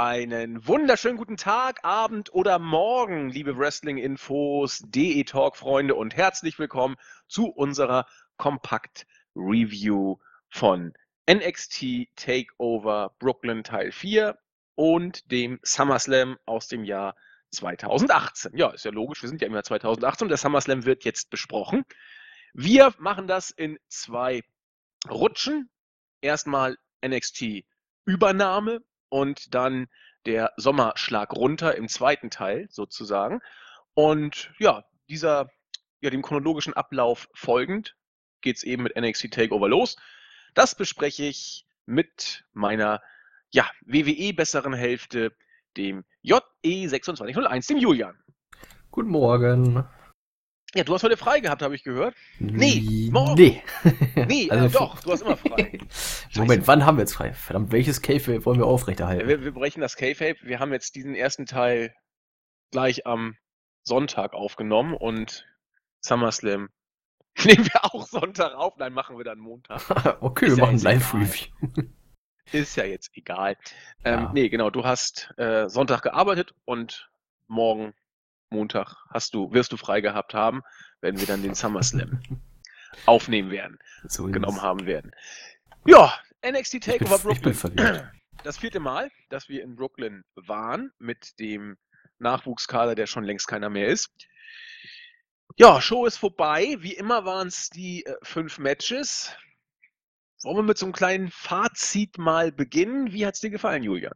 Einen wunderschönen guten Tag, Abend oder Morgen, liebe Wrestling-Infos, DE-Talk-Freunde und herzlich willkommen zu unserer Kompakt-Review von NXT TakeOver Brooklyn Teil 4 und dem SummerSlam aus dem Jahr 2018. Ja, ist ja logisch, wir sind ja im Jahr 2018 und der SummerSlam wird jetzt besprochen. Wir machen das in 2 Rutschen. Erstmal NXT-Übernahme und dann der Sommerschlag runter im zweiten Teil sozusagen. Und ja, dem chronologischen Ablauf folgend geht es eben mit NXT TakeOver los. Das bespreche ich mit meiner WWE besseren Hälfte, dem JE2601, dem Julian. Guten Morgen. Ja, du hast heute frei gehabt, habe ich gehört. Nee, morgen. Nee. Nee, Also, doch, du hast immer frei. Moment, wann haben wir jetzt frei? Verdammt, welches Kayfabe wollen wir aufrechterhalten? Wir brechen das Kayfabe. Wir haben jetzt diesen ersten Teil gleich am Sonntag aufgenommen und SummerSlam nehmen wir auch Sonntag auf. Nein, machen wir dann Montag. Okay, Ist wir ja machen jetzt Live-Review. Ist ja jetzt egal. Ja. Nee, genau, du hast Sonntag gearbeitet und morgen, Montag, wirst du frei gehabt haben, wenn wir dann den SummerSlam aufnehmen werden, So ist genommen es. haben werden. Ja, NXT Ich bin, TakeOver ich bin Brooklyn. verwirrt. Das 4. Mal, dass wir in Brooklyn waren mit dem Nachwuchskader, der schon längst keiner mehr ist. Ja, Show ist vorbei. Wie immer waren es die 5 Matches. Wollen wir mit so einem kleinen Fazit mal beginnen? Wie hat es dir gefallen, Julian?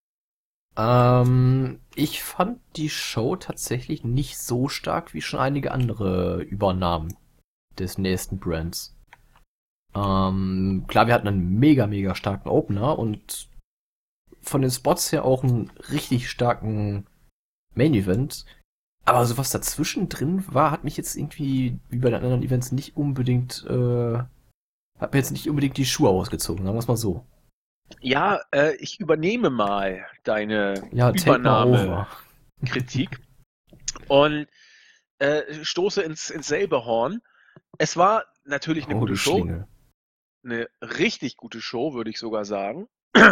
Ich fand die Show tatsächlich nicht so stark wie schon einige andere Übernahmen des nächsten Brands. Klar, wir hatten einen mega starken Opener und von den Spots her auch einen richtig starken Main Event. Aber so was dazwischen drin war, hat mich jetzt irgendwie, wie bei den anderen Events, nicht unbedingt, hat mir jetzt nicht unbedingt die Schuhe ausgezogen, sagen wir es mal so. Ja, ich übernehme mal deine Ja, take mal over. Übernahmekritik und stoße ins selbe Horn. Es war natürlich eine Oh, gute du Show, Schlingel. eine richtig gute Show, würde ich sogar sagen,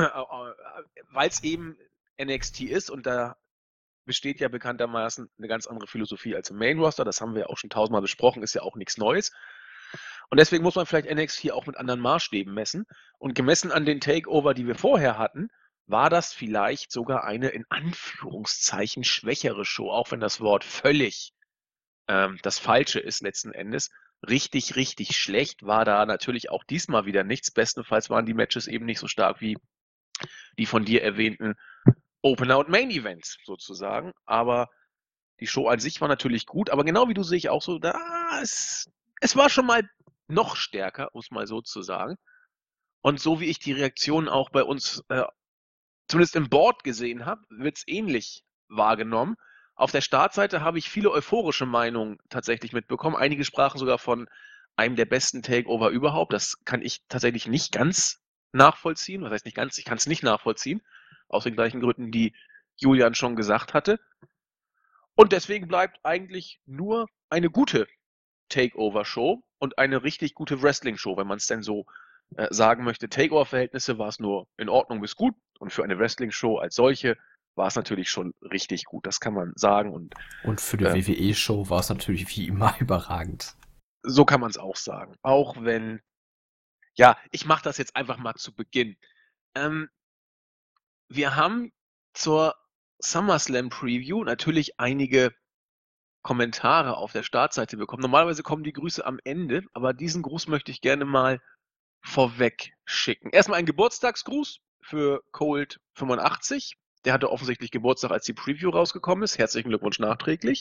weil es eben NXT ist und da besteht ja bekanntermaßen eine ganz andere Philosophie als im Main Roster. Das haben wir ja auch schon tausendmal besprochen, ist ja auch nichts Neues. Und deswegen muss man vielleicht NXT auch mit anderen Maßstäben messen. Und gemessen an den Takeover, die wir vorher hatten, war das vielleicht sogar eine in Anführungszeichen schwächere Show, auch wenn das Wort völlig das Falsche ist letzten Endes. Richtig schlecht war da natürlich auch diesmal wieder nichts. Bestenfalls waren die Matches eben nicht so stark wie die von dir erwähnten Opener und Main Events sozusagen. Aber die Show an sich war natürlich gut, aber genau wie du sehe ich auch so, es war schon mal noch stärker, um es mal so zu sagen. Und so wie ich die Reaktionen auch bei uns, zumindest im Board gesehen habe, wird es ähnlich wahrgenommen. Auf der Startseite habe ich viele euphorische Meinungen tatsächlich mitbekommen. Einige sprachen sogar von einem der besten Takeover überhaupt. Das kann ich tatsächlich nicht ganz nachvollziehen. Was heißt nicht ganz? Ich kann es nicht nachvollziehen. Aus den gleichen Gründen, die Julian schon gesagt hatte. Und deswegen bleibt eigentlich nur eine gute Takeover-Show und eine richtig gute Wrestling-Show, wenn man es denn so sagen möchte. Takeover-Verhältnisse war es nur in Ordnung bis gut und für eine Wrestling-Show als solche war es natürlich schon richtig gut. Das kann man sagen und Und für die äh, WWE-Show war es natürlich wie immer überragend. so kann man es auch sagen. Auch wenn, ja, ich mache das jetzt einfach mal zu Beginn. Ähm, wir haben zur SummerSlam Preview natürlich einige Kommentare auf der Startseite bekommen. Normalerweise kommen die Grüße am Ende, aber diesen Gruß möchte ich gerne mal vorweg schicken. Erstmal ein Geburtstagsgruß für Cold85. Der hatte offensichtlich Geburtstag, als die Preview rausgekommen ist. Herzlichen Glückwunsch nachträglich.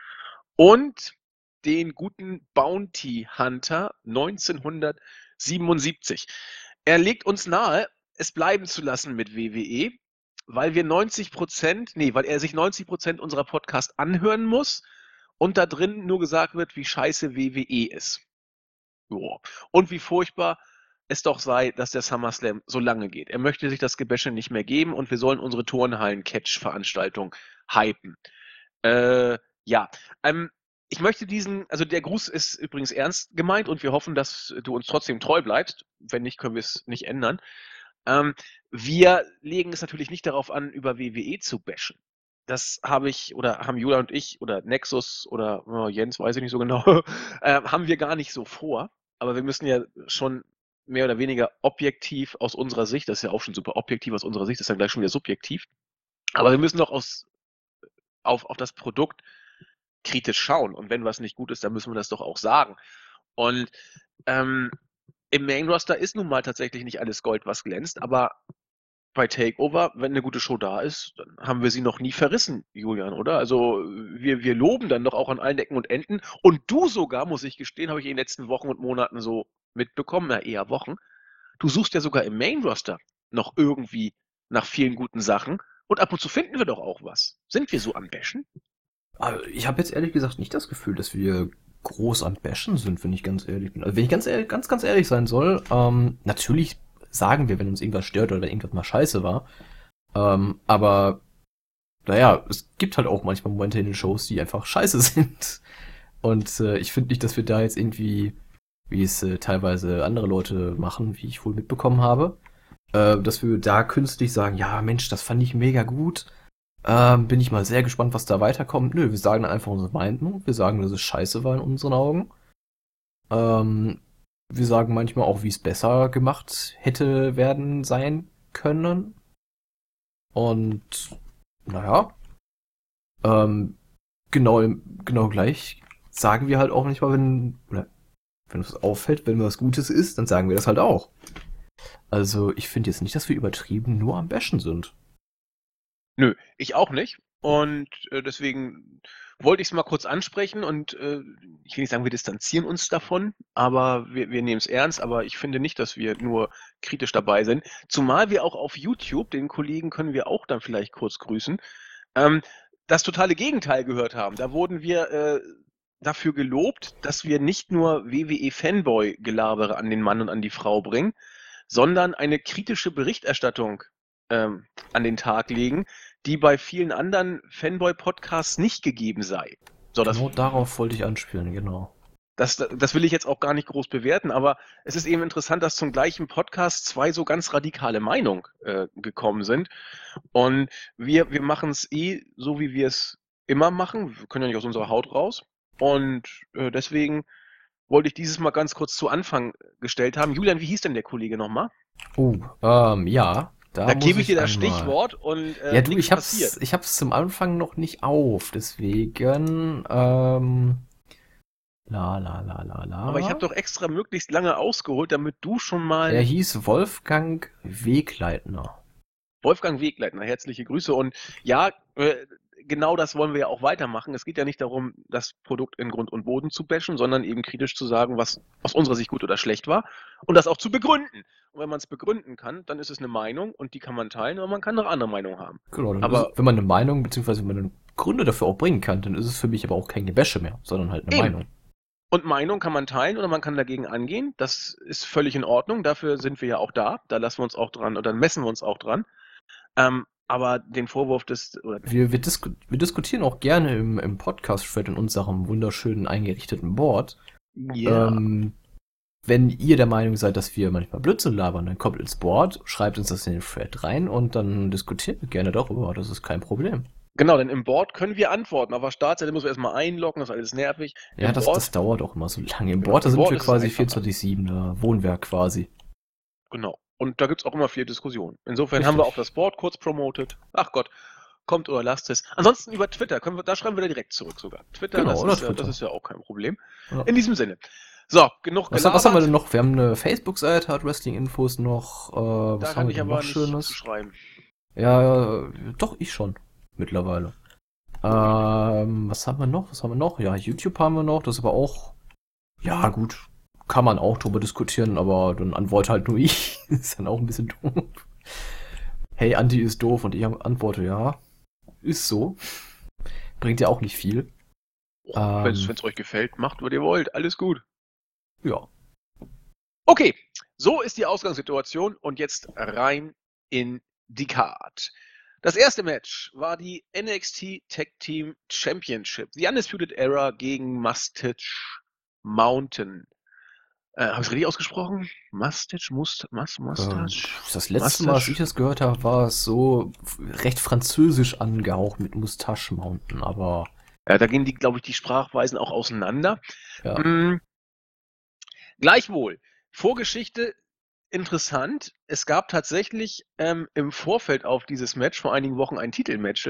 Und den guten Bounty Hunter 1977. Er legt uns nahe, es bleiben zu lassen mit WWE, weil weil er sich 90% unserer Podcast anhören muss und da drin nur gesagt wird, wie scheiße WWE ist. Joa. Und wie furchtbar es doch sei, dass der SummerSlam so lange geht. Er möchte sich das Gebäsche nicht mehr geben und wir sollen unsere Turnhallen-Catch-Veranstaltung hypen. Ja, ähm, ich möchte also der Gruß ist übrigens ernst gemeint und wir hoffen, dass du uns trotzdem treu bleibst. Wenn nicht, können wir es nicht ändern. Ähm, wir legen es natürlich nicht darauf an, über WWE zu bashen. Das haben Julia und ich oder Nexus oder Jens, weiß ich nicht so genau, haben wir gar nicht so vor. Aber wir müssen ja schon mehr oder weniger objektiv aus unserer Sicht, das ist ja auch schon super objektiv aus unserer Sicht, das ist dann gleich schon wieder subjektiv. Aber wir müssen doch auf das Produkt kritisch schauen. Und wenn was nicht gut ist, dann müssen wir das doch auch sagen. Und ähm, im Main Roster ist nun mal tatsächlich nicht alles Gold, was glänzt, aber bei Takeover, wenn eine gute Show da ist, dann haben wir sie noch nie verrissen, Julian, oder? Also wir loben dann doch auch an allen Ecken und Enden. Und du sogar, muss ich gestehen, habe ich in den letzten Wochen und Monaten so mitbekommen, na eher Wochen. Du suchst ja sogar im Main Roster noch irgendwie nach vielen guten Sachen. Und ab und zu finden wir doch auch was. Sind wir so am Bashen? Aber ich habe jetzt ehrlich gesagt nicht das Gefühl, dass wir groß am Bashen sind, wenn ich ganz ehrlich bin. Also wenn ich ganz ehrlich sein soll, natürlich sagen wir, wenn uns irgendwas stört oder wenn irgendwas mal scheiße war. Aber naja, es gibt halt auch manchmal Momente in den Shows, die einfach scheiße sind. Und ich finde nicht, dass wir da jetzt irgendwie, wie es teilweise andere Leute machen, wie ich wohl mitbekommen habe, dass wir da künstlich sagen, ja Mensch, das fand ich mega gut. Bin ich mal sehr gespannt, was da weiterkommt. Nö, wir sagen dann einfach unsere Meinung. Wir sagen, dass es scheiße war in unseren Augen. Ähm, wir sagen manchmal auch, wie es besser gemacht hätte werden sein können. Und naja, ähm, genau gleich sagen wir halt auch manchmal, wenn uns auffällt, wenn was Gutes ist, dann sagen wir das halt auch. Also ich finde jetzt nicht, dass wir übertrieben nur am Bashen sind. Nö, ich auch nicht. Und deswegen wollte ich es mal kurz ansprechen und ich will nicht sagen, wir distanzieren uns davon, aber wir nehmen es ernst, aber ich finde nicht, dass wir nur kritisch dabei sind. Zumal wir auch auf YouTube, den Kollegen können wir auch dann vielleicht kurz grüßen, ähm, das totale Gegenteil gehört haben. Da wurden wir dafür gelobt, dass wir nicht nur WWE-Fanboy-Gelabere an den Mann und an die Frau bringen, sondern eine kritische Berichterstattung an den Tag legen, die bei vielen anderen Fanboy-Podcasts nicht gegeben sei. So, Genau darauf wollte ich anspielen, genau. das will ich jetzt auch gar nicht groß bewerten, aber es ist eben interessant, dass zum gleichen Podcast zwei so ganz radikale Meinungen gekommen sind. Und wir machen es so, wie wir es immer machen. Wir können ja nicht aus unserer Haut raus. Und deswegen wollte ich dieses Mal ganz kurz zu Anfang gestellt haben. Julian, wie hieß denn der Kollege nochmal? Ja, da Da muss gebe ich dir ich das einmal. Stichwort und Ja, du, nichts passiert. ich hab's zum Anfang noch nicht auf, deswegen, Aber ich habe la. doch extra möglichst lange ausgeholt, damit du schon Er mal hieß Wolfgang Wegleitner. Wolfgang Wegleitner, herzliche Grüße. Und ja, genau das wollen wir ja auch weitermachen. Es geht ja nicht darum, das Produkt in Grund und Boden zu bashen, sondern eben kritisch zu sagen, was aus unserer Sicht gut oder schlecht war und das auch zu begründen. Und wenn man es begründen kann, dann ist es eine Meinung und die kann man teilen, aber man kann eine andere Meinung haben. Genau, dann ist es, Aber wenn man eine Meinung, beziehungsweise wenn man Gründe dafür auch bringen kann, dann ist es für mich aber auch keine Wäsche mehr, sondern halt eine eben. Meinung. Und Meinung kann man teilen oder man kann dagegen angehen. Das ist völlig in Ordnung. Dafür sind wir ja auch da. Da lassen wir uns auch dran oder messen wir uns auch dran. Aber den Vorwurf des, oder Wir diskutieren auch gerne im Podcast-Thread in unserem wunderschönen eingerichteten Board. ja, Ähm, Wenn ihr der Meinung seid, dass wir manchmal Blödsinn labern, dann kommt ins Board, schreibt uns das in den Thread rein und dann diskutieren wir gerne darüber. Das ist kein Problem. genau, denn im Board können wir antworten. Auf der Startseite müssen wir erstmal einloggen, das ist alles nervig. Ja, Im das Board, dauert auch immer so lange. Im genau, Board, da im sind Board wir ist es quasi einfacher. 24/7, da wohnen wir quasi. Genau. Und da gibt es auch immer viel Diskussion. Insofern haben wir auch Richtig. das Board kurz promotet. Ach Gott, kommt oder lasst es. Ansonsten über Twitter, da schreiben wir da direkt zurück sogar. Twitter, Genau, oder das Twitter. ist ja auch kein Problem. Ja. In diesem Sinne. So, genug Was haben wir denn gelabert. noch? Wir haben eine Facebook-Seite, hat Wrestling-Infos noch. Da Was haben kann wir ich denn noch aber nicht zu Schönes? schreiben. Ja, doch, ich schon. Mittlerweile. Was haben wir noch? Was haben wir noch? Ja, YouTube haben wir noch. Das ist aber auch. Ja, gut. Kann man auch drüber diskutieren, aber dann antworte halt nur ich. Ist dann auch ein bisschen doof. Hey, Anti ist doof und ich antworte ja. Ist so. Bringt ja auch nicht viel. Wenn es Ähm, euch gefällt, macht, was ihr wollt. Alles gut. ja. Okay, so ist die Ausgangssituation und jetzt rein in die Card. Das erste Match war die NXT Tag Team Championship. The Undisputed Era gegen Mustache Mountain. Habe ich's richtig ausgesprochen? Mustache? Das letzte Mal, als ich das gehört habe, war es so recht französisch angehaucht mit Mustache Mountain, aber Ja, da gehen die, glaube ich, die Sprachweisen auch auseinander. ja. Hm, gleichwohl, Vorgeschichte interessant. Es gab tatsächlich im Vorfeld auf dieses Match vor einigen Wochen ein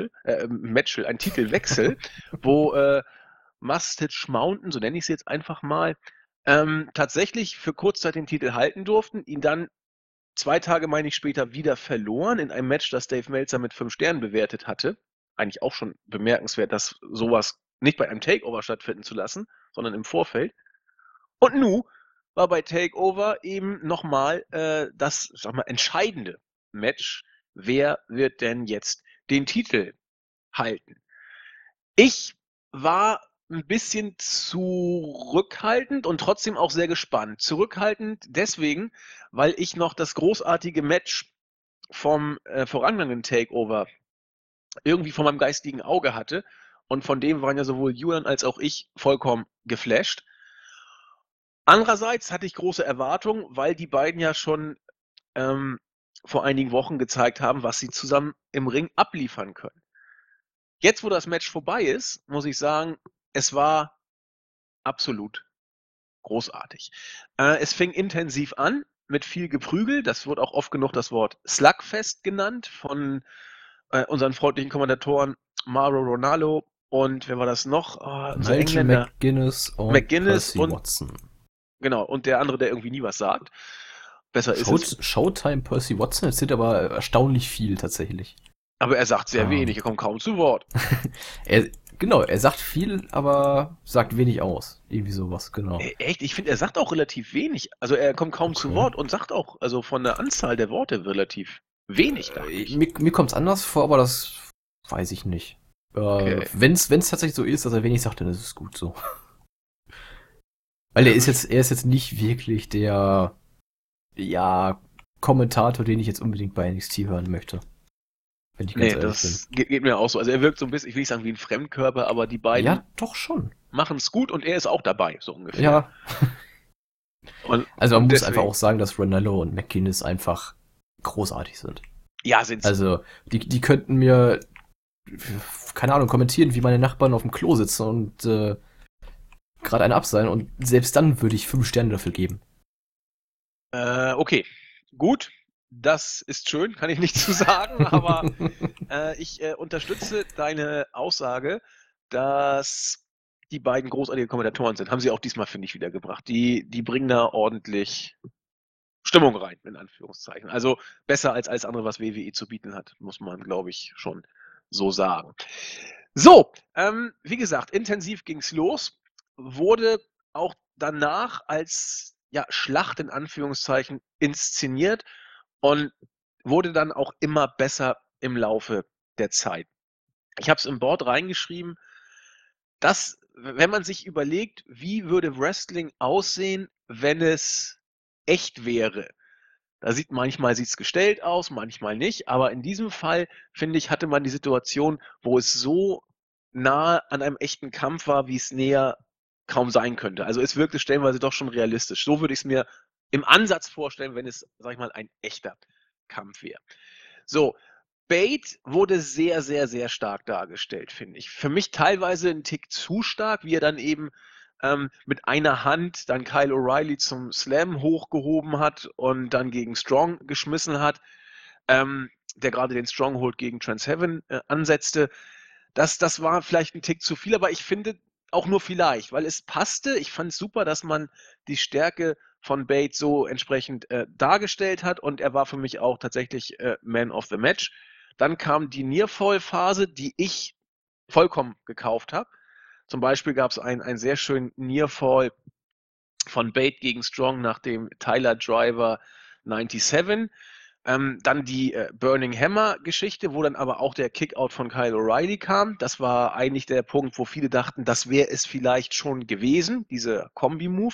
ein Titelwechsel, wo Mustache Mountain, so nenne ich es jetzt einfach mal, tatsächlich für Kurzzeit den Titel halten durften, ihn dann 2 Tage, meine ich, später wieder verloren in einem Match, das Dave Meltzer mit 5 Sternen bewertet hatte. Eigentlich auch schon bemerkenswert, dass sowas nicht bei einem Takeover stattfinden zu lassen, sondern im Vorfeld. Und nu war bei Takeover eben nochmal das, sag mal, entscheidende Match. Wer wird denn jetzt den Titel halten? Ich war ein bisschen zurückhaltend und trotzdem auch sehr gespannt. Zurückhaltend deswegen, weil ich noch das großartige Match vom vorangegangenen Takeover irgendwie vor meinem geistigen Auge hatte. Und von dem waren ja sowohl Julian als auch ich vollkommen geflasht. Andererseits hatte ich große Erwartungen, weil die beiden ja schon ähm, vor einigen Wochen gezeigt haben, was sie zusammen im Ring abliefern können. Jetzt, wo das Match vorbei ist, muss ich sagen, es war absolut großartig. Es fing intensiv an mit viel Geprügel. Das wird auch oft genug das Wort Slugfest genannt von unseren freundlichen Kommentatoren Mauro Ronaldo und wer war das noch? Unser Nigel Engländer McGuinness und McGuinness Percy und Watson. genau, und der andere, der irgendwie nie was sagt. Besser ist es. Showtime Percy Watson erzählt aber erstaunlich viel tatsächlich. Aber er sagt sehr wenig, er kommt kaum zu Wort. er, genau, er sagt viel, aber sagt wenig aus. Irgendwie sowas, genau. Echt? Ich finde, er sagt auch relativ wenig. Also er kommt kaum zu Okay. Wort und sagt auch, also von der Anzahl der Worte relativ wenig, dachte ich. Mir kommt es anders vor, aber das weiß ich nicht. Okay. Wenn's tatsächlich so ist, dass er wenig sagt, dann ist es gut so. Weil er ist jetzt nicht wirklich der, ja, Kommentator, den ich jetzt unbedingt bei NXT hören möchte. Wenn ich ganz Nee, ehrlich bin. das geht mir auch so. Also er wirkt so ein bisschen, ich will nicht sagen wie ein Fremdkörper, aber die beiden Ja, doch schon. machen es gut und er ist auch dabei, so ungefähr. Ja. Also man Und muss einfach deswegen, auch sagen, dass Ranallo und McGuinness einfach großartig sind. ja, sind sie. Also, die könnten mir, keine Ahnung, kommentieren, wie meine Nachbarn auf dem Klo sitzen und gerade einen abseilen und selbst dann würde ich 5 Sterne dafür geben. Okay, gut. Das ist schön, kann ich nicht zu sagen, aber ich unterstütze deine Aussage, dass die beiden großartige Kommentatoren sind. Haben sie auch diesmal, finde ich, wiedergebracht. Die bringen da ordentlich Stimmung rein, in Anführungszeichen. Also besser als alles andere, was WWE zu bieten hat, muss man, glaube ich, schon so sagen. So, wie gesagt, intensiv ging's los, wurde auch danach als ja, Schlacht in Anführungszeichen inszeniert und wurde dann auch immer besser im Laufe der Zeit. Ich habe es im Board reingeschrieben, dass, wenn man sich überlegt, wie würde Wrestling aussehen, wenn es echt wäre. Da manchmal sieht es gestellt aus, manchmal nicht, aber in diesem Fall, finde ich, hatte man die Situation, wo es so nah an einem echten Kampf war, wie es näher kaum sein könnte. Also es wirkte stellenweise doch schon realistisch. So würde ich es mir im Ansatz vorstellen, wenn es, sag ich mal, ein echter Kampf wäre. So, Bate wurde sehr, sehr, sehr stark dargestellt, finde ich. Für mich teilweise ein Tick zu stark, wie er dann eben mit einer Hand dann Kyle O'Reilly zum Slam hochgehoben hat und dann gegen Strong geschmissen hat, der gerade den Stronghold gegen Transheaven ansetzte. Das war vielleicht ein Tick zu viel, aber ich finde auch nur vielleicht, weil es passte. Ich fand es super, dass man die Stärke von Bate so entsprechend dargestellt hat und er war für mich auch tatsächlich Man of the Match. Dann kam die Nearfall-Phase, die ich vollkommen gekauft habe. Zum Beispiel gab es einen sehr schönen Nearfall von Bate gegen Strong nach dem Tyler Driver 97. Dann die Burning Hammer-Geschichte, wo dann aber auch der Kickout von Kyle O'Reilly kam. Das war eigentlich der Punkt, wo viele dachten, das wäre es vielleicht schon gewesen, diese Kombi-Move.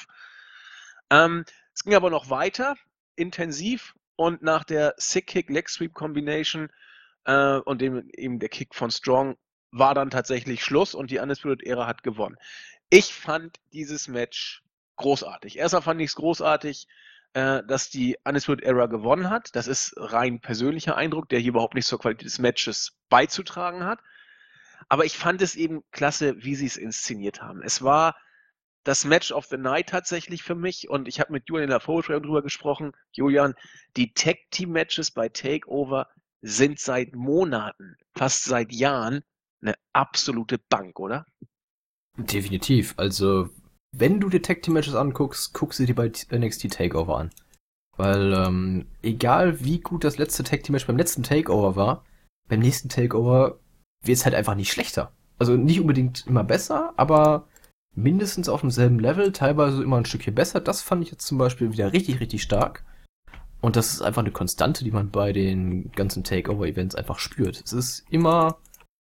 Es ging aber noch weiter, intensiv, und nach der Sick-Kick-Leg-Sweep-Combination und eben der Kick von Strong war dann tatsächlich Schluss und die Undisputed Era hat gewonnen. Ich fand dieses Match großartig. Erstmal fand ich es großartig, dass die Undisputed Era gewonnen hat. Das ist rein persönlicher Eindruck, der hier überhaupt nichts zur Qualität des Matches beizutragen hat. Aber ich fand es eben klasse, wie sie es inszeniert haben. Es war das Match of the Night tatsächlich für mich und ich habe mit Julian in der Vorbereitung drüber gesprochen. Julian, die Tag-Team-Matches bei TakeOver sind seit Monaten, fast seit Jahren, eine absolute Bank, oder? Definitiv. Also, wenn du dir Tag Team Matches anguckst, guck sie dir bei NXT Takeover an. Weil, egal wie gut das letzte Tag Team Match beim letzten Takeover war, beim nächsten Takeover wird es halt einfach nicht schlechter. Also nicht unbedingt immer besser, aber mindestens auf demselben Level, teilweise immer ein Stückchen besser. Das fand ich jetzt zum Beispiel wieder richtig, richtig stark. Und das ist einfach eine Konstante, die man bei den ganzen Takeover-Events einfach spürt. Es ist immer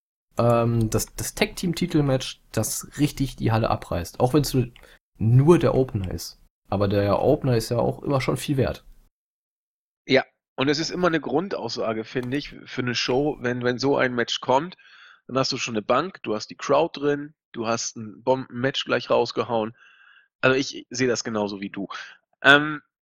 das Tag-Team-Titel-Match, das richtig die Halle abreißt. Auch wenn es nur der Opener ist. Aber der Opener ist ja auch immer schon viel wert. Ja, und es ist immer eine Grundaussage, finde ich, für eine Show, wenn so ein Match kommt, dann hast du schon eine Bank, du hast die Crowd drin, du hast ein Bomben-Match gleich rausgehauen. Also ich sehe das genauso wie du. Ähm,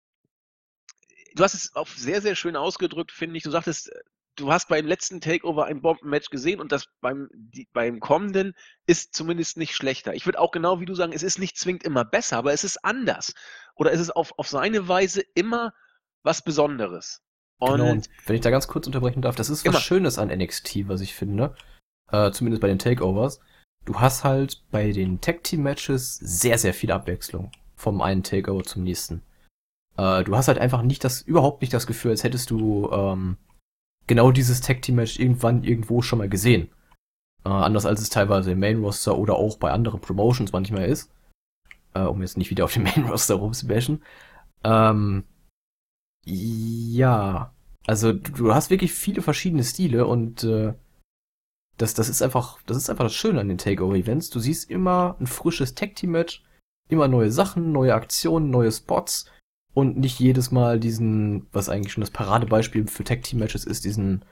Du hast es auch sehr, sehr schön ausgedrückt, finde ich. Du sagtest, du hast beim letzten Takeover ein Bombenmatch gesehen und das beim kommenden ist zumindest nicht schlechter. Ich würde auch genau wie du sagen, es ist nicht zwingend immer besser, aber es ist anders. Oder es ist auf seine Weise immer was Besonderes. Genau, Und und wenn ich da ganz kurz unterbrechen darf, das ist was immer, Schönes an NXT, was ich finde. Zumindest bei den Takeovers. Du hast halt bei den Tag-Team-Matches sehr, sehr viel Abwechslung. Vom einen Takeover zum nächsten. Du hast halt einfach überhaupt nicht das Gefühl, als hättest du genau dieses Tag-Team-Match irgendwann irgendwo schon mal gesehen. Anders als es teilweise im Main-Roster oder auch bei anderen Promotions manchmal ist. Um jetzt nicht wieder auf den Main-Roster rumzubashen. Ähm, ja, also du hast wirklich viele verschiedene Stile und das ist einfach das Schöne an den Takeover-Events. Du siehst immer ein frisches Tag-Team-Match, immer neue Sachen, neue Aktionen, neue Spots und nicht jedes Mal diesen, was eigentlich schon das Paradebeispiel für Tag-Team-Matches ist,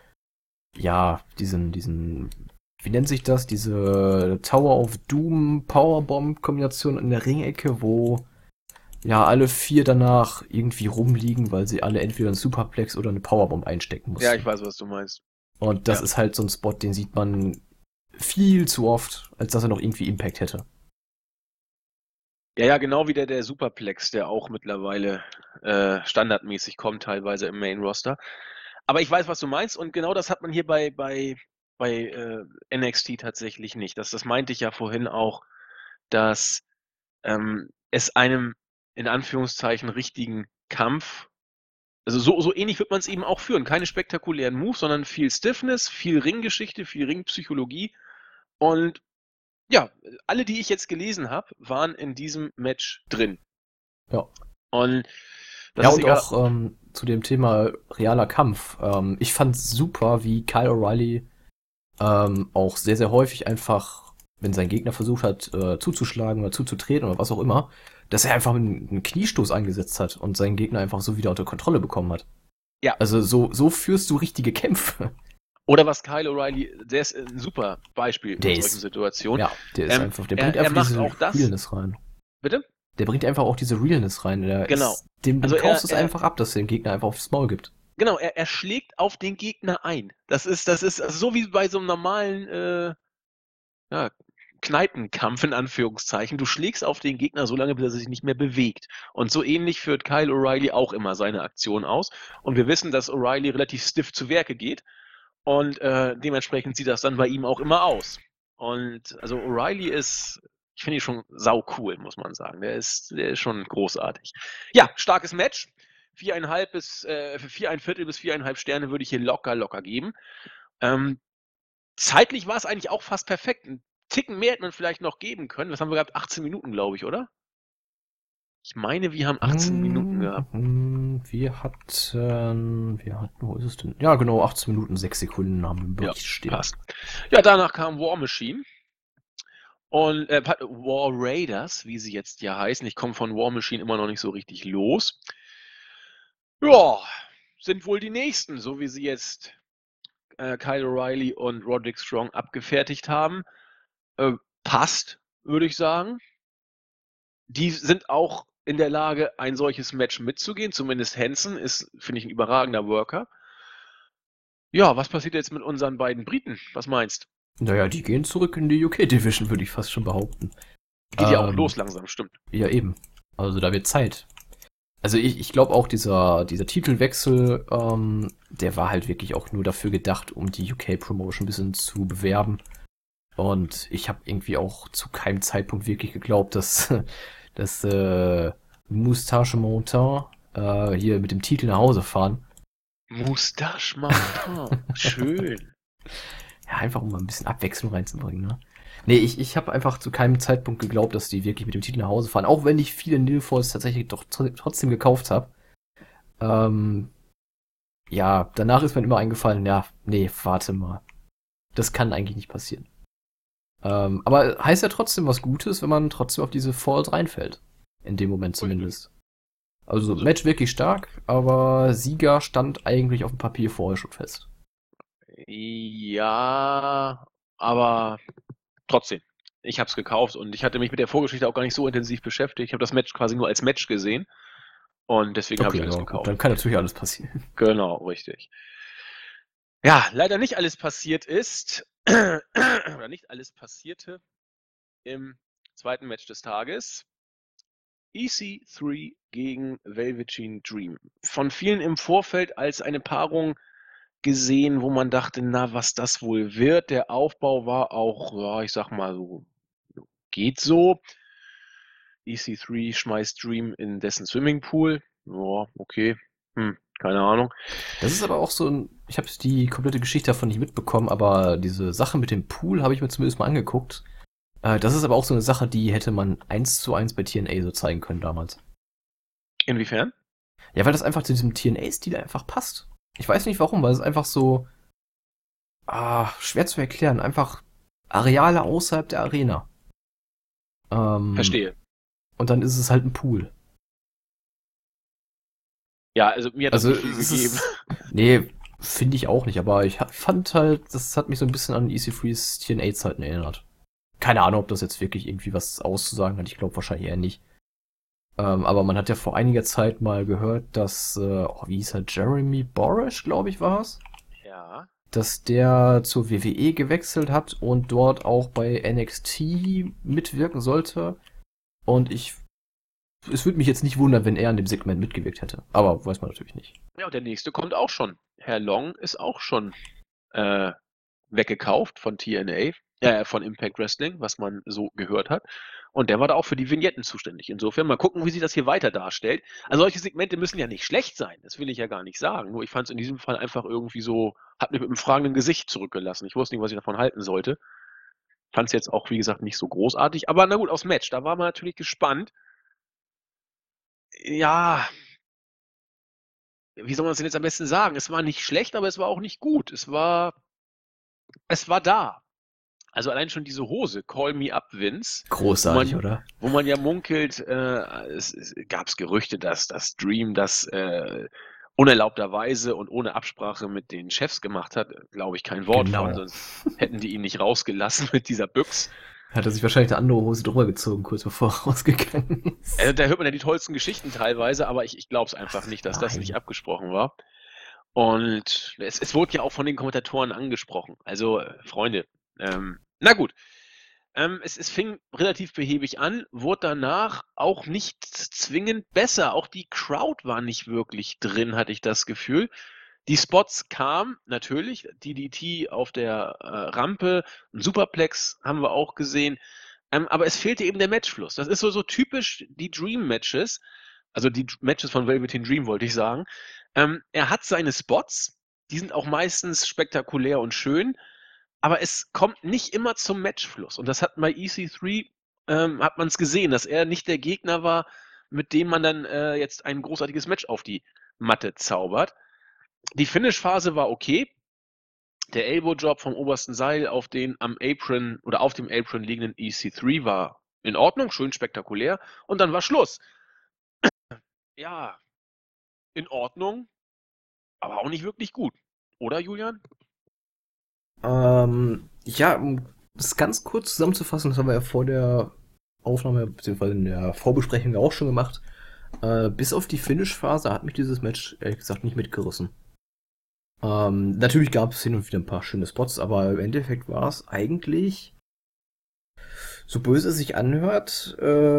diesen, wie nennt sich das? Diese Tower of Doom Powerbomb-Kombination in der Ringecke, wo ja alle vier danach irgendwie rumliegen, weil sie alle entweder einen Superplex oder eine Powerbomb einstecken ja, ich mussten. weiß, was du meinst. Und das Ja. ist halt so ein Spot, den sieht man viel zu oft, als dass er noch irgendwie Impact hätte. Ja, ja, genau wie der Superplex, der auch mittlerweile standardmäßig kommt, teilweise im Main-Roster. Aber ich weiß, was du meinst, und genau das hat man hier bei NXT tatsächlich nicht. Das meinte ich ja vorhin auch, dass es einem in Anführungszeichen richtigen Kampf, also so ähnlich wird man es eben auch führen. Keine spektakulären Moves, sondern viel Stiffness, viel Ringgeschichte, viel Ringpsychologie. Und ja, alle, die ich jetzt gelesen habe, waren in diesem Match drin. Ja. Und das Ja, ist und egal. auch zu dem Thema realer Kampf. Ich fand super, wie Kyle O'Reilly auch sehr, sehr häufig einfach, wenn sein Gegner versucht hat, zuzuschlagen oder zuzutreten oder was auch immer, dass er einfach einen Kniestoß eingesetzt hat und seinen Gegner einfach so wieder unter Kontrolle bekommen hat. Ja. Also so führst du richtige Kämpfe. Oder was Kyle O'Reilly, der ist ein super Beispiel in solchen Situationen. Der ist einfach, der bringt Er einfach macht diese auch das. Realness rein. Bitte? Der bringt einfach auch diese Realness rein. Genau. Dem Also kaufst du es einfach ab, dass er dem Gegner einfach aufs Maul gibt. genau, er schlägt auf den Gegner ein. Das ist also so wie bei so einem normalen ja, Kneipenkampf in Anführungszeichen. Du schlägst auf den Gegner so lange, bis er sich nicht mehr bewegt. Und so ähnlich führt Kyle O'Reilly auch immer seine Aktion aus. Und wir wissen, dass O'Reilly relativ stiff zu Werke geht. Und dementsprechend sieht das dann bei ihm auch immer aus. Und also O'Reilly ist, ich finde ihn schon sau cool, muss man sagen. Der ist schon großartig. Ja, starkes Match. 4,25 bis 4,5 Sterne würde ich hier locker geben. Zeitlich war es eigentlich auch fast perfekt. Einen Ticken mehr hätte man vielleicht noch geben können. Was haben wir gehabt? 18 Minuten, glaube ich, oder? Ich meine, wir haben 18 Minuten gehabt. Wo ist es denn? Ja, genau, 18 Minuten, 6 Sekunden haben wir im Ja, Bericht stehen. passt. Ja, danach kam War Machine. Und War Raiders, wie sie jetzt ja heißen. Ich komme von War Machine immer noch nicht so richtig los. Ja, sind wohl die nächsten, so wie sie jetzt Kyle O'Reilly und Roderick Strong abgefertigt haben. Passt, würde ich sagen. die sind auch in der Lage, ein solches Match mitzugehen. Zumindest Hansen ist, finde ich, ein überragender Worker. Ja, was passiert jetzt mit unseren beiden Briten? Was meinst? Naja, die gehen zurück in die UK Division, würde ich fast schon behaupten. Geht ja auch Ähm, los langsam, stimmt. ja eben. Also da wird Zeit. Also ich glaube auch dieser Titelwechsel, der war halt wirklich auch nur dafür gedacht, um die UK Promotion ein bisschen zu bewerben. Und ich habe irgendwie auch zu keinem Zeitpunkt wirklich geglaubt, dass Moustache Mountain hier mit dem Titel nach Hause fahren. Moustache Martin, schön. Ja, einfach um mal ein bisschen Abwechslung reinzubringen, ne? Nee, ich habe einfach zu keinem Zeitpunkt geglaubt, dass die wirklich mit dem Titel nach Hause fahren. Auch wenn ich viele Nilfoils tatsächlich doch trotzdem gekauft habe. Ähm, ja, danach ist mir immer eingefallen, ja, nee, warte mal. Das kann eigentlich nicht passieren. Aber heißt ja trotzdem was Gutes, wenn man trotzdem auf diese Falls reinfällt. In dem Moment Richtig. zumindest. Also Also, Match wirklich stark, aber Sieger stand eigentlich auf dem Papier vorher schon fest. ja, aber trotzdem. Ich habe es gekauft und ich hatte mich mit der Vorgeschichte auch gar nicht so intensiv beschäftigt. Ich habe das Match quasi nur als Match gesehen und deswegen habe ich Okay, alles ja gut, gekauft. dann kann natürlich alles passieren. Genau, richtig. Ja, leider nicht alles passiert ist, oder nicht alles passierte im zweiten Match des Tages. EC3 gegen Velveteen Dream. Von vielen im Vorfeld als eine Paarung gesehen, wo man dachte, na, was das wohl wird. Der Aufbau war auch, ja, ich sag mal so, geht so. EC3 schmeißt Dream in dessen Swimmingpool. Ja, okay. Keine Ahnung. Das ist aber auch so ein, ich habe die komplette Geschichte davon nicht mitbekommen, aber diese Sache mit dem Pool habe ich mir zumindest mal angeguckt. Das ist aber auch so eine Sache, die hätte man 1:1 bei TNA so zeigen können damals. Inwiefern? Ja, weil das einfach zu diesem TNA-Stil einfach passt. Ich weiß nicht warum, weil es einfach so, schwer zu erklären, einfach Areale außerhalb der Arena. Ähm, Verstehe. und dann ist es halt ein Pool. Ja, also mir hat das Also nicht viel es gegeben. ist, nee, finde ich auch nicht, aber fand halt, das hat mich so ein bisschen an EC3s TNA-Zeiten erinnert. Keine Ahnung, ob das jetzt wirklich irgendwie was auszusagen hat. Ich glaube wahrscheinlich eher nicht. Aber man hat ja vor einiger Zeit mal gehört, dass, wie hieß er, Jeremy Borash, glaube ich, war es, Ja. dass der zur WWE gewechselt hat und dort auch bei NXT mitwirken sollte. Und es würde mich jetzt nicht wundern, wenn er an dem Segment mitgewirkt hätte. Aber weiß man natürlich nicht. Ja, und der nächste kommt auch schon. Herr Long ist auch schon äh, weggekauft von TNA, von Impact Wrestling, was man so gehört hat. Und der war da auch für die Vignetten zuständig. Insofern mal gucken, wie sich das hier weiter darstellt. Also solche Segmente müssen ja nicht schlecht sein, das will ich ja gar nicht sagen. Nur ich fand es in diesem Fall einfach irgendwie so, hat mich mit einem fragenden Gesicht zurückgelassen. Ich wusste nicht, was ich davon halten sollte. Fand es jetzt auch, wie gesagt, nicht so großartig. Aber na gut, aufs Match, da war man natürlich gespannt. Ja, wie soll man das denn jetzt am besten sagen? Es war nicht schlecht, aber es war auch nicht gut. Es war da. Also allein schon diese Hose, Call Me Up Vince, wo Großartig, man, oder? wo man ja munkelt, es gab Gerüchte, dass das Dream das unerlaubterweise und ohne Absprache mit den Chefs gemacht hat. Glaube ich kein Wort von, Genau. sonst hätten die ihn nicht rausgelassen mit dieser Büchs. Hat er sich wahrscheinlich eine andere Hose drüber gezogen, kurz bevor er rausgegangen Also ist. da hört man ja die tollsten Geschichten teilweise, aber ich glaube es einfach nicht, dass das nicht Nein. abgesprochen war. Und es wurde ja auch von den Kommentatoren angesprochen. Also, Freunde, na gut. Es fing relativ behäbig an, wurde danach auch nicht zwingend besser. Auch die Crowd war nicht wirklich drin, hatte ich das Gefühl. Die Spots kamen, natürlich, DDT auf der Rampe, ein Superplex haben wir auch gesehen. Aber es fehlte eben der Matchfluss. Das ist so typisch die Dream-Matches, also die Matches von Velveteen Dream, wollte ich sagen. Er hat seine Spots, die sind auch meistens spektakulär und schön, aber es kommt nicht immer zum Matchfluss. Und das hat bei EC3 hat man es gesehen, dass er nicht der Gegner war, mit dem man dann jetzt ein großartiges Match auf die Matte zaubert. Die Finish-Phase war okay. Der Elbow-Drop vom obersten Seil auf den am Apron oder auf dem Apron liegenden EC3 war in Ordnung, schön spektakulär. Und dann war Schluss. Ja, in Ordnung, aber auch nicht wirklich gut. Oder, Julian? Ja, um das ganz kurz zusammenzufassen, das haben wir ja vor der Aufnahme, beziehungsweise in der Vorbesprechung auch schon gemacht. Bis auf die Finish-Phase hat mich dieses Match, ehrlich gesagt, nicht mitgerissen. Natürlich gab es hin und wieder ein paar schöne Spots, aber im Endeffekt war es eigentlich, so böse es sich anhört,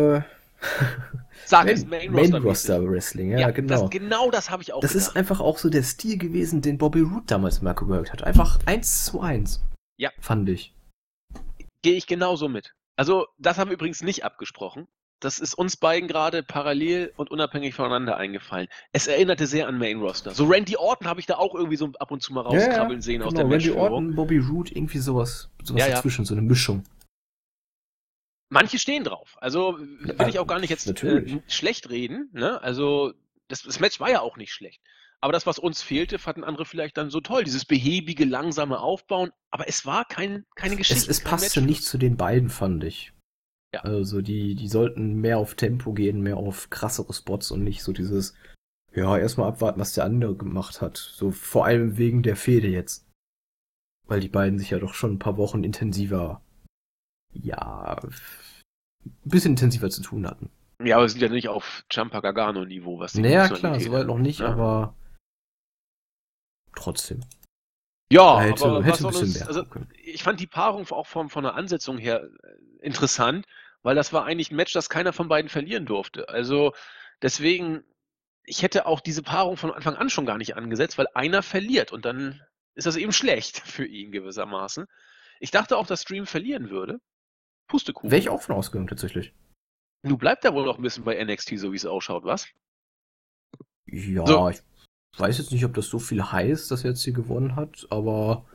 Sag es, Main Roster Roster Wrestling, ja, genau. Genau das habe ich auch Das gedacht. ist einfach auch so der Stil gewesen, den Bobby Roode damals mal gewirkt hat. Einfach 1:1. Ja. Fand ich. Gehe ich genauso mit. Also, das haben wir übrigens nicht abgesprochen. Das ist uns beiden gerade parallel und unabhängig voneinander eingefallen. Es erinnerte sehr an Main Roster. So Randy Orton habe ich da auch irgendwie so ab und zu mal rauskrabbeln sehen aus der Randy Matchführung. Orton, Bobby Roode, irgendwie sowas Ja. dazwischen, so eine Mischung. Manche stehen drauf. Also will ich auch gar nicht jetzt schlecht reden. Ne? Also das Match war ja auch nicht schlecht. Aber das, was uns fehlte, fanden andere vielleicht dann so toll. Dieses behäbige, langsame Aufbauen. Aber es war keine Geschichte. Es passte nicht zu den beiden, fand ich. Ja. Also die sollten mehr auf Tempo gehen, mehr auf krassere Spots und nicht so dieses, ja, erstmal abwarten, was der andere gemacht hat. So vor allem wegen der Fehde jetzt. Weil die beiden sich ja doch schon ein paar Wochen intensiver, ja, ein bisschen intensiver zu tun hatten. Ja, aber es sind ja nicht auf Ciampa Gargano-Niveau, was die Naja, klar, soweit noch nicht, aber trotzdem. Ja, hätte aber ein bisschen mehr. Also, ich fand die Paarung auch von der Ansetzung her interessant, weil das war eigentlich ein Match, das keiner von beiden verlieren durfte. Also deswegen, ich hätte auch diese Paarung von Anfang an schon gar nicht angesetzt, weil einer verliert und dann ist das eben schlecht für ihn gewissermaßen. Ich dachte auch, dass Dream verlieren würde. Pustekuchen. Wäre ich auch von ausgegangen, tatsächlich. Du bleibst ja wohl noch ein bisschen bei NXT, so wie es ausschaut, was? Ja, so. Ich weiß jetzt nicht, ob das so viel heißt, dass er jetzt hier gewonnen hat, aber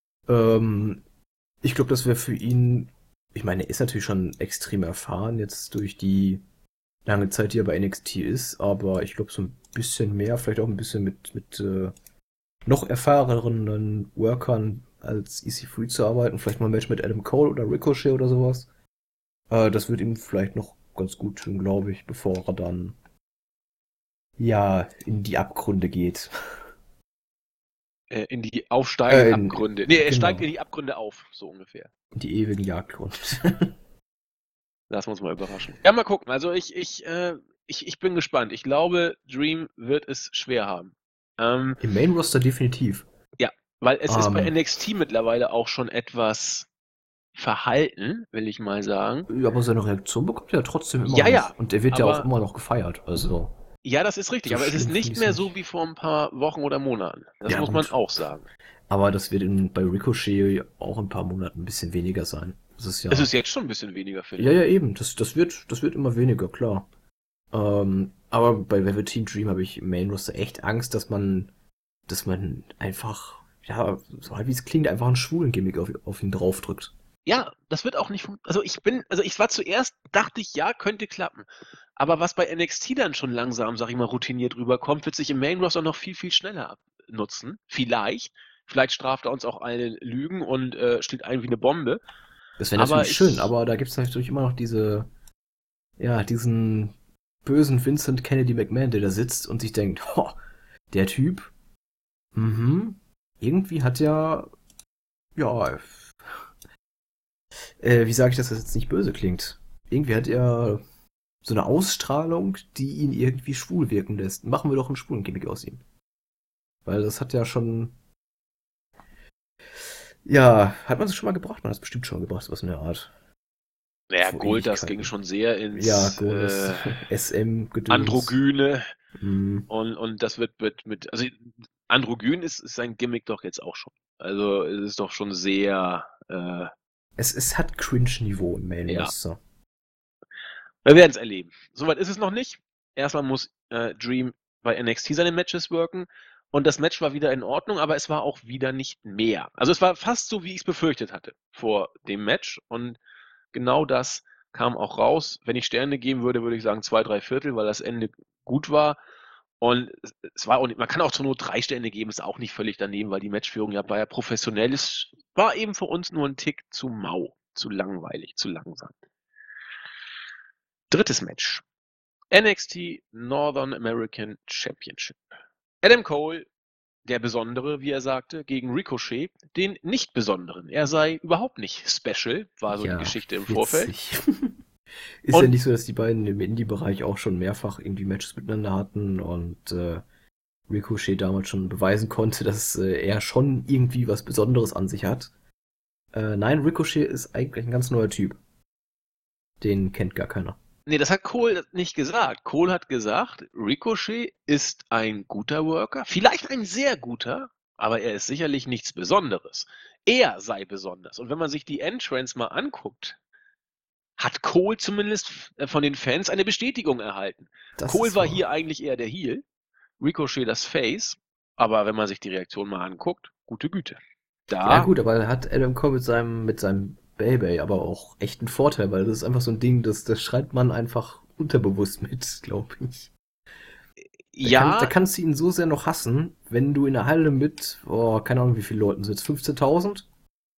ich glaube, das wäre für ihn, ich meine, er ist natürlich schon extrem erfahren jetzt durch die lange Zeit, die er bei NXT ist, aber ich glaube, so ein bisschen mehr, vielleicht auch ein bisschen mit noch erfahreneren Workern als EC3 zu arbeiten, vielleicht mal ein Match mit Adam Cole oder Ricochet oder sowas. Das wird ihm vielleicht noch ganz gut tun, glaube ich, bevor er dann in die Abgründe geht. In die aufsteigenden Abgründe. Nee, er steigt in die Abgründe auf, so ungefähr. In die ewigen Jagdgründe. Lassen wir uns mal überraschen. Ja, mal gucken. Also ich bin gespannt. Ich glaube, Dream wird es schwer haben. Im Main Roster definitiv. Ja, weil es ist bei NXT mittlerweile auch schon etwas verhalten, will ich mal sagen. Ja, aber seine Reaktion bekommt er trotzdem immer noch. Ja. Und er wird ja auch immer noch gefeiert. Also. Ja, das ist richtig, so aber es ist nicht mehr so wie vor ein paar Wochen oder Monaten. Das muss man auch sagen. Aber das wird bei Ricochet auch in ein paar Monaten ein bisschen weniger sein. Es ist jetzt schon ein bisschen weniger, finde ich. Ja, eben. Das wird immer weniger, klar. Aber bei Velveteen Dream habe ich im Main Roster echt Angst, dass man einfach, ja, so halt wie es klingt, einfach einen schwulen Gimmick auf ihn draufdrückt. Ja, das wird auch nicht funktionieren. Also ich war zuerst, dachte ich, ja, könnte klappen. Aber was bei NXT dann schon langsam, sag ich mal, routiniert rüberkommt, wird sich im Main Roster noch viel, viel schneller nutzen. Vielleicht straft er uns auch alle Lügen und schlägt ein wie eine Bombe. Das wäre natürlich schön, aber da gibt es natürlich immer noch diesen bösen Vincent Kennedy McMahon, der da sitzt und sich denkt, der Typ, irgendwie hat wie sage ich, dass das jetzt nicht böse klingt? Irgendwie hat er so eine Ausstrahlung, die ihn irgendwie schwul wirken lässt. Machen wir doch einen schwulen Gimmick aus ihm. Weil das hat ja schon... Ja, hat man es schon mal gebracht? Man hat es bestimmt schon mal gebracht, was in der Art. Naja, Gold, das ging schon sehr ins SM-Gedöns. Androgyne. Und das wird mit... Also Androgyn ist sein Gimmick doch jetzt auch schon. Also es ist doch schon sehr... Es hat Cringe-Niveau im Main Roster. Wir werden es erleben. Soweit ist es noch nicht. Erstmal muss Dream bei NXT seine Matches worken. Und das Match war wieder in Ordnung, aber es war auch wieder nicht mehr. Also es war fast so, wie ich es befürchtet hatte vor dem Match. Und genau das kam auch raus. Wenn ich Sterne geben würde, würde ich sagen 2/3, weil das Ende gut war. Und es war auch nicht, man kann auch zur Not 3 Sterne geben, ist auch nicht völlig daneben, weil die Matchführung ja bei professionell ist. War eben für uns nur ein Tick zu mau, zu langweilig, zu langsam. Drittes Match. NXT Northern American Championship. Adam Cole, der Besondere, wie er sagte, gegen Ricochet, den Nicht-Besonderen. Er sei überhaupt nicht special, war so die Geschichte im Vorfeld. Ist ja Und nicht so, dass die beiden im Indie-Bereich auch schon mehrfach irgendwie Matches miteinander hatten und Ricochet damals schon beweisen konnte, dass er schon irgendwie was Besonderes an sich hat. Nein, Ricochet ist eigentlich ein ganz neuer Typ. Den kennt gar keiner. nee, das hat Cole nicht gesagt. Cole hat gesagt, Ricochet ist ein guter Worker, vielleicht ein sehr guter, aber er ist sicherlich nichts Besonderes. Er sei besonders. Und wenn man sich die Entrance mal anguckt, hat Cole zumindest von den Fans eine Bestätigung erhalten. Das Cole ist war wahr. hier eigentlich eher der Heel, Ricochet das Face, aber wenn man sich die Reaktion mal anguckt, gute Güte. Ja Da, gut, aber er hat Adam Cole mit seinem Baby aber auch echt einen Vorteil, weil das ist einfach so ein Ding, das schreibt man einfach unterbewusst mit, glaube ich. Da ja, kannst du ihn so sehr noch hassen, wenn du in der Halle mit, oh, keine Ahnung, wie viele Leuten sitzt, 15.000?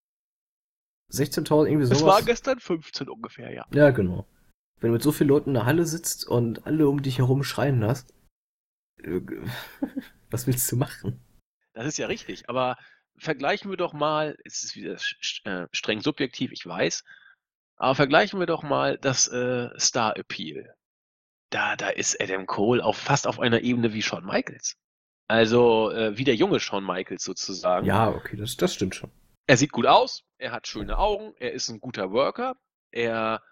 16.000, irgendwie es war sowas? gestern 15 ungefähr, ja. Ja, genau. Wenn du mit so vielen Leuten in der Halle sitzt und alle um dich herum schreien lässt, äh, was willst du machen? Das ist ja richtig, aber vergleichen wir doch mal, es ist wieder streng subjektiv, ich weiß, aber vergleichen wir doch mal das Star Appeal. Da ist Adam Cole fast auf einer Ebene wie Shawn Michaels. Also wie der junge Shawn Michaels sozusagen. Ja, okay, das stimmt schon. Er sieht gut aus, er hat schöne Augen, er ist ein guter Worker, er,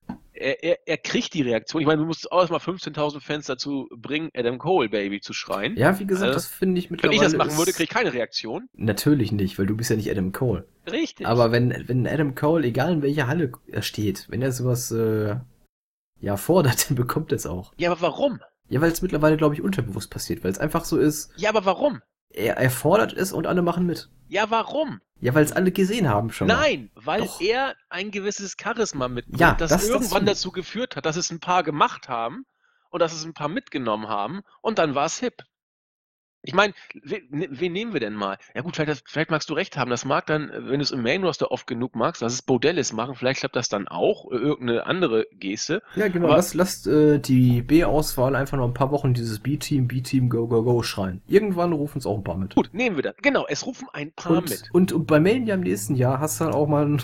er kriegt die Reaktion. Ich meine, du musst auch erstmal 15.000 Fans dazu bringen, Adam Cole, Baby, zu schreien. Ja, wie gesagt, Also, das finde ich wenn ich das mittlerweile machen würde, kriege ist ich keine Reaktion. natürlich nicht, weil du bist ja nicht Adam Cole. Richtig. Aber wenn Adam Cole, egal in welcher Halle er steht, wenn er sowas ja fordert, dann bekommt er es auch. Ja, aber warum? Ja, weil es mittlerweile, glaube ich, unterbewusst passiert, weil es einfach so ist, Ja, aber warum? er fordert es und alle machen mit. Ja, warum? Ja, weil es alle gesehen haben schon mal. Nein, weil Doch. er ein gewisses Charisma mitbringt, Ja, das das irgendwann dazu. dazu geführt hat, dass es ein paar gemacht haben und dass es ein paar mitgenommen haben und dann war es hip. Ich meine, wen nehmen wir denn mal? Ja gut, vielleicht magst du recht haben. Das mag dann, wenn du es im Main Roster oft genug magst, lass es Bordellis machen. Vielleicht klappt das dann auch, irgendeine andere Geste. Ja, genau, Aber lasst die B-Auswahl einfach noch ein paar Wochen dieses B-Team, Go, Go, Go schreien. Irgendwann rufen es auch ein paar mit. gut, nehmen wir das. Genau, es rufen ein paar mit. Und bei Mania im nächsten Jahr hast du dann auch mal ein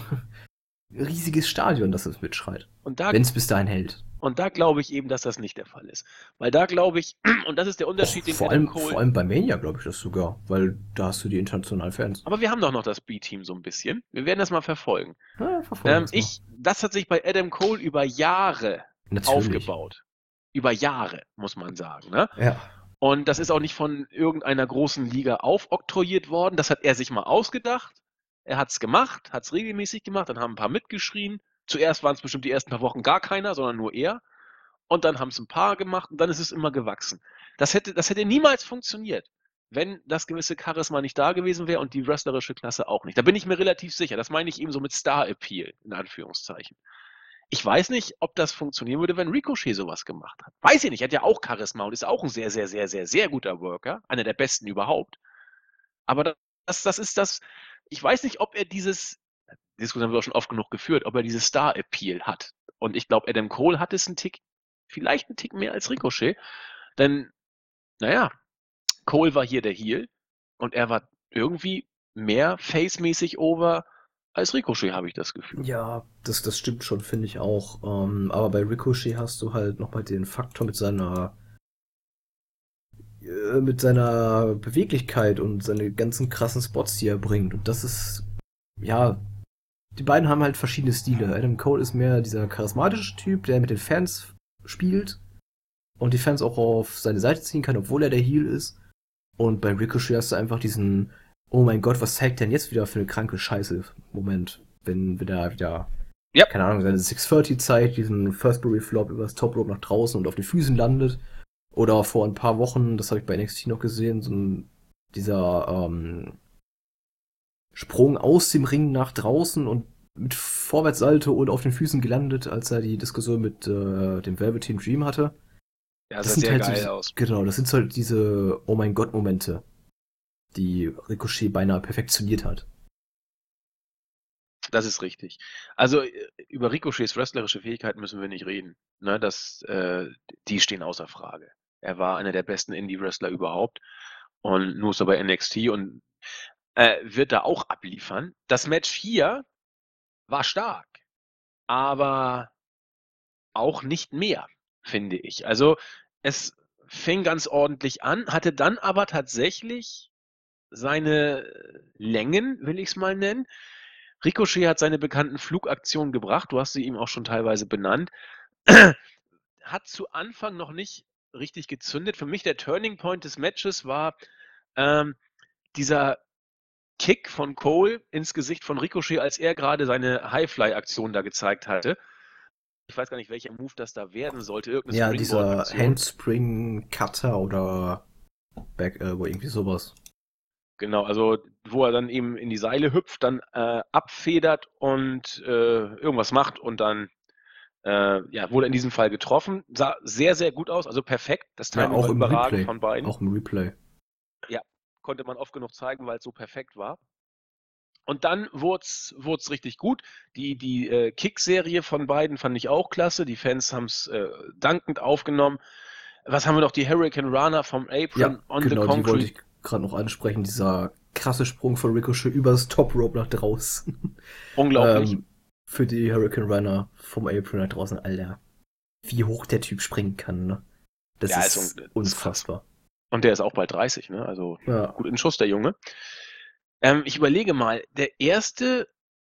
riesiges Stadion, das es mitschreit. Und da Wenn es bis dahin hält. Und da glaube ich eben, dass das nicht der Fall ist. Weil da glaube ich, und das ist der Och, Unterschied, den vor Adam allem, vor Cole. allem bei Mania glaube ich das sogar, weil da hast du die internationalen Fans. Aber wir haben doch noch das B-Team so ein bisschen. Wir werden das mal verfolgen. Ja, verfolgen wir es mal. Das hat sich bei Adam Cole über Jahre Natürlich. aufgebaut. Über Jahre, muss man sagen. Ne? Ja. Und das ist auch nicht von irgendeiner großen Liga aufoktroyiert worden. Das hat er sich mal ausgedacht. Er hat es gemacht, hat es regelmäßig gemacht, dann haben ein paar mitgeschrien. Zuerst waren es bestimmt die ersten paar Wochen gar keiner, sondern nur er. Und dann haben es ein paar gemacht und dann ist es immer gewachsen. Das hätte niemals funktioniert, wenn das gewisse Charisma nicht da gewesen wäre und die wrestlerische Klasse auch nicht. Da bin ich mir relativ sicher. Das meine ich eben so mit Star Appeal, in Anführungszeichen. Ich weiß nicht, ob das funktionieren würde, wenn Ricochet sowas gemacht hat. Weiß ich nicht, er hat ja auch Charisma und ist auch ein sehr, sehr, sehr, sehr, sehr guter Worker. Einer der besten überhaupt. Aber das ist das, ich weiß nicht, ob er die Diskussion haben wir auch schon oft genug geführt, ob er dieses Star Appeal hat. Und ich glaube, Adam Cole hat es vielleicht einen Tick mehr als Ricochet. Denn, naja, Cole war hier der Heel und er war irgendwie mehr face-mäßig over als Ricochet, habe ich das Gefühl. Ja, das stimmt schon, finde ich auch. Aber bei Ricochet hast du halt nochmal den Faktor mit seiner Beweglichkeit und seine ganzen krassen Spots, die er bringt. Und das ist, ja, die beiden haben halt verschiedene Stile. Adam Cole ist mehr dieser charismatische Typ, der mit den Fans spielt und die Fans auch auf seine Seite ziehen kann, obwohl er der Heel ist. Und bei Ricochet hast du einfach diesen, oh mein Gott, was zeigt denn jetzt wieder für eine kranke Scheiße Moment, wenn er wieder, Ja, keine Ahnung, seine 630 zeigt, diesen Furthbury Flop übers Top Rope nach draußen und auf den Füßen landet. Oder vor ein paar Wochen, das habe ich bei NXT noch gesehen, dieser Sprung aus dem Ring nach draußen und mit Vorwärtssalto und auf den Füßen gelandet, als er die Diskussion mit dem Velveteen Dream hatte. ja, Das sah sind sehr halt so geil aus. genau, das sind halt diese Oh mein Gott Momente, die Ricochet beinahe perfektioniert hat. Das ist richtig. Also über Ricochets wrestlerische Fähigkeiten müssen wir nicht reden. Ne, die stehen außer Frage. Er war einer der besten Indie-Wrestler überhaupt. Und nur ist er bei NXT und wird da auch abliefern. Das Match hier war stark, aber auch nicht mehr, finde ich. Also es fing ganz ordentlich an, hatte dann aber tatsächlich seine Längen, will ich es mal nennen. Ricochet hat seine bekannten Flugaktionen gebracht, du hast sie ihm auch schon teilweise benannt. Hat zu Anfang noch nicht richtig gezündet. Für mich der Turning Point des Matches war dieser Kick von Cole ins Gesicht von Ricochet, als er gerade seine Highfly-Aktion da gezeigt hatte. Ich weiß gar nicht, welcher Move das da werden sollte. Irgendeine Ja, dieser Springboard-Aktion. Handspring Cutter oder Back Elbow, irgendwie sowas. Genau, also wo er dann eben in die Seile hüpft, dann abfedert und irgendwas macht und dann wurde in diesem Fall getroffen. Sah sehr, sehr gut aus, also perfekt. Das Ja, Timing auch war im überragend Replay. von beiden. Auch im Replay. Ja, konnte man oft genug zeigen, weil es so perfekt war. Und dann wurd's richtig gut. Die Kick-Serie von beiden fand ich auch klasse. Die Fans haben es dankend aufgenommen. Was haben wir noch? Die Hurricane Runner vom Ja, Apron on the genau, die wollte Concrete. ich gerade noch ansprechen. Dieser krasse Sprung von Ricochet übers Top Rope nach draußen. Unglaublich. Für die Hurricane Runner vom Apron nach draußen, Alter. Wie hoch der Typ springen kann, ne? Das Ja, ist ist krass. unfassbar. Und der ist auch bald 30, ne? Also Ja. gut in Schuss, der Junge. Ich überlege mal, der erste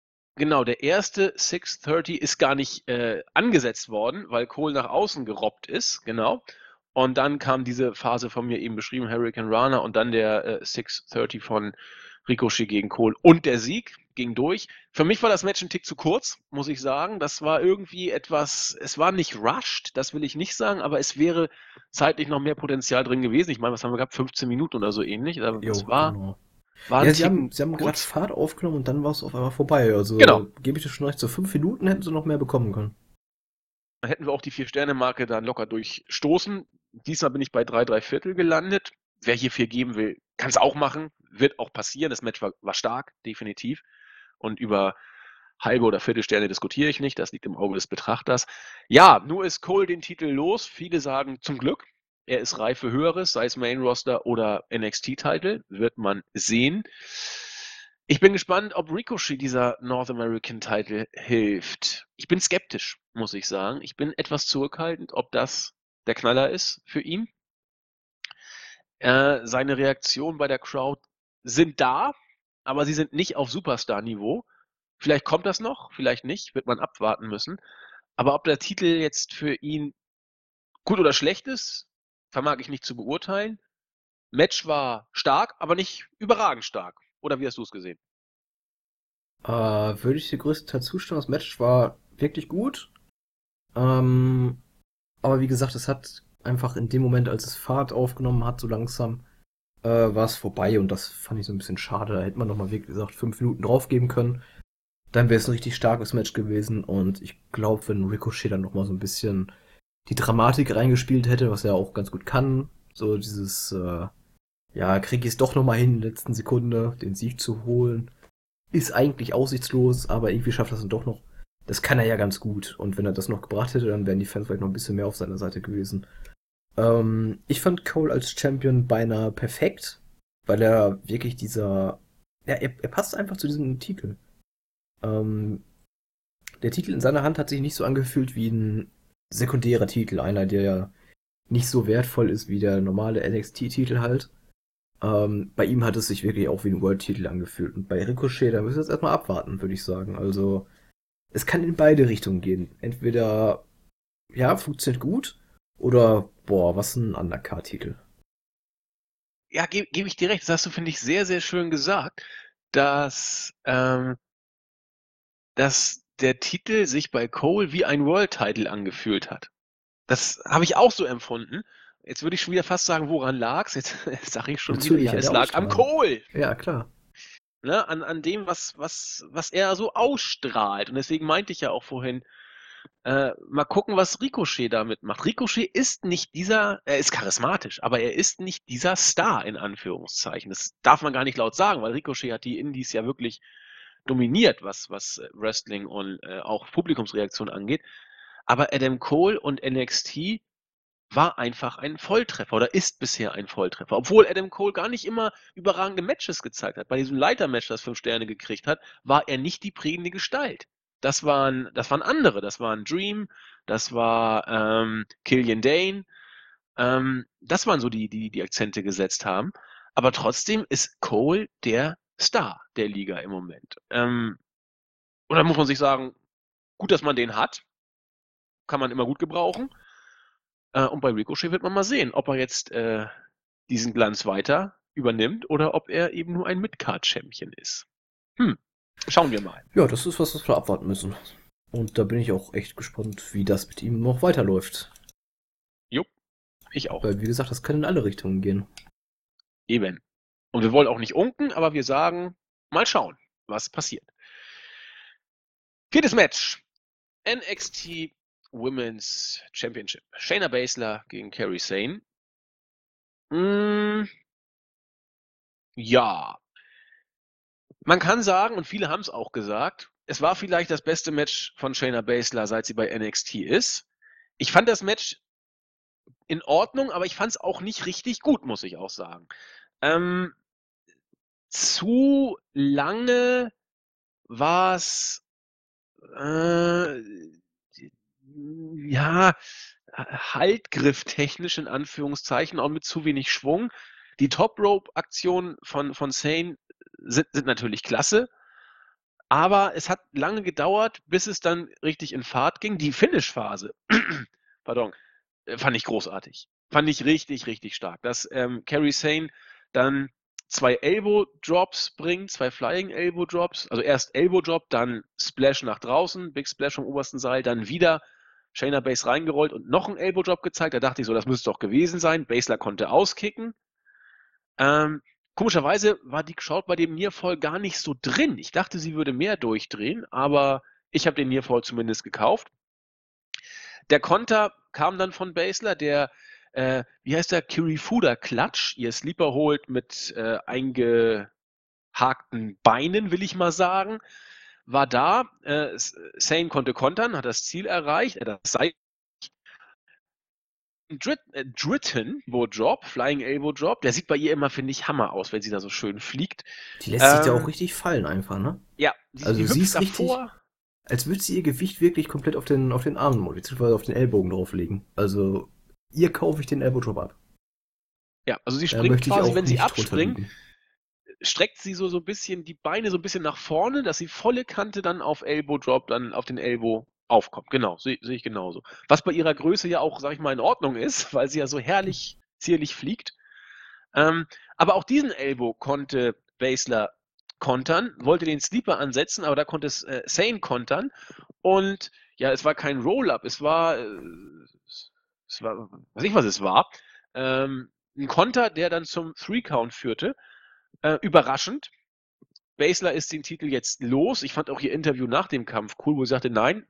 630 ist gar nicht angesetzt worden, weil Cole nach außen gerobbt ist, genau. Und dann kam diese Phase von mir eben beschrieben, Hurricane Rana und dann der 630 von Ricochet gegen Cole und der Sieg ging durch. Für mich war das Match ein Tick zu kurz, muss ich sagen. Das war irgendwie etwas, es war nicht rushed, das will ich nicht sagen, aber es wäre zeitlich noch mehr Potenzial drin gewesen. Ich meine, was haben wir gehabt? 15 Minuten oder so ähnlich. Das Jo, war, genau. war Ja, ein sie haben Ticken gerade kurz. Fahrt aufgenommen und dann war es auf einmal vorbei. Genau. Also gebe ich dir schon recht, so 5 Minuten hätten sie noch mehr bekommen können. Dann hätten wir auch die 4-Sterne-Marke dann locker durchstoßen. Diesmal bin ich bei 3 Viertel gelandet. Wer hier 4 geben will, kann es auch machen. Wird auch passieren. Das Match war stark, definitiv. Und über halbe oder Viertelsterne diskutiere ich nicht. Das liegt im Auge des Betrachters. Ja, nur ist Cole den Titel los. Viele sagen zum Glück. Er ist reif für Höheres, sei es Main Roster oder NXT-Titel. Wird man sehen. Ich bin gespannt, ob Ricochet dieser North American Title hilft. Ich bin skeptisch, muss ich sagen. Ich bin etwas zurückhaltend, ob das der Knaller ist für ihn. Seine Reaktionen bei der Crowd sind da, aber sie sind nicht auf Superstar-Niveau. Vielleicht kommt das noch, vielleicht nicht, wird man abwarten müssen. Aber ob der Titel jetzt für ihn gut oder schlecht ist, vermag ich nicht zu beurteilen. Match war stark, aber nicht überragend stark. Oder wie hast du es gesehen? Würde ich dir größtenteils zustimmen. Das Match war wirklich gut. Ähm, aber wie gesagt, es hat einfach in dem Moment, als es Fahrt aufgenommen hat, so langsam, war es vorbei und das fand ich so ein bisschen schade. Da hätte man noch mal, wie gesagt, 5 Minuten draufgeben können. Dann wäre es ein richtig starkes Match gewesen und ich glaube, wenn Ricochet dann noch mal so ein bisschen die Dramatik reingespielt hätte, was er auch ganz gut kann, so dieses, ja, krieg ich es doch noch mal hin, in der letzten Sekunde den Sieg zu holen, ist eigentlich aussichtslos, aber irgendwie schafft er es dann doch noch. Das kann er ja ganz gut. Und wenn er das noch gebracht hätte, dann wären die Fans vielleicht noch ein bisschen mehr auf seiner Seite gewesen. Ich fand Cole als Champion beinahe perfekt, weil er wirklich er passt einfach zu diesem Titel. Ähm, der Titel in seiner Hand hat sich nicht so angefühlt wie ein sekundärer Titel, einer, der ja nicht so wertvoll ist wie der normale NXT-Titel halt. Bei ihm hat es sich wirklich auch wie ein World-Titel angefühlt. Und bei Ricochet, da müssen wir jetzt erstmal abwarten, würde ich sagen. Also, es kann in beide Richtungen gehen. Entweder, ja, funktioniert gut, oder, boah, was ein Undercard-Titel. Ja, gebe ich dir recht. Das hast du, finde ich, sehr, sehr schön gesagt, dass der Titel sich bei Cole wie ein World-Title angefühlt hat. Das habe ich auch so empfunden. Jetzt würde ich schon wieder fast sagen, woran lag's? Jetzt sage ich schon wieder, Natürlich, ja, ja, es der lag am Ausstrahlung. Cole. Ja, klar. Ne? An dem, was er so ausstrahlt. Und deswegen meinte ich ja auch vorhin, mal gucken, was Ricochet damit macht. Ricochet ist nicht er ist charismatisch, aber er ist nicht dieser Star in Anführungszeichen. Das darf man gar nicht laut sagen, weil Ricochet hat die Indies ja wirklich dominiert, was Wrestling und auch Publikumsreaktion angeht. Aber Adam Cole und NXT war einfach ein Volltreffer oder ist bisher ein Volltreffer. Obwohl Adam Cole gar nicht immer überragende Matches gezeigt hat. Bei diesem Leitermatch, das 5 Sterne gekriegt hat, war er nicht die prägende Gestalt. das waren andere. Das waren Dream, das war Killian Dane. Das waren so die Akzente gesetzt haben. Aber trotzdem ist Cole der Star der Liga im Moment. Und da muss man sich sagen, gut, dass man den hat. Kann man immer gut gebrauchen. Und bei Ricochet wird man mal sehen, ob er jetzt diesen Glanz weiter übernimmt oder ob er eben nur ein Midcard-Champion ist. Schauen wir mal. Ja, das ist was wir abwarten müssen. Und da bin ich auch echt gespannt, wie das mit ihm noch weiterläuft. Jo, ich auch. Weil, wie gesagt, das kann in alle Richtungen gehen. Eben. Und wir wollen auch nicht unken, aber wir sagen, mal schauen, was passiert. 4. Match. NXT Women's Championship. Shayna Baszler gegen Kairi Sane. Ja. Man kann sagen, und viele haben es auch gesagt, es war vielleicht das beste Match von Shayna Baszler, seit sie bei NXT ist. Ich fand das Match in Ordnung, aber ich fand es auch nicht richtig gut, muss ich auch sagen. Zu lange war es ja, haltgrifftechnisch in Anführungszeichen, auch mit zu wenig Schwung. Die Top-Rope-Aktionen von Sane sind natürlich klasse, aber es hat lange gedauert, bis es dann richtig in Fahrt ging. Die Finish-Phase, pardon, fand ich großartig. Fand ich richtig, richtig stark. Dass Kairi Sane dann 2 Elbow-Drops bringt, 2 Flying Elbow-Drops. Also erst Elbow-Drop, dann Splash nach draußen, Big Splash vom obersten Seil, dann wieder Shayna Baszler reingerollt und noch einen Elbow-Drop gezeigt. Da dachte ich so, das müsste doch gewesen sein. Baszler konnte auskicken. Komischerweise war die Crowd bei dem Nearfall gar nicht so drin. Ich dachte, sie würde mehr durchdrehen, aber ich habe den Nearfall zumindest gekauft. Der Konter kam dann von Baszler, der, wie heißt der, Kirifuda Clutch, ihr Sleeper holt mit eingehakten Beinen, will ich mal sagen, war da. Sane konnte kontern, hat das Ziel erreicht, das sei Dritten, Drop, Flying Elbow Drop, der sieht bei ihr immer, finde ich, Hammer aus, wenn sie da so schön fliegt. Die lässt sich ja auch richtig fallen einfach, ne? Ja, Also die sie hüpft ist richtig, davor. als würde sie ihr Gewicht wirklich komplett auf den Arm beziehungsweise auf den Ellbogen drauflegen. Also ihr kaufe ich den Elbow-Drop ab. Ja, also sie Da springt möchte ich quasi, auch wenn sie nicht drunter abspringt, liegen. streckt sie so ein bisschen die Beine so ein bisschen nach vorne, dass sie volle Kante dann auf Elbow Drop, dann auf den Elbow aufkommt. Genau, sehe ich genauso. Was bei ihrer Größe ja auch, sag ich mal, in Ordnung ist, weil sie ja so herrlich zierlich fliegt. Aber auch diesen Elbow konnte Baszler kontern, wollte den Sleeper ansetzen, aber da konnte es Sane kontern. Und ja, es war kein Roll-Up, es war, weiß ich was es war, ein Konter, der dann zum Three-Count führte. Überraschend. Baszler ist den Titel jetzt los. Ich fand auch ihr Interview nach dem Kampf cool, wo sie sagte, nein,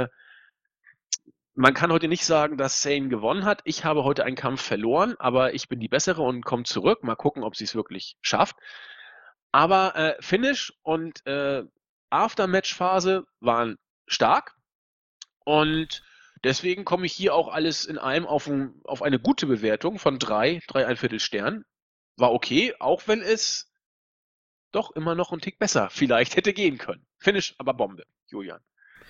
man kann heute nicht sagen, dass Sane gewonnen hat. Ich habe heute einen Kampf verloren, aber ich bin die Bessere und komme zurück. Mal gucken, ob sie es wirklich schafft. Aber Finish und Aftermatch-Phase waren stark und deswegen komme ich hier auch alles in allem auf eine gute Bewertung von 3,25 Sternen. War okay, auch wenn es doch immer noch ein Tick besser vielleicht hätte gehen können. Finish aber Bombe, Julian.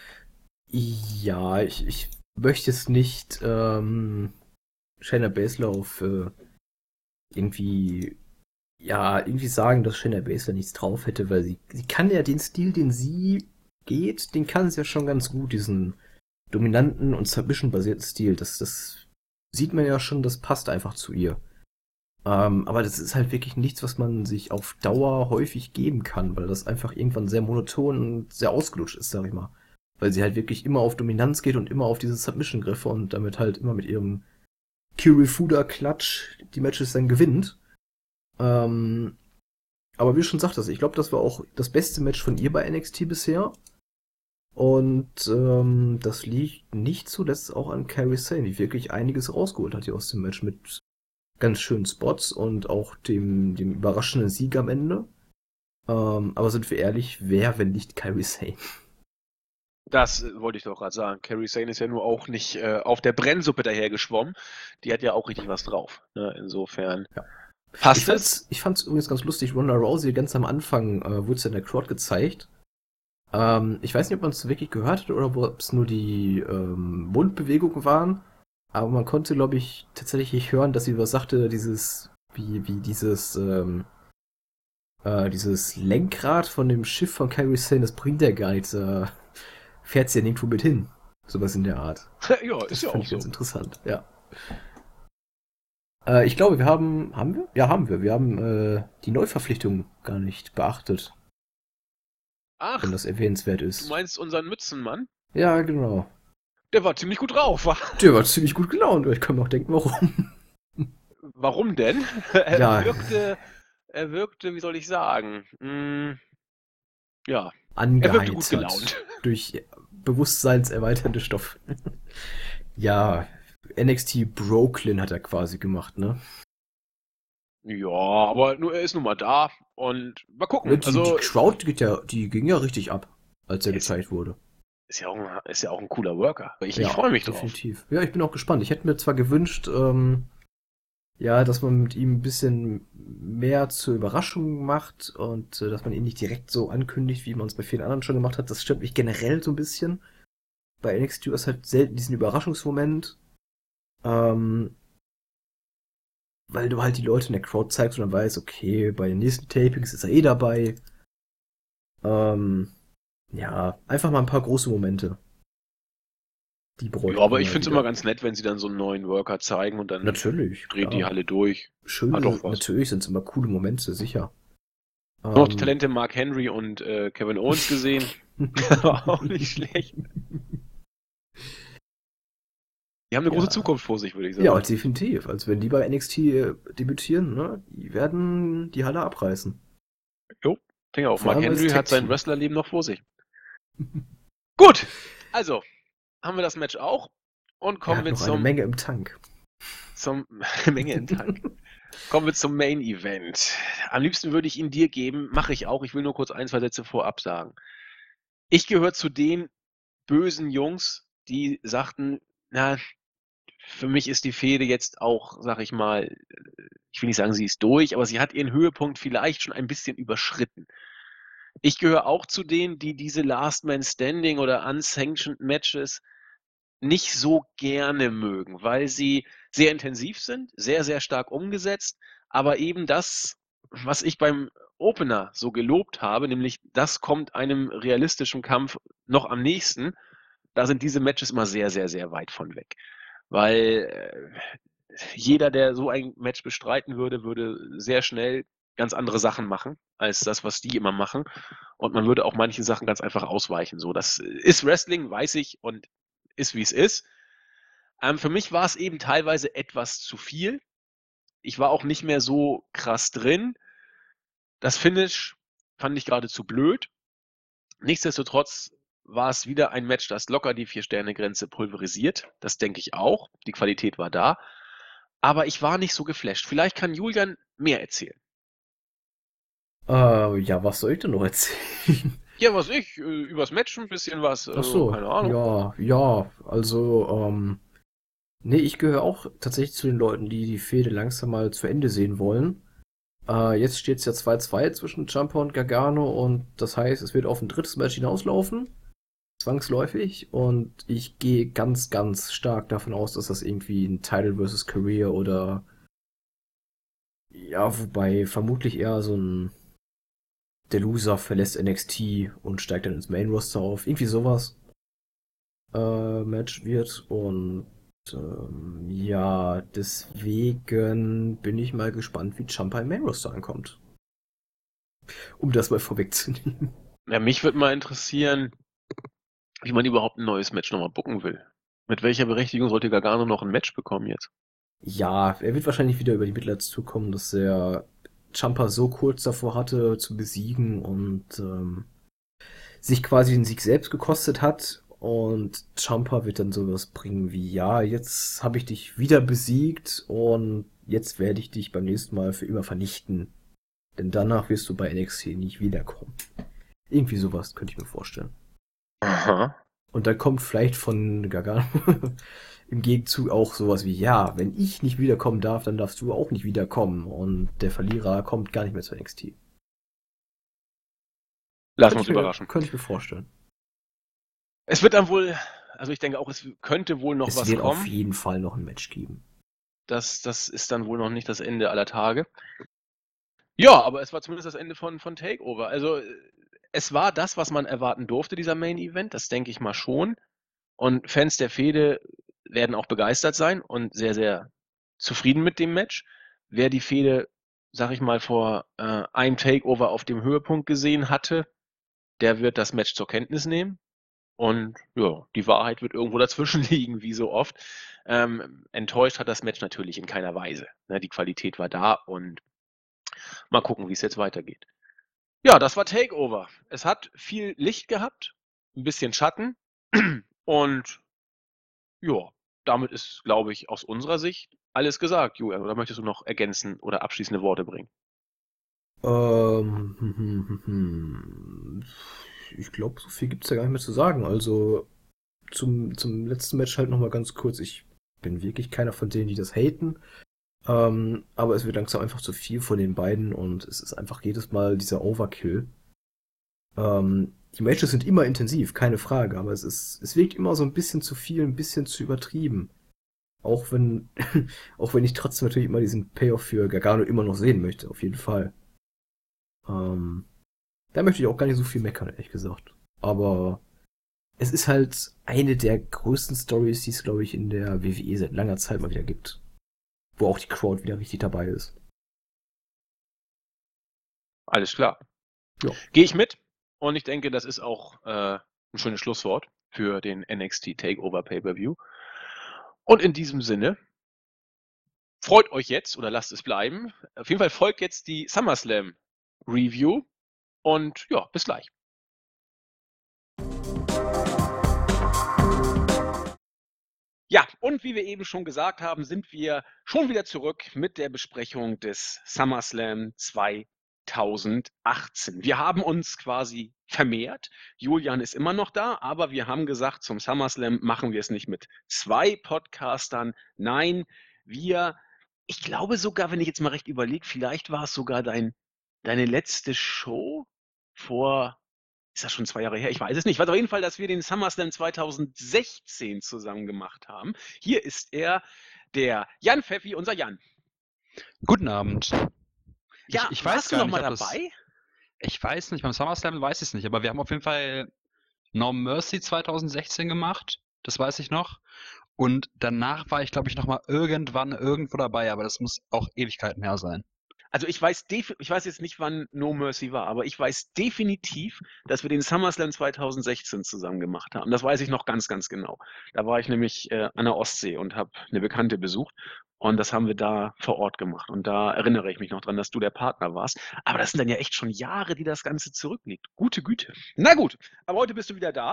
Ja, ich möchte jetzt nicht Shayna Baszler auf irgendwie sagen, dass Shayna Baszler nichts drauf hätte, weil sie kann ja den Stil, den sie geht, den kann sie ja schon ganz gut, diesen dominanten und Submission-basierten Stil. Das sieht man ja schon, das passt einfach zu ihr. Aber das ist halt wirklich nichts, was man sich auf Dauer häufig geben kann, weil das einfach irgendwann sehr monoton und sehr ausgelutscht ist, sag ich mal. Weil sie halt wirklich immer auf Dominanz geht und immer auf diese Submission-Griffe und damit halt immer mit ihrem Kirifuda-Klatsch die Matches dann gewinnt. Aber wie du schon sagtest, ich glaube, das war auch das beste Match von ihr bei NXT bisher. Und das liegt nicht zuletzt auch an Kairi Sane, die wirklich einiges rausgeholt hat hier aus dem Match mit ganz schönen Spots und auch dem überraschenden Sieg am Ende. Aber sind wir ehrlich, wer, wenn nicht Kairi Sane? Das wollte ich doch gerade sagen. Kairi Sane ist ja nur auch nicht auf der Brennsuppe dahergeschwommen. Die hat ja auch richtig was drauf. Ne? Insofern Ja. passt es. Ich fand's übrigens ganz lustig, Ronda Rousey ganz am Anfang wurde es ja in der Crowd gezeigt. Ich weiß nicht, ob man es wirklich gehört hat oder ob es nur die Mundbewegungen waren, aber man konnte, glaube ich, tatsächlich hören, dass sie was sagte, dieses Lenkrad von dem Schiff von Kairi Sane, das bringt ja gar nichts, fährt sie ja nirgendwo mit hin. Sowas in der Art. Ja, ist Das ja fand auch ich so. ganz interessant, ja. Ich glaube, haben wir? Ja, haben wir. Wir haben die Neuverpflichtung gar nicht beachtet, wenn Ach, das erwähnenswert du ist. meinst unseren Mützenmann? Ja, genau. Der war ziemlich gut drauf, wa? Der war ziemlich gut gelaunt. Ich kann mir auch denken, warum. Warum denn? Er Ja, wirkte, er wirkte, wie soll ich sagen? Ja, er wirkte gut angeheitert gelaunt. durch bewusstseinserweiternde Stoffe. Ja, NXT Brooklyn hat er quasi gemacht, ne? Ja, aber nur, er ist nun mal da und mal Ja, gucken. die Also, Crowd die ging ja richtig ab, als er er ist, gezeigt wurde. ist ja auch ein cooler Worker. Ich Ja, freue mich drauf. definitiv. Ja, ich bin auch gespannt. Ich hätte mir zwar gewünscht, ja, dass man mit ihm ein bisschen mehr zur Überraschung macht und dass man ihn nicht direkt so ankündigt, wie man es bei vielen anderen schon gemacht hat. Das stört mich generell so ein bisschen. Bei NXT ist halt selten diesen Überraschungsmoment, ähm, weil du halt die Leute in der Crowd zeigst und dann weißt, okay, bei den nächsten Tapings ist er eh dabei. Ähm, ja, einfach mal ein paar große Momente. Die Ja, bräuchten aber wir ich mal finde es immer wieder. ganz nett, wenn sie dann so einen neuen Worker zeigen und dann Natürlich, dreht die klar. Halle durch. Hat Schöne, doch was. natürlich sind es immer coole Momente, sicher. Noch die Ähm, Talente Mark Henry und Kevin Owens gesehen. War auch nicht schlecht. Die haben eine große ja. Zukunft vor sich, würde ich Ja, sagen. definitiv. Also wenn die bei NXT debütieren, ne, die werden die Halle abreißen. Jo, denke auch. Vor Mark allem als Henry hat sein Tag-Team. Wrestlerleben noch vor sich. Gut, also haben wir das Match auch und Er kommen hat wir noch eine zum Menge im Tank. Menge im Tank. Kommen wir zum Main Event. Am liebsten würde ich ihn dir geben, mache ich auch. Ich will nur kurz ein, zwei Sätze vorab sagen. Ich gehöre zu den bösen Jungs, die sagten, na, für mich ist die Fehde jetzt auch, sag ich mal, ich will nicht sagen, sie ist durch, aber sie hat ihren Höhepunkt vielleicht schon ein bisschen überschritten. Ich gehöre auch zu denen, die diese Last Man Standing oder Unsanctioned Matches nicht so gerne mögen, weil sie sehr intensiv sind, sehr, sehr stark umgesetzt, aber eben das, was ich beim Opener so gelobt habe, nämlich das kommt einem realistischen Kampf noch am nächsten, da sind diese Matches immer sehr, sehr, sehr weit von weg. Weil jeder, der so ein Match bestreiten würde, würde sehr schnell ganz andere Sachen machen, als das, was die immer machen. Und man würde auch manchen Sachen ganz einfach ausweichen. So, das ist Wrestling, weiß ich, und ist wie es ist. Für mich war es eben teilweise etwas zu viel. Ich war auch nicht mehr so krass drin. Das Finish fand ich geradezu blöd. Nichtsdestotrotz war es wieder ein Match, das locker die 4-Sterne-Grenze pulverisiert. Das denke ich auch. Die Qualität war da. Aber ich war nicht so geflasht. Vielleicht kann Julian mehr erzählen. Ja, was soll ich denn noch erzählen? Ja, was ich, übers Match ein bisschen was, Ach so, keine Ahnung. ja, ja, also, nee, ich gehöre auch tatsächlich zu den Leuten, die die Fehde langsam mal zu Ende sehen wollen. Jetzt steht es ja 2-2 zwischen Ciampa und Gargano und das heißt, es wird auf ein drittes Match hinauslaufen, zwangsläufig. Und ich gehe ganz, ganz stark davon aus, dass das irgendwie ein Title versus Career oder ja, wobei vermutlich eher so ein der Loser verlässt NXT und steigt dann ins Main Roster auf, irgendwie sowas Match wird und ja, deswegen bin ich mal gespannt, wie Ciampa im Main Roster ankommt. Um das mal vorwegzunehmen. Ja, mich würde mal interessieren, wie man überhaupt ein neues Match nochmal booken will. Mit welcher Berechtigung sollte Gargano noch ein Match bekommen jetzt? Ja, er wird wahrscheinlich wieder über die Midlands zukommen, dass er Ciampa so kurz davor hatte zu besiegen und sich quasi den Sieg selbst gekostet hat. Und Ciampa wird dann sowas bringen wie, ja, jetzt habe ich dich wieder besiegt und jetzt werde ich dich beim nächsten Mal für immer vernichten. Denn danach wirst du bei NXT nicht wiederkommen. Irgendwie sowas könnte ich mir vorstellen. Aha. Und dann kommt vielleicht von Gargano im Gegenzug auch sowas wie, ja, wenn ich nicht wiederkommen darf, dann darfst du auch nicht wiederkommen. Und der Verlierer kommt gar nicht mehr zu NXT. Lassen wir uns überraschen. Könnte ich mir vorstellen. Es wird dann wohl, also ich denke auch, es könnte wohl noch Es was wird auf kommen. jeden Fall noch ein Match geben. Das ist dann wohl noch nicht das Ende aller Tage. Ja, aber es war zumindest das Ende von TakeOver. Also, es war das, was man erwarten durfte, dieser Main Event, das denke ich mal schon. Und Fans der Fehde werden auch begeistert sein und sehr, sehr zufrieden mit dem Match. Wer die Fehde, sag ich mal, vor einem Takeover auf dem Höhepunkt gesehen hatte, der wird das Match zur Kenntnis nehmen. Und ja, die Wahrheit wird irgendwo dazwischen liegen, wie so oft. Enttäuscht hat das Match natürlich in keiner Weise. Ne, die Qualität war da und mal gucken, wie es jetzt weitergeht. Ja, das war Takeover. Es hat viel Licht gehabt, ein bisschen Schatten und ja, damit ist, glaube ich, aus unserer Sicht alles gesagt, Julian. Oder möchtest du noch ergänzen oder abschließende Worte bringen? Ähm, hm, hm, hm, hm. Ich glaube, so viel gibt's ja gar nicht mehr zu sagen. Also zum letzten Match halt nochmal ganz kurz. Ich bin wirklich keiner von denen, die das haten. Aber es wird langsam einfach zu viel von den beiden und es ist einfach jedes Mal dieser Overkill. Die Matches sind immer intensiv, keine Frage, aber es wirkt immer so ein bisschen zu viel, ein bisschen zu übertrieben. Auch wenn, auch wenn ich trotzdem natürlich immer diesen Payoff für Gargano immer noch sehen möchte, auf jeden Fall. Ähm, Da möchte ich auch gar nicht so viel meckern, ehrlich gesagt. Aber es ist halt eine der größten Stories, die es, glaube ich, in der WWE seit langer Zeit mal wieder gibt. Wo auch die Crowd wieder richtig dabei ist. Alles klar. Ja. Gehe ich mit und ich denke, das ist auch ein schönes Schlusswort für den NXT Takeover Pay-Per-View. Und in diesem Sinne, freut euch jetzt oder lasst es bleiben. Auf jeden Fall folgt jetzt die SummerSlam Review und ja, bis gleich. Ja, und wie wir eben schon gesagt haben, sind wir schon wieder zurück mit der Besprechung des SummerSlam 2018. Wir haben uns quasi vermehrt. Julian ist immer noch da, aber wir haben gesagt, zum SummerSlam machen wir es nicht mit 2 Podcastern. Nein, ich glaube sogar, wenn ich jetzt mal recht überlege, vielleicht war es sogar deine letzte Show vor, ist das schon 2 Jahre her? Ich weiß es nicht. Ich weiß auf jeden Fall, dass wir den SummerSlam 2016 zusammen gemacht haben. Hier ist er, der Jan Pfeffi, unser Jan. Guten Abend. Ja, Ich weiß warst du gar noch nicht, mal ob das. dabei? Ich weiß nicht, beim SummerSlam weiß ich es nicht, aber wir haben auf jeden Fall No Mercy 2016 gemacht. Das weiß ich noch. Und danach war ich, glaube ich, noch mal irgendwann irgendwo dabei, aber das muss auch Ewigkeiten her sein. Also ich weiß jetzt nicht, wann No Mercy war, aber ich weiß definitiv, dass wir den SummerSlam 2016 zusammen gemacht haben. Das weiß ich noch ganz, ganz genau. Da war ich nämlich an der Ostsee und habe eine Bekannte besucht und das haben wir da vor Ort gemacht. Und da erinnere ich mich noch dran, dass du der Partner warst. Aber das sind dann ja echt schon Jahre, die das Ganze zurückliegt. Gute Güte. Na gut, aber heute bist du wieder da.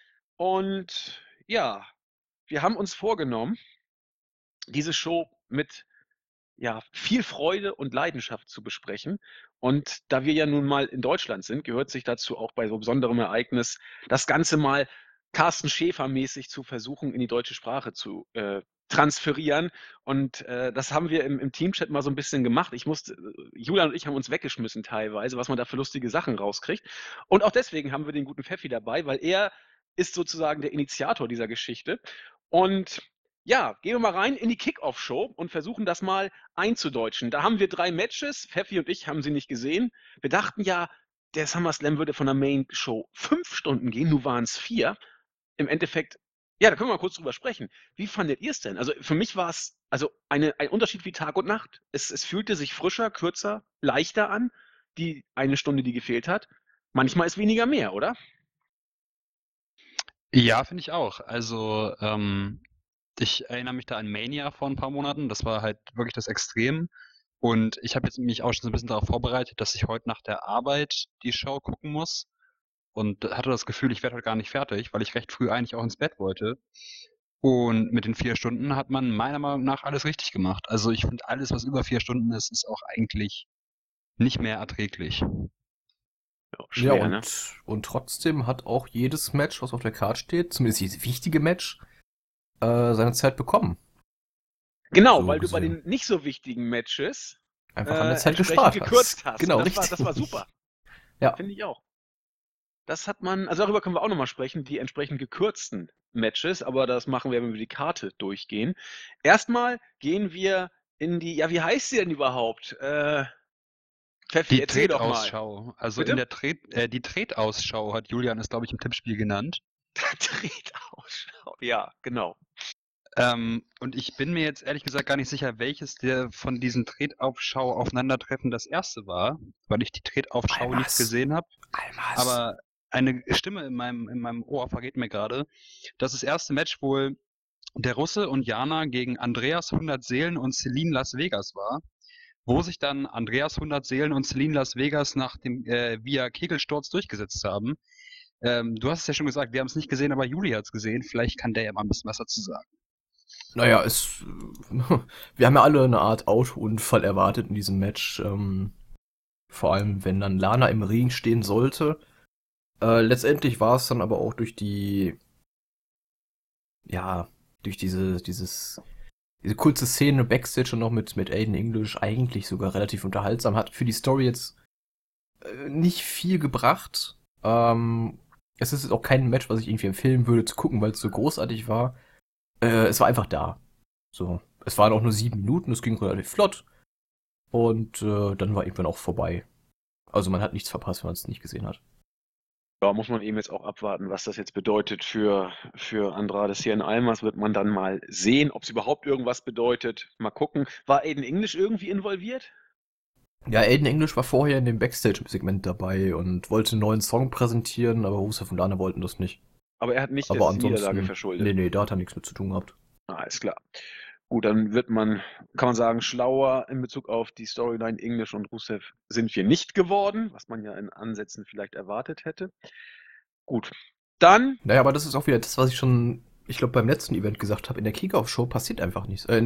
Und ja, wir haben uns vorgenommen, diese Show mit viel Freude und Leidenschaft zu besprechen. Und da wir ja nun mal in Deutschland sind, gehört sich dazu auch bei so besonderem Ereignis, das Ganze mal Carsten Schäfer-mäßig zu versuchen, in die deutsche Sprache zu transferieren. Und das haben wir im Teamchat mal so ein bisschen gemacht. Julian und ich haben uns weggeschmissen teilweise, was man da für lustige Sachen rauskriegt. Und auch deswegen haben wir den guten Pfeffi dabei, weil er ist sozusagen der Initiator dieser Geschichte. Und ja, gehen wir mal rein in die Kickoff-Show und versuchen das mal einzudeutschen. Da haben wir 3 Matches. Pfeffi und ich haben sie nicht gesehen. Wir dachten ja, der SummerSlam würde von der Main-Show 5 Stunden gehen, nun waren es 4. Im Endeffekt, ja, da können wir mal kurz drüber sprechen. Wie fandet ihr es denn? Also für mich war es ein Unterschied wie Tag und Nacht. Es fühlte sich frischer, kürzer, leichter an, die eine Stunde, die gefehlt hat. Manchmal ist weniger mehr, oder? Ja, finde ich auch. Also, ich erinnere mich da an Mania vor ein paar Monaten. Das war halt wirklich das Extrem. Und ich habe jetzt mich auch schon so ein bisschen darauf vorbereitet, dass ich heute nach der Arbeit die Show gucken muss. Und hatte das Gefühl, ich werde heute gar nicht fertig, weil ich recht früh eigentlich auch ins Bett wollte. Und mit den 4 Stunden hat man meiner Meinung nach alles richtig gemacht. Also ich finde, alles, was über 4 Stunden ist, ist auch eigentlich nicht mehr erträglich. Ja, Ja, schwer, ne? und trotzdem hat auch jedes Match, was auf der Karte steht, zumindest jedes wichtige Match, seine Zeit bekommen. Genau, So weil du bei gesehen. den nicht so wichtigen Matches Einfach an der Zeit entsprechend gespart gekürzt hast. hast. Genau, Und richtig. das war super. Ja. Finde ich auch. Das hat man, also darüber können wir auch noch mal sprechen, die entsprechend gekürzten Matches, aber das machen wir, wenn wir die Karte durchgehen. Erstmal gehen wir in die, ja, wie heißt sie denn überhaupt? Pfeffi, Die erzähl doch mal. Tretausschau, also Bitte? die Tretausschau hat Julian es, glaube ich, im Tippspiel genannt. Tretausschau, ja, genau. Und ich bin mir jetzt ehrlich gesagt gar nicht sicher, welches der von diesen Tretaufschau-Aufeinandertreffen das erste war, weil ich die Tretaufschau nicht Almas. gesehen habe. Almas. Aber eine Stimme in meinem Ohr vergeht mir gerade, dass das erste Match wohl der Russe und Jana gegen Andreas 100 Seelen und Celine Las Vegas war, wo sich dann Andreas 100 Seelen und Celine Las Vegas nach dem via Kegelsturz durchgesetzt haben. Du hast es ja schon gesagt, wir haben es nicht gesehen, aber Juli hat es gesehen. Vielleicht kann der ja mal ein bisschen was dazu sagen. Naja, wir haben ja alle eine Art Autounfall erwartet in diesem Match. Vor allem, wenn dann Lana im Ring stehen sollte. Letztendlich war es dann aber auch durch diese kurze Szene Backstage und noch mit Aiden English eigentlich sogar relativ unterhaltsam. Hat für die Story jetzt nicht viel gebracht. Es ist jetzt auch kein Match, was ich irgendwie empfehlen würde zu gucken, weil es so großartig war. Es war einfach da. So. Es waren auch nur 7 Minuten, es ging relativ flott. Und dann war irgendwann auch vorbei. Also man hat nichts verpasst, wenn man es nicht gesehen hat. Da muss man eben jetzt auch abwarten, was das jetzt bedeutet für Andrade Cien Almas. Wird man dann mal sehen, ob es überhaupt irgendwas bedeutet. Mal gucken. War Aiden English irgendwie involviert? Ja, Aiden English war vorher in dem Backstage-Segment dabei und wollte einen neuen Song präsentieren, aber Rusev und Lana wollten das nicht. Aber er hat nicht Aber der Niederlage ansonsten, verschuldet. nee, da hat er nichts mit zu tun gehabt. Alles klar. Gut, dann kann man sagen, schlauer in Bezug auf die Storyline English und Rusev sind wir nicht geworden, was man ja in Ansätzen vielleicht erwartet hätte. Gut, dann, Naja, aber das ist auch wieder das, was ich glaube, beim letzten Event gesagt habe. In der Kickoff-Show passiert einfach nichts. In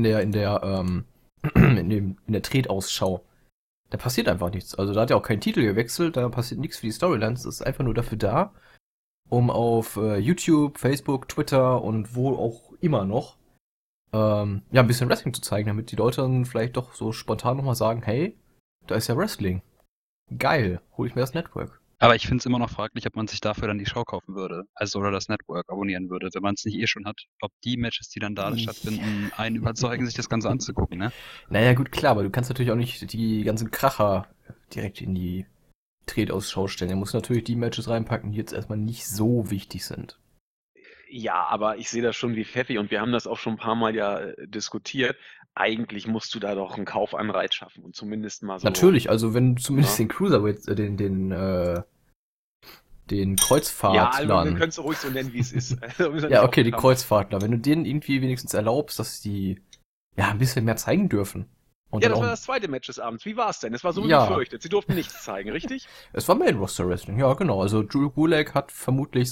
der Tretausschau. Da passiert einfach nichts. Also da hat er auch keinen Titel gewechselt, da passiert nichts für die Storylines. Das ist einfach nur dafür da, um auf YouTube, Facebook, Twitter und wo auch immer noch ein bisschen Wrestling zu zeigen, damit die Leute dann vielleicht doch so spontan nochmal sagen, hey, da ist ja Wrestling. Geil, hol ich mir das Network. Aber ich finde es immer noch fraglich, ob man sich dafür dann die Show kaufen würde. Also oder das Network abonnieren würde, wenn man es nicht schon hat. Ob die Matches, die dann da stattfinden, einen überzeugen, sich das Ganze anzugucken, ne? Naja, gut, klar, aber du kannst natürlich auch nicht die ganzen Kracher direkt in die Tretausschau stellen. Er muss natürlich die Matches reinpacken, die jetzt erstmal nicht so wichtig sind. ja, aber ich sehe das schon wie Pfeffi und wir haben das auch schon ein paar Mal ja diskutiert. Eigentlich musst du da doch einen Kaufanreiz schaffen und zumindest mal so. Natürlich, also wenn du zumindest Ja. den Cruiserweight, den Ja, also Kreuzfahrtlern. wir können es ruhig so nennen, wie es ist. Also, wir sind Ja, nicht okay, die aufgekrampft. Kreuzfahrtler. Wenn du denen irgendwie wenigstens erlaubst, dass die ja ein bisschen mehr zeigen dürfen. Und Ja, dann das auch, war das zweite Match des Abends. Wie war es denn? Es war so wie ja, befürchtet. Sie durften nichts zeigen, richtig? es war Main Roster Wrestling, ja, genau. Also Drew Gulak hat vermutlich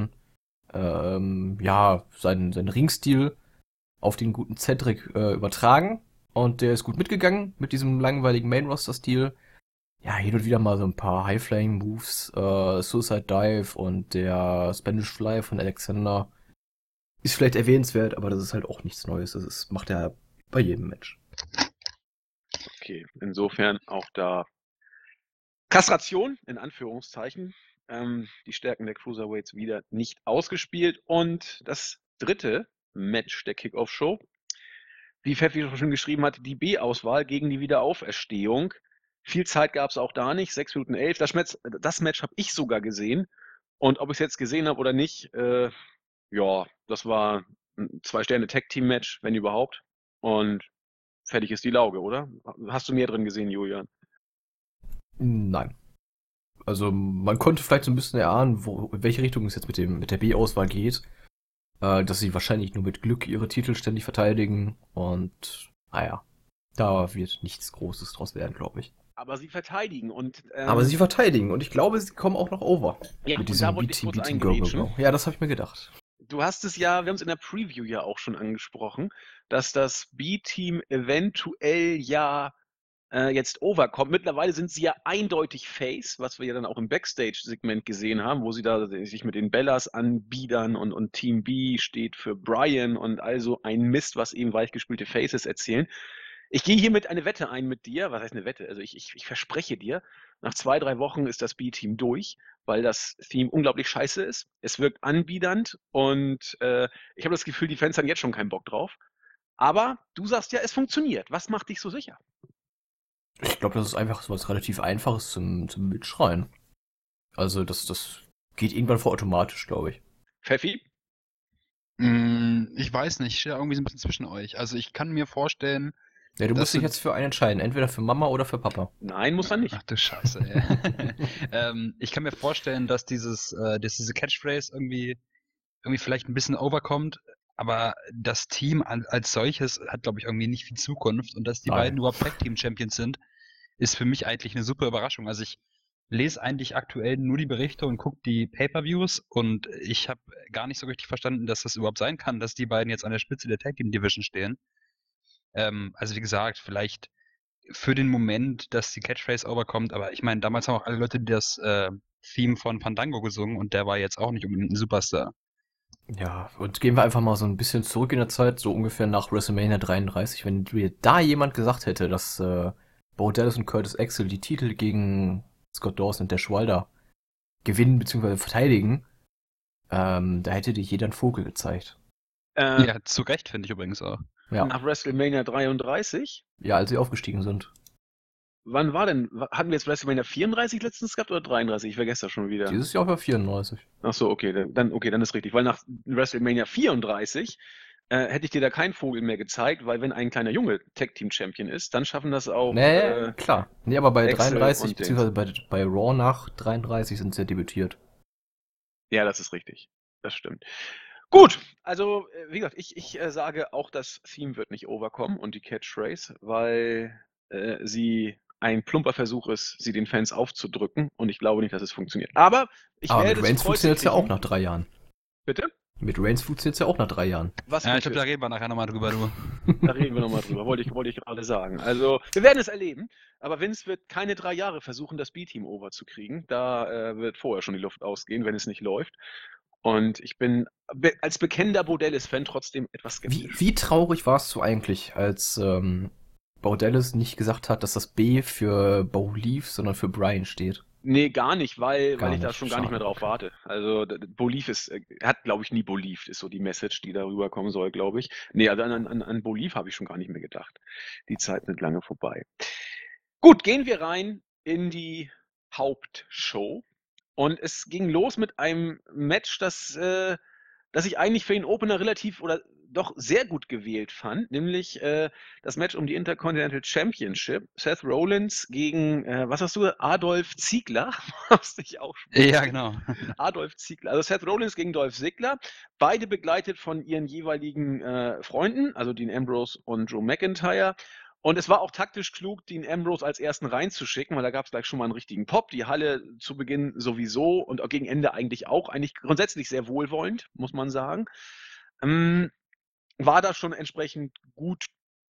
seinen Ringstil auf den guten Cedric übertragen. Und der ist gut mitgegangen mit diesem langweiligen Main Roster Stil. Ja, hin und wieder mal so ein paar High-Flying Moves, Suicide Dive und der Spanish Fly von Alexander. Ist vielleicht erwähnenswert, aber das ist halt auch nichts Neues. Macht er bei jedem Match. Okay, insofern auch da Kastration, in Anführungszeichen. Die Stärken der Cruiserweights wieder nicht ausgespielt. Und das dritte Match der Kickoff-Show, wie Pfeffi schon geschrieben hat, die B-Auswahl gegen die Wiederauferstehung. Viel Zeit gab es auch da nicht, 6 Minuten 11. Das Match habe ich sogar gesehen. Und ob ich es jetzt gesehen habe oder nicht, ja, das war ein 2-Sterne-Tag-Team-Match, wenn überhaupt. Und fertig ist die Lauge, oder? Hast du mehr drin gesehen, Julian? Nein. Also man konnte vielleicht so ein bisschen erahnen, in welche Richtung es jetzt mit der B-Auswahl geht. Dass sie wahrscheinlich nur mit Glück ihre Titel ständig verteidigen. Und naja, da wird nichts Großes draus werden, glaube ich. Aber sie verteidigen und Aber sie verteidigen und ich glaube, sie kommen auch noch over. ja, Mit und da diesem wollte ich kurz Go, go, eingrätschen. go. Ja, das habe ich mir gedacht. Du hast es ja, wir haben es in der Preview ja auch schon angesprochen, dass das B-Team eventuell ja jetzt overkommt. Mittlerweile sind sie ja eindeutig Face, was wir ja dann auch im Backstage-Segment gesehen haben, wo sie da sich mit den Bellas anbiedern und Team B steht für Brian und also ein Mist, was eben weichgespülte Faces erzählen. Ich gehe hiermit eine Wette ein mit dir. Was heißt eine Wette? Also ich verspreche dir, nach 2, 3 Wochen ist das B-Team durch, weil das Theme unglaublich scheiße ist. Es wirkt anbiedernd und ich habe das Gefühl, die Fans haben jetzt schon keinen Bock drauf. Aber du sagst ja, es funktioniert. Was macht dich so sicher? Ich glaube, das ist einfach so was relativ Einfaches zum Mitschreien. Also das geht irgendwann vor automatisch, glaube ich. Pfeffi? Ich weiß nicht, ich stehe da irgendwie so ein bisschen zwischen euch. Also ich kann mir vorstellen, Ja, du Das musst dich sind- jetzt für einen entscheiden, entweder für Mama oder für Papa. Nein, muss er nicht. Ach du Scheiße, ey. Ich kann mir vorstellen, dass diese Catchphrase irgendwie vielleicht ein bisschen overkommt, aber das Team als solches hat, glaube ich, irgendwie nicht viel Zukunft und dass die Nein. beiden überhaupt Tag-Team-Champions sind, ist für mich eigentlich eine super Überraschung. Also ich lese eigentlich aktuell nur die Berichte und gucke die Pay-Per-Views und ich habe gar nicht so richtig verstanden, dass das überhaupt sein kann, dass die beiden jetzt an der Spitze der Tag-Team-Division stehen. Also wie gesagt, vielleicht für den Moment, dass die Catchphrase overkommt, aber ich meine, damals haben auch alle Leute das Theme von Fandango gesungen und der war jetzt auch nicht unbedingt ein Superstar. Ja, und gehen wir einfach mal so ein bisschen zurück in der Zeit, so ungefähr nach WrestleMania 33. Wenn dir da jemand gesagt hätte, dass Bo Dallas und Curtis Axel die Titel gegen Scott Dawson und Dash Wilder gewinnen bzw. verteidigen, da hätte dir jeder einen Vogel gezeigt. Ja, zu Recht finde ich übrigens auch. Ja. Nach WrestleMania 33? Ja, als sie aufgestiegen sind. Wann war denn? Hatten wir jetzt WrestleMania 34 letztens gehabt oder 33? Ich vergesse das schon wieder. Dieses Jahr war 34. Ach so, okay, dann ist richtig. Weil nach WrestleMania 34 hätte ich dir da keinen Vogel mehr gezeigt, weil wenn ein kleiner Junge Tag-Team-Champion ist, dann schaffen das auch Nee, klar. Nee, aber bei Axel 33, und beziehungsweise bei Raw nach 33 sind sie ja debütiert. Ja, das ist richtig. Das stimmt. Gut, also wie gesagt, ich sage auch, das Theme wird nicht overkommen und die Catchphrase, weil sie ein plumper Versuch ist, sie den Fans aufzudrücken und ich glaube nicht, dass es funktioniert. Aber ich Aber werde mit Reigns zu Kreuze funktioniert es ja auch kriechen. nach 3 Jahren. Bitte? Mit Reigns funktioniert es ja auch nach 3 Jahren. Was Ja, ich glaube, da funktioniert? reden wir nachher nochmal drüber, du. Da reden wir nochmal drüber, wollte ich gerade sagen. Also, wir werden es erleben, aber Vince wird keine 3 Jahre versuchen, das B-Team over zu kriegen. Da wird vorher schon die Luft ausgehen, wenn es nicht läuft. Und ich bin als bekennender Bo Dallas-Fan trotzdem etwas skeptisch. Wie traurig warst du eigentlich, als Bo Dallas nicht gesagt hat, dass das B für Bo Leaf, sondern für Brian steht? Nee, gar nicht, weil Gar ich da nicht, schon gar nicht mehr schade, drauf okay. warte. Also Boliv ist, hat glaube ich nie believed, ist so die Message, die da rüberkommen soll, glaube ich. Nee, also an Boliv habe ich schon gar nicht mehr gedacht. Die Zeiten sind lange vorbei. Gut, gehen wir rein in die Hauptshow. Und es ging los mit einem Match, das ich eigentlich für den Opener relativ oder doch sehr gut gewählt fand, nämlich das Match um die Intercontinental Championship. Seth Rollins gegen, was hast du, Adolf Ziegler? Hast dich auch schon Ja, genau. Adolf Ziegler. Also Seth Rollins gegen Dolph Ziggler, beide begleitet von ihren jeweiligen Freunden, also Dean Ambrose und Drew McIntyre. Und es war auch taktisch klug, Dean Ambrose als ersten reinzuschicken, weil da gab es gleich schon mal einen richtigen Pop. Die Halle zu Beginn sowieso und auch gegen Ende eigentlich auch. Eigentlich grundsätzlich sehr wohlwollend, muss man sagen. War da schon entsprechend gut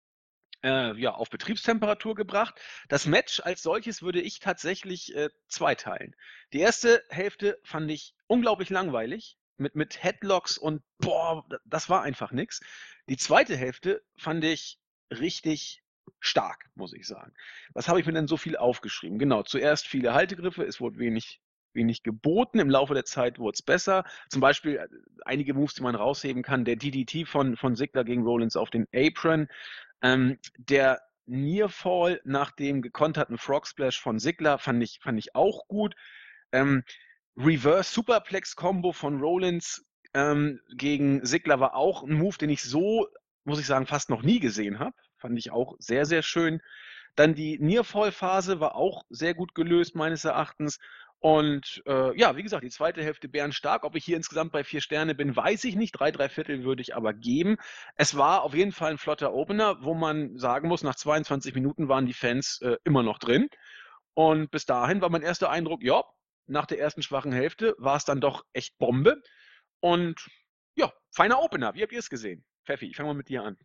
ja, auf Betriebstemperatur gebracht. Das Match als solches würde ich tatsächlich zweiteilen. Die erste Hälfte fand ich unglaublich langweilig mit Headlocks und boah, das war einfach nix. Die zweite Hälfte fand ich richtig stark, muss ich sagen. Was habe ich mir denn so viel aufgeschrieben? Genau, zuerst viele Haltegriffe, es wurde wenig geboten. Im Laufe der Zeit wurde es besser. Zum Beispiel einige Moves, die man rausheben kann. Der DDT von Ziggler gegen Rollins auf den Apron. Der Nearfall nach dem gekonterten Frog Splash von Ziggler fand ich auch gut. Reverse Superplex Combo von Rollins gegen Ziggler war auch ein Move, den ich so, muss ich sagen, fast noch nie gesehen habe. Fand ich auch sehr, sehr schön. Dann die Nearfall-Phase war auch sehr gut gelöst, meines Erachtens. Und ja, wie gesagt, die zweite Hälfte bärenstark. Ob ich hier insgesamt bei 4 Sterne bin, weiß ich nicht. 3 Viertel würde ich aber geben. Es war auf jeden Fall ein flotter Opener, wo man sagen muss, nach 22 Minuten waren die Fans immer noch drin. Und bis dahin war mein erster Eindruck, ja, nach der ersten schwachen Hälfte war es dann doch echt Bombe. Und ja, feiner Opener. Wie habt ihr es gesehen? Pfeffi, ich fange mal mit dir an.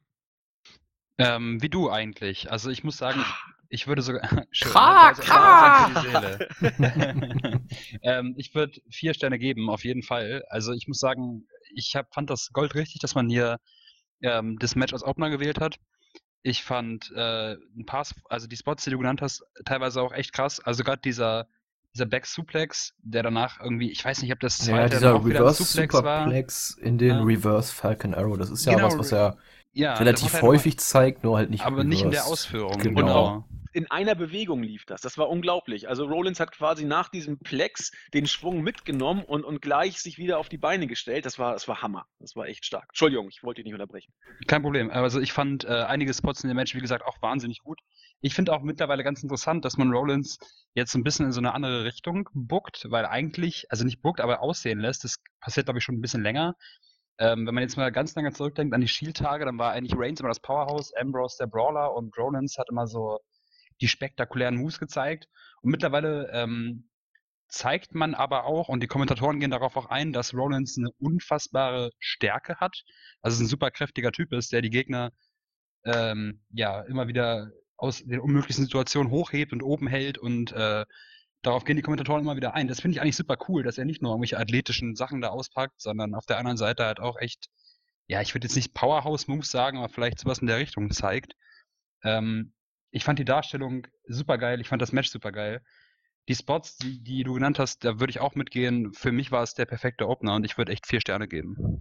Wie du eigentlich. Also ich muss sagen, ich würde sogar. Schön, Krah, ne? krah. Balsam für die Seele. Ich würde 4 Sterne geben, auf jeden Fall. Also ich muss sagen, fand das Gold richtig, dass man hier das Match als Opener gewählt hat. Ich fand ein paar, also die Spots, die du genannt hast, teilweise auch echt krass. Also gerade dieser Back Suplex, der danach irgendwie, ich weiß nicht, ob das Ja, zweite dann dieser auch wieder ein Reverse Suplex war. Superplex in den Ne? Reverse Falcon Arrow, das ist ja Genau, was, was er ja, das macht relativ er nochmal, häufig zeigt, nur halt nicht aber nicht in der Reverse. Ausführung, Und auch genau. in einer Bewegung lief das. Das war unglaublich. Also Rollins hat quasi nach diesem Plex den Schwung mitgenommen und gleich sich wieder auf die Beine gestellt. Das war Hammer. Das war echt stark. Entschuldigung, ich wollte dich nicht unterbrechen. Kein Problem. Also ich fand einige Spots in dem Match, wie gesagt, auch wahnsinnig gut. Ich finde auch mittlerweile ganz interessant, dass man Rollins jetzt so ein bisschen in so eine andere Richtung bookt, weil eigentlich, also nicht bookt, aber aussehen lässt. Das passiert, glaube ich, schon ein bisschen länger. Wenn man jetzt mal ganz lange zurückdenkt an die Shield-Tage, dann war eigentlich Reigns immer das Powerhouse, Ambrose der Brawler und Rollins hat immer so die spektakulären Moves gezeigt. Und mittlerweile zeigt man aber auch, und die Kommentatoren gehen darauf auch ein, dass Rollins eine unfassbare Stärke hat. Also ein super kräftiger Typ ist, der die Gegner ja immer wieder aus den unmöglichsten Situationen hochhebt und oben hält und darauf gehen die Kommentatoren immer wieder ein. Das finde ich eigentlich super cool, dass er nicht nur irgendwelche athletischen Sachen da auspackt, sondern auf der anderen Seite halt auch echt, ja, ich würde jetzt nicht Powerhouse-Moves sagen, aber vielleicht sowas in der Richtung zeigt. Ich fand die Darstellung super geil, ich fand das Match super geil. Die Spots, die du genannt hast, da würde ich auch mitgehen. Für mich war es der perfekte Opener und ich würde echt 4 Sterne geben.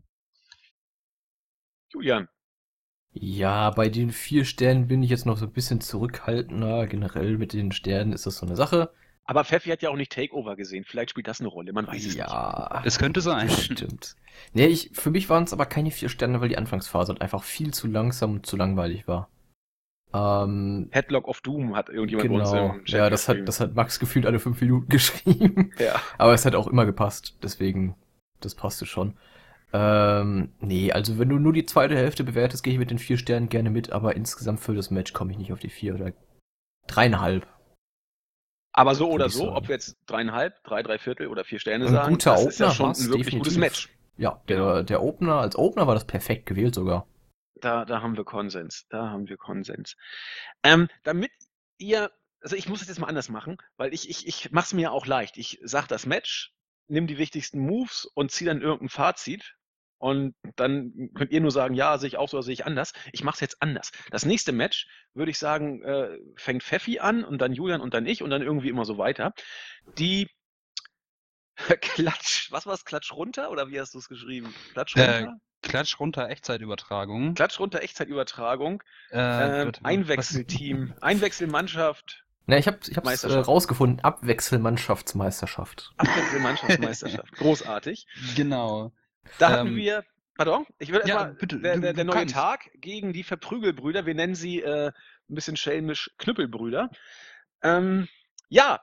Julian. Ja, bei den 4 Sternen bin ich jetzt noch so ein bisschen zurückhaltender. Generell mit den Sternen ist das so eine Sache. Aber Pfeffi hat ja auch nicht Takeover gesehen. Vielleicht spielt das eine Rolle. Man weiß es nicht. Ja, Es könnte sein. bestimmt. Nee, für mich waren es aber keine 4 Sterne, weil die Anfangsphase halt einfach viel zu langsam und zu langweilig war. Headlock of Doom hat irgendjemand bei uns Genau. im Chat Ja, geschrieben. das hat Max gefühlt alle 5 Minuten geschrieben. Ja. Aber es hat auch immer gepasst. Deswegen, das passte schon. Nee, also wenn du nur die zweite Hälfte bewertest, gehe ich mit den 4 Sternen gerne mit, aber insgesamt für das Match komme ich nicht auf die 4 oder 3,5. Aber so Würde oder ich so, sagen. ob wir jetzt 3,5, 3 oder 4 Sterne Ein sagen, guter das ist ja Opener schon war's ein wirklich gutes definitiv. Match. Ja, Genau. der Opener, als Opener war das perfekt gewählt sogar. Da haben wir Konsens. Da haben wir Konsens. Damit ihr, also ich muss es jetzt mal anders machen, weil ich mache es mir auch leicht. Ich sage das Match, nehme die wichtigsten Moves und ziehe dann irgendein Fazit. Und dann könnt ihr nur sagen, ja, sehe ich auch so oder sehe ich anders. Ich mache es jetzt anders. Das nächste Match, würde ich sagen, fängt Pfeffi an und dann Julian und dann ich und dann irgendwie immer so weiter. Die Klatsch, was war's? Klatsch runter oder wie hast du es geschrieben? Klatsch runter? Klatsch runter, Echtzeitübertragung. Klatsch runter, Echtzeitübertragung. Was? Einwechselteam, Einwechselmannschaft, Na, ich hab's Meisterschaft. rausgefunden, Abwechselmannschaftsmeisterschaft. Abwechselmannschaftsmeisterschaft. Großartig. Genau. Da hatten wir, pardon, ich würde Ja, erstmal, bitte, der du neue kannst. Tag gegen die Verprügelbrüder, wir nennen sie ein bisschen schelmisch Knüppelbrüder. Ja,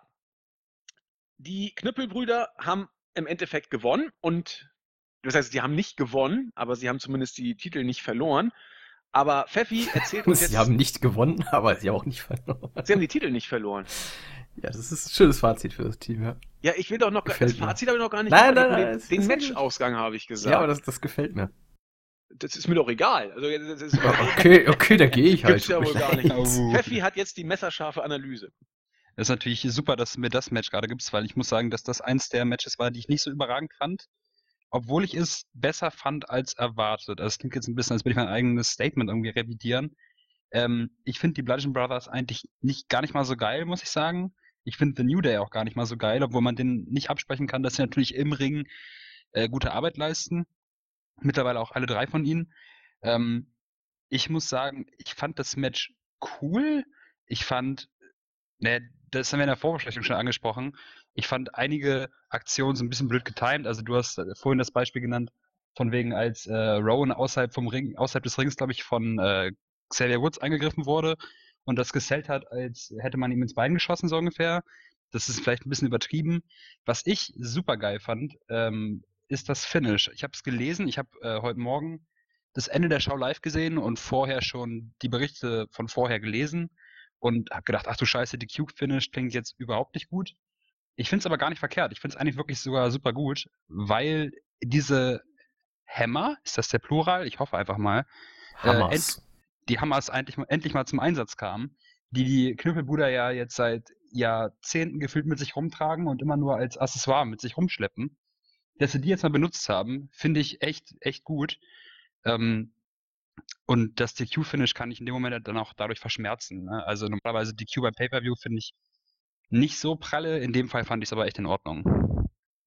die Knüppelbrüder haben im Endeffekt gewonnen und das heißt, die haben nicht gewonnen, aber sie haben zumindest die Titel nicht verloren. Aber Pfeffi erzählt uns Sie jetzt, haben nicht gewonnen, aber sie haben auch nicht verloren. sie haben die Titel nicht verloren. Ja, das ist ein schönes Fazit für das Team, ja. Ja, ich will doch noch, das Gefällt mir. Fazit habe ich noch gar nicht Nein, gemacht. nein, nein, Den ist ja gut. Matchausgang habe ich gesagt. Ja, aber das gefällt mir. Das ist mir doch egal. Also, das ist, Okay, da gehe ich halt. gibt's ja Tut wohl mir gar leid. nicht. Pfeffi hat jetzt die messerscharfe Analyse. Das ist natürlich super, dass du mir das Match gerade gibst, weil ich muss sagen, dass das eins der Matches war, die ich nicht so überragend fand. Obwohl ich es besser fand als erwartet. Also es klingt jetzt ein bisschen, als würde ich mein eigenes Statement irgendwie revidieren. Ich finde die Bludgeon Brothers eigentlich gar nicht mal so geil, muss ich sagen. Ich finde The New Day auch gar nicht mal so geil, obwohl man denen nicht absprechen kann, dass sie natürlich im Ring gute Arbeit leisten. Mittlerweile auch alle 3 von ihnen. Ich muss sagen, ich fand das Match cool. Ich fand, ne, das haben wir in der Vorbesprechung schon angesprochen. Ich fand einige Aktionen so ein bisschen blöd getimed. Also du hast vorhin das Beispiel genannt, von wegen als Rowan außerhalb des Rings, glaube ich, von Xavier Woods angegriffen wurde und das gesellt hat, als hätte man ihm ins Bein geschossen, so ungefähr. Das ist vielleicht ein bisschen übertrieben. Was ich super geil fand, ist das Finish. Ich habe es gelesen, ich habe heute Morgen das Ende der Show live gesehen und vorher schon die Berichte von vorher gelesen und habe gedacht, ach du Scheiße, die Cube-Finish klingt jetzt überhaupt nicht gut. Ich finde es aber gar nicht verkehrt. Ich finde es eigentlich wirklich sogar super gut, weil diese Hammer, ist das der Plural? Ich hoffe einfach mal, Hammers. die Hammers endlich mal zum Einsatz kamen, die Knüppelbrüder ja jetzt seit Jahrzehnten gefühlt mit sich rumtragen und immer nur als Accessoire mit sich rumschleppen. Dass sie die jetzt mal benutzt haben, finde ich echt gut. Ähm, Und das DQ-Finish kann ich in dem Moment dann auch dadurch verschmerzen. Ne? Also normalerweise DQ beim Pay-Per-View finde ich nicht so pralle. In dem Fall fand ich es aber echt in Ordnung.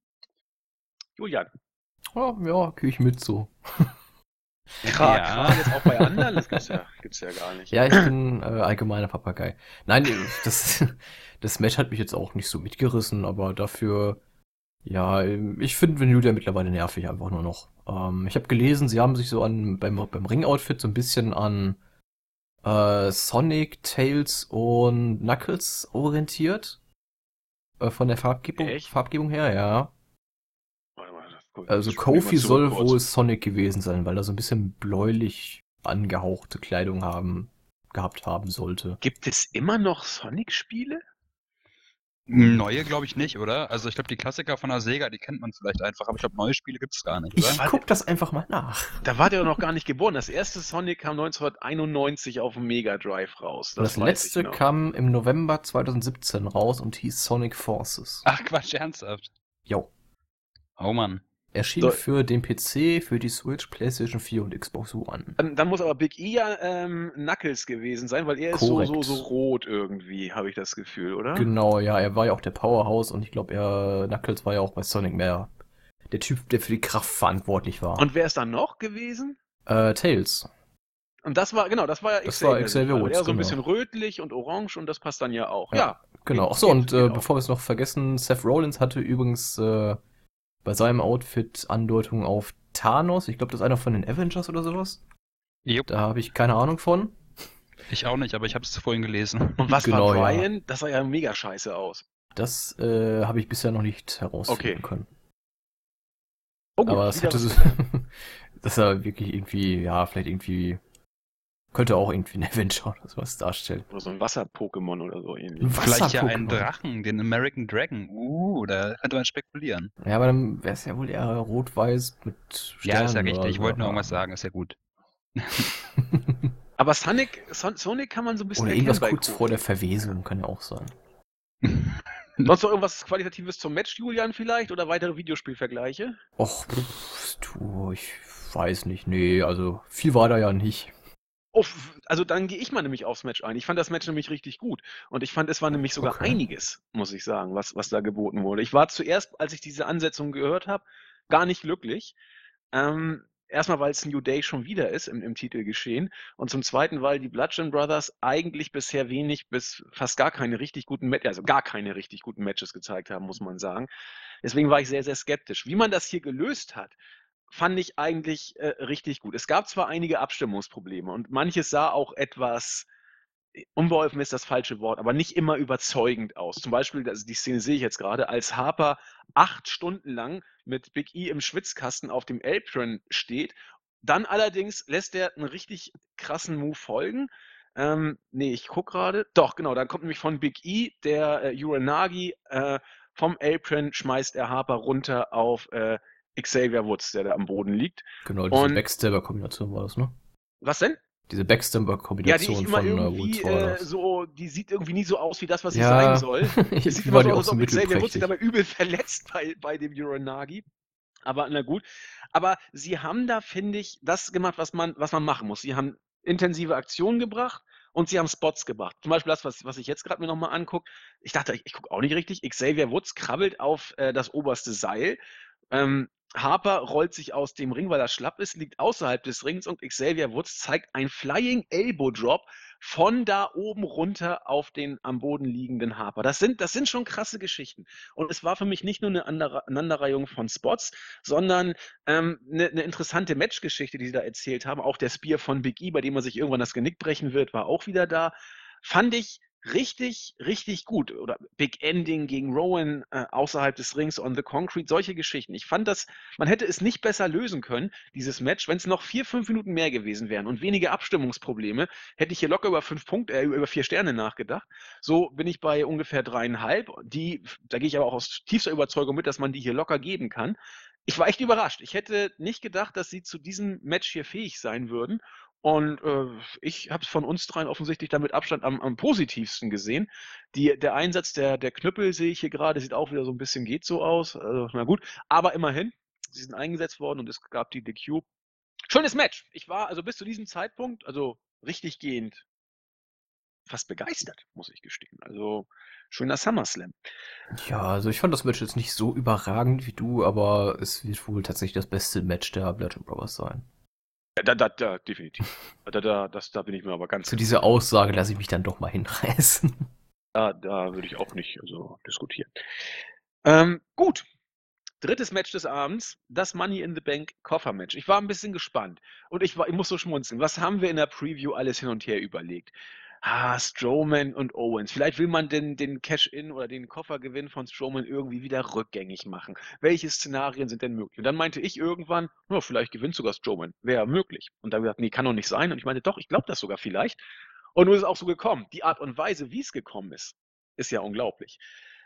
Julian, Oh, ja, gehe ich mit so. Kran jetzt auch bei anderen? Das gibt's ja gar nicht. Ja, ich bin allgemeiner Papagei. Nein, das Match hat mich jetzt auch nicht so mitgerissen, aber dafür, ja, ich finde Van Julia mittlerweile nervig einfach nur noch. Ich habe gelesen, sie haben sich so beim Ring-Outfit so ein bisschen an Sonic, Tails und Knuckles orientiert. Von der Echt? Farbgebung her, ja. Warte mal, Also ich spule mal Kofi zurück soll kurz. wohl Sonic gewesen sein, weil er so ein bisschen bläulich angehauchte Kleidung gehabt haben sollte. Gibt es immer noch Sonic-Spiele? Neue glaube ich nicht, oder? Also ich glaube, die Klassiker von der Sega, die kennt man vielleicht einfach, aber ich glaube, neue Spiele gibt es gar nicht, oder? Ich guck das einfach mal nach. Da war der doch noch gar nicht geboren. Das erste Sonic kam 1991 auf dem Mega Drive raus. Das weiß letzte ich noch. kam im November 2017 raus und hieß Sonic Forces. Ach Quatsch, ernsthaft? Jo. Oh Mann. Erschien So. für den PC, für die Switch, PlayStation 4 und Xbox One. Dann muss aber Big E ja Knuckles gewesen sein, weil er ist so Korrekt. rot irgendwie, habe ich das Gefühl, oder? Genau, ja, er war ja auch der Powerhouse und ich glaube, Knuckles war ja auch bei Sonic mehr der Typ, der für die Kraft verantwortlich war. Und wer ist da noch gewesen? Tails. Und das war ja Das war Xavier. Xavier Woods, Er so ein genau. bisschen rötlich und orange und das passt dann ja auch. Ja, Ja, genau. Achso, und bevor wir es noch vergessen, Seth Rollins hatte übrigens bei seinem Outfit Andeutung auf Thanos. Ich glaube, das ist einer von den Avengers oder sowas. Jupp. Da habe ich keine Ahnung von. Ich auch nicht, aber ich habe es vorhin gelesen. Und was Genau, war ja. Brian? Das sah ja mega scheiße aus. Das habe ich bisher noch nicht herausfinden Okay. können. Oh gut, Aber es wieder hatte so, was- das war wirklich irgendwie, ja, vielleicht irgendwie, könnte auch irgendwie ein Avenger oder sowas darstellen. oder so ein Wasser-Pokémon oder so ähnlich. Ein Vielleicht ja ein Wasser-Pokémon. Drachen, den American Dragon. Da könnte man spekulieren. Ja, aber dann wäre es ja wohl eher rot-weiß mit Sternen. Ja, ist ja oder richtig. Ich so, wollte nur aber- irgendwas sagen, ist ja gut. Aber Sonic kann man so ein bisschen Oder irgendwas erkennen bei kurz Kofi. vor der Verwesung, kann ja auch sein. Sonst noch irgendwas Qualitatives zum Match, Julian, vielleicht? Oder weitere Videospielvergleiche? Och, ich weiß nicht. Nee, also viel war da ja nicht. Oh, also dann gehe ich mal nämlich aufs Match ein. Ich fand das Match nämlich richtig gut. Und ich fand, es war nämlich sogar Okay. einiges, muss ich sagen, was da geboten wurde. Ich war zuerst, als ich diese Ansetzung gehört habe, gar nicht glücklich. Erstmal, weil es New Day schon wieder ist im Titel geschehen. Und zum Zweiten, weil die Bludgeon Brothers eigentlich bisher wenig bis fast gar keine richtig guten Matches gezeigt haben, muss man sagen. Deswegen war ich sehr, sehr skeptisch. Wie man das hier gelöst hat, fand ich eigentlich richtig gut. Es gab zwar einige Abstimmungsprobleme und manches sah auch etwas, unbeholfen ist das falsche Wort, aber nicht immer überzeugend aus. Zum Beispiel, also die Szene sehe ich jetzt gerade, als Harper 8 Stunden lang mit Big E im Schwitzkasten auf dem Apron steht. Dann allerdings lässt er einen richtig krassen Move folgen. Ich gucke gerade. Doch, genau, dann kommt nämlich von Big E der Uranagi vom Apron, schmeißt er Harper runter auf Xavier Woods, der da am Boden liegt. Genau, diese Und- Backstabber-Kombination war das, ne? Was denn? Diese Ja, die Backstabber-Kombination ich immer von irgendwie Woods war das. die sieht irgendwie nie so aus wie das, was sie Ja, sein soll. Es sieht irgendwie immer war so die aus, auch als so ob Xavier Woods sich mittelprächtig. dabei übel verletzt bei dem Uranagi. Aber na gut. Aber sie haben da, finde ich, das gemacht, was man machen muss. Sie haben intensive Aktionen gebracht und sie haben Spots gebracht. Zum Beispiel das, was ich jetzt gerade mir nochmal angucke. Ich dachte, ich gucke auch nicht richtig. Xavier Woods krabbelt auf das oberste Seil. Harper rollt sich aus dem Ring, weil er schlapp ist, liegt außerhalb des Rings und Xavier Woods zeigt ein Flying Elbow Drop von da oben runter auf den am Boden liegenden Harper. Das sind schon krasse Geschichten. Und es war für mich nicht nur eine Aneinanderreihung von Spots, sondern eine interessante Matchgeschichte, die sie da erzählt haben. Auch der Spear von Big E, bei dem er sich irgendwann das Genick brechen wird, war auch wieder da. Fand ich richtig, richtig gut. Oder Big Ending gegen Rowan außerhalb des Rings on the Concrete, solche Geschichten. Ich fand das, man hätte es nicht besser lösen können, dieses Match, wenn es noch 4, 5 Minuten mehr gewesen wären und weniger Abstimmungsprobleme, hätte ich hier locker über 4 Sterne nachgedacht. So bin ich bei ungefähr 3,5. Da gehe ich aber auch aus tiefster Überzeugung mit, dass man die hier locker geben kann. Ich war echt überrascht. Ich hätte nicht gedacht, dass sie zu diesem Match hier fähig sein würden. Und ich habe es von uns dreien offensichtlich damit Abstand am positivsten gesehen. Der Einsatz der Knüppel sehe ich hier gerade, sieht auch wieder so ein bisschen geht so aus. Also, na gut, aber immerhin, sie sind eingesetzt worden und es gab die DQ. Schönes Match. Ich war also bis zu diesem Zeitpunkt, also richtig gehend, fast begeistert, muss ich gestehen. Also schöner SummerSlam. Ja, also ich fand das Match jetzt nicht so überragend wie du, aber es wird wohl tatsächlich das beste Match der Bludgeon Brothers sein. Da, definitiv. Da bin ich mir aber ganz Zu dieser Aussage lasse ich mich dann doch mal hinreißen. Da würde ich auch nicht diskutieren. Gut. Drittes Match des Abends, das Money in the Bank Koffermatch. Ich war ein bisschen gespannt und ich muss so schmunzeln. Was haben wir in der Preview alles hin und her überlegt? Strowman und Owens. Vielleicht will man den Cash-In oder den Koffergewinn von Strowman irgendwie wieder rückgängig machen. Welche Szenarien sind denn möglich? Und dann meinte ich irgendwann, vielleicht gewinnt sogar Strowman. Wäre möglich. Und dann gesagt, nee, kann doch nicht sein. Und ich meinte, doch, ich glaube das sogar vielleicht. Und nun ist es auch so gekommen. Die Art und Weise, wie es gekommen ist ja unglaublich.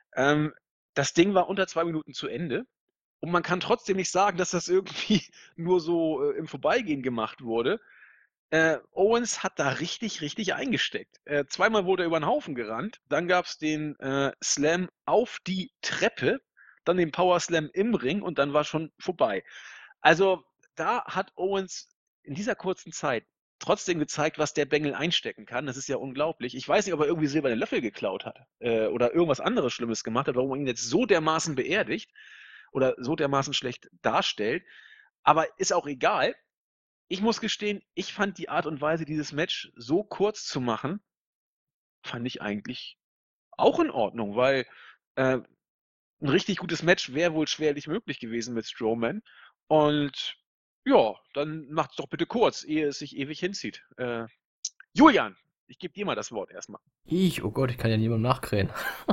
Das Ding war unter 2 Minuten zu Ende. Und man kann trotzdem nicht sagen, dass das irgendwie nur so im Vorbeigehen gemacht wurde. Owens hat da richtig, richtig eingesteckt. Zweimal wurde er über den Haufen gerannt. Dann gab es den Slam auf die Treppe, dann den Power Slam im Ring und dann war schon vorbei. Also da hat Owens in dieser kurzen Zeit trotzdem gezeigt, was der Bengel einstecken kann. Das ist ja unglaublich. Ich weiß nicht, ob er irgendwie silberne Löffel geklaut hat oder irgendwas anderes Schlimmes gemacht hat, warum man ihn jetzt so dermaßen beerdigt oder so dermaßen schlecht darstellt. Aber ist auch egal. Ich muss gestehen, ich fand die Art und Weise, dieses Match so kurz zu machen, fand ich eigentlich auch in Ordnung, weil ein richtig gutes Match wäre wohl schwerlich möglich gewesen mit Strowman. Und ja, dann macht's doch bitte kurz, ehe es sich ewig hinzieht. Julian, ich gebe dir mal das Wort erstmal. Oh Gott, ich kann ja niemandem nachkrähen.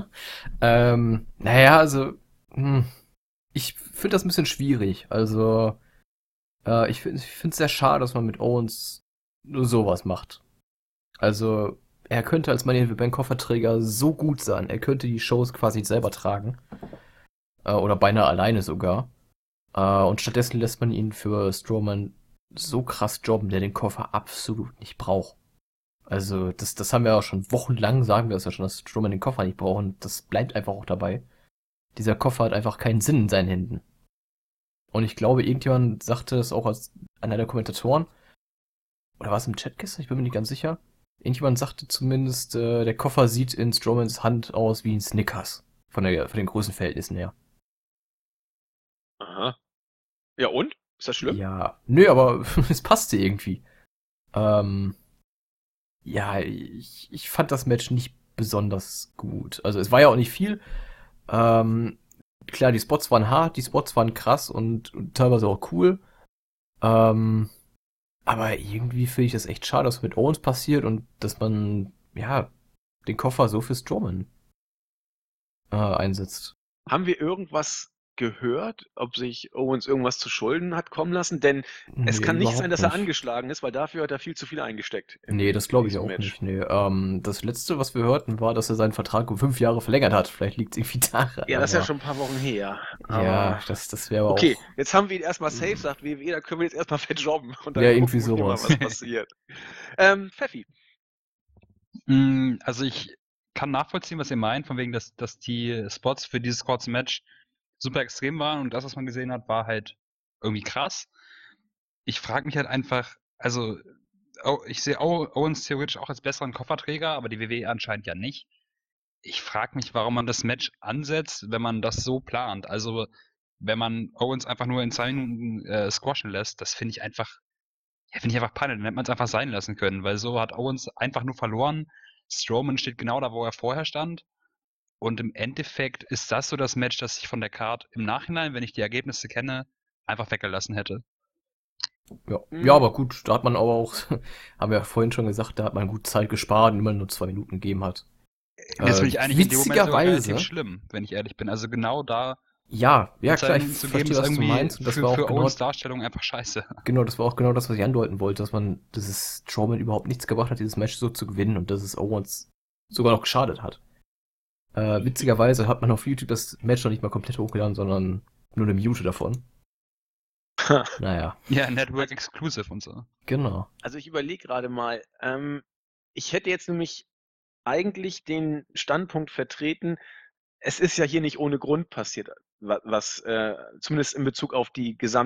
Naja, also, ich finde das ein bisschen schwierig. Also, ich finde es sehr schade, dass man mit Owens nur sowas macht. Also, er könnte als Money in the Bank Kofferträger so gut sein. Er könnte die Shows quasi selber tragen. Oder beinahe alleine sogar. Und stattdessen lässt man ihn für Strowman so krass jobben, der den Koffer absolut nicht braucht. Also, das haben wir auch schon wochenlang, sagen wir es ja schon, dass Strowman den Koffer nicht braucht und das bleibt einfach auch dabei. Dieser Koffer hat einfach keinen Sinn in seinen Händen. Und ich glaube, irgendjemand sagte es auch als einer der Kommentatoren, oder war es im Chat gestern? Ich bin mir nicht ganz sicher. Irgendjemand sagte zumindest, der Koffer sieht in Strowmans Hand aus wie ein Snickers. Von den Größenverhältnissen her. Aha. Ja und? Ist das schlimm? Ja, nö, aber es passte irgendwie. Ja, ich fand das Match nicht besonders gut. Also es war ja auch nicht viel. Klar, die Spots waren hart, die Spots waren krass und teilweise auch cool. Aber irgendwie finde ich das echt schade, was mit Owens passiert und dass man, ja, den Koffer so für Strowman einsetzt. Haben wir irgendwas gehört, ob sich Owens irgendwas zu Schulden hat kommen lassen? Denn es Nee, kann nicht sein, überhaupt dass er nicht. angeschlagen ist, weil dafür hat er viel zu viel eingesteckt Nee, das in glaube ich diesem auch Match. nicht. Nee, das letzte, was wir hörten, war, dass er seinen Vertrag um 5 Jahre verlängert hat. Vielleicht liegt es irgendwie daran, Ja, das ist ja aber schon ein paar Wochen her. ja, Aber das wäre aber okay, auch jetzt haben wir ihn erstmal safe, sagt WWE, da können wir jetzt erstmal verjobben und ja dann irgendwie gucken wir mal, sowas. was passiert. Pfeffi. Also ich kann nachvollziehen, was ihr meint, von wegen, dass die Spots für dieses kurze Match super extrem waren und das, was man gesehen hat, war halt irgendwie krass. Ich frage mich halt einfach, also ich sehe Owens theoretisch auch als besseren Kofferträger, aber die WWE anscheinend ja nicht. Ich frage mich, warum man das Match ansetzt, wenn man das so plant. Also wenn man Owens einfach nur in 2 Minuten squashen lässt, das finde ich einfach peinlich. Dann hätte man es einfach sein lassen können, weil so hat Owens einfach nur verloren. Strowman steht genau da, wo er vorher stand. Und im Endeffekt ist das so das Match, das ich von der Card im Nachhinein, wenn ich die Ergebnisse kenne, einfach weggelassen hätte. Ja. Ja, Hm, aber gut, da hat man aber auch, haben wir ja vorhin schon gesagt, da hat man gut Zeit gespart, wenn man nur 2 Minuten gegeben hat. Das finde ich eigentlich in dem Moment sogar relativ Witzigerweise, schlimm, wenn ich ehrlich bin. Also genau da ja in 2 klar, ich Minuten zu geben, verstehe, ist was du irgendwie meinst und das war auch für genau, Owens Darstellung einfach scheiße. genau, das war auch genau das, was ich andeuten wollte, dass man dieses Strowman überhaupt nichts gebracht hat, dieses Match so zu gewinnen und dass es Owens sogar noch geschadet hat. Witzigerweise hat man auf YouTube das Match noch nicht mal komplett hochgeladen, sondern nur eine Minute davon. Naja, Ja, Network Exclusive und so. genau. Also ich überlege gerade mal, ich hätte jetzt nämlich eigentlich den Standpunkt vertreten, es ist ja hier nicht ohne Grund passiert, was zumindest in Bezug auf die Gesamtcard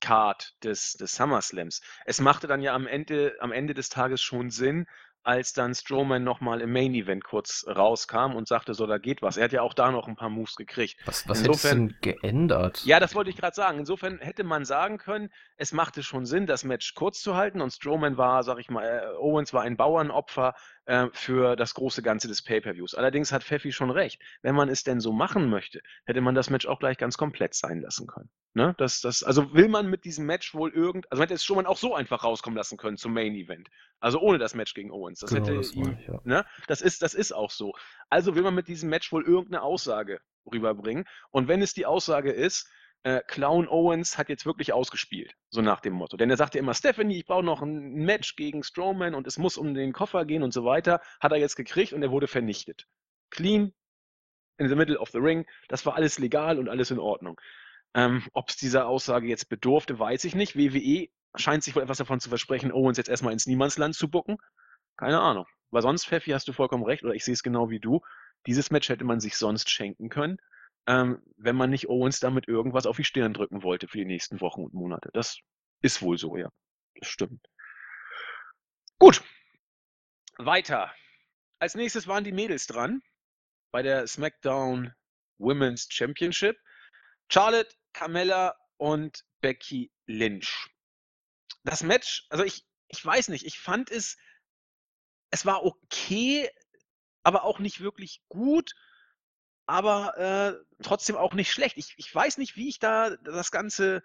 Card des SummerSlams. Es machte dann ja am Ende des Tages schon Sinn, als dann Strowman nochmal im Main Event kurz rauskam und sagte, so, da geht was. Er hat ja auch da noch ein paar Moves gekriegt. Was hättest du denn geändert? Ja, das wollte ich gerade sagen. Insofern hätte man sagen können, es machte schon Sinn, das Match kurz zu halten und Strowman war, sag ich mal, Owens war ein Bauernopfer für das große Ganze des Pay-Per-Views. Allerdings hat Pfeffi schon recht. Wenn man es denn so machen möchte, hätte man das Match auch gleich ganz komplett sein lassen können. Ne? Also will man mit diesem Match wohl also man hätte es Strowman auch so einfach rauskommen lassen können zum Main Event. Also ohne das Match gegen Owens. Das Genau, hätte das ihm, meine ich, ja. ne? Das ist auch so. Also will man mit diesem Match wohl irgendeine Aussage rüberbringen. Und wenn es die Aussage ist, Clown Owens hat jetzt wirklich ausgespielt, so nach dem Motto. Denn er sagte immer, Stephanie, ich brauche noch ein Match gegen Strowman und es muss um den Koffer gehen und so weiter. Hat er jetzt gekriegt und er wurde vernichtet. Clean, in the middle of the ring, das war alles legal und alles in Ordnung. Ob es dieser Aussage jetzt bedurfte, weiß ich nicht. WWE scheint sich wohl etwas davon zu versprechen, Owens jetzt erstmal ins Niemandsland zu bucken. Keine Ahnung. Weil sonst, Pfeffi, hast du vollkommen recht, oder ich sehe es genau wie du. Dieses Match hätte man sich sonst schenken können, wenn man nicht Owens damit irgendwas auf die Stirn drücken wollte für die nächsten Wochen und Monate. Das ist wohl so, ja. Das stimmt. Gut. Weiter. Als nächstes waren die Mädels dran bei der SmackDown Women's Championship. Charlotte, Carmella und Becky Lynch. Das Match, also ich weiß nicht, ich fand es war okay, aber auch nicht wirklich gut, aber trotzdem auch nicht schlecht. Ich weiß nicht, wie ich da das Ganze,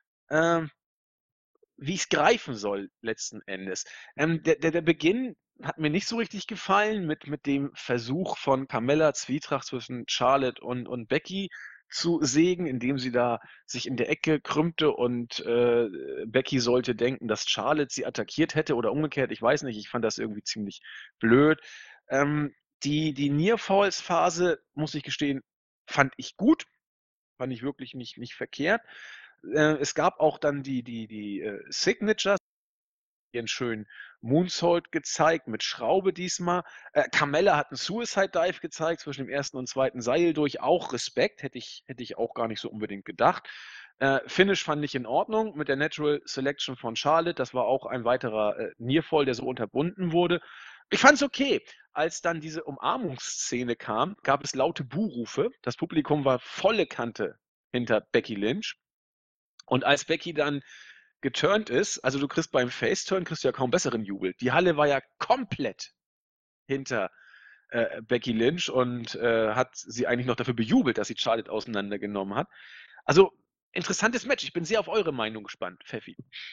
wie ich es greifen soll, letzten Endes. Der Beginn hat mir nicht so richtig gefallen mit dem Versuch von Carmella, Zwietracht zwischen Charlotte und Becky zu sägen, indem sie da sich in der Ecke krümmte und Becky sollte denken, dass Charlotte sie attackiert hätte oder umgekehrt. Ich weiß nicht, ich fand das irgendwie ziemlich blöd. Die Near-Falls-Phase, muss ich gestehen, fand ich gut. Fand ich wirklich nicht verkehrt. Es gab auch dann die Signatures, ihren schönen Moonsault gezeigt, mit Schraube diesmal. Carmella hat einen Suicide Dive gezeigt zwischen dem ersten und zweiten Seil durch. Auch Respekt, hätte ich auch gar nicht so unbedingt gedacht. Finish fand ich in Ordnung mit der Natural Selection von Charlotte. Das war auch ein weiterer Nearfall, der so unterbunden wurde. Ich fand es okay. Als dann diese Umarmungsszene kam, gab es laute Buhrufe. Das Publikum war volle Kante hinter Becky Lynch. Und als Becky dann geturnt ist, also du kriegst beim Faceturn kriegst du ja kaum besseren Jubel. Die Halle war ja komplett hinter Becky Lynch und hat sie eigentlich noch dafür bejubelt, dass sie Charlotte auseinandergenommen hat. Also interessantes Match. Ich bin sehr auf eure Meinung gespannt, Pfeffi.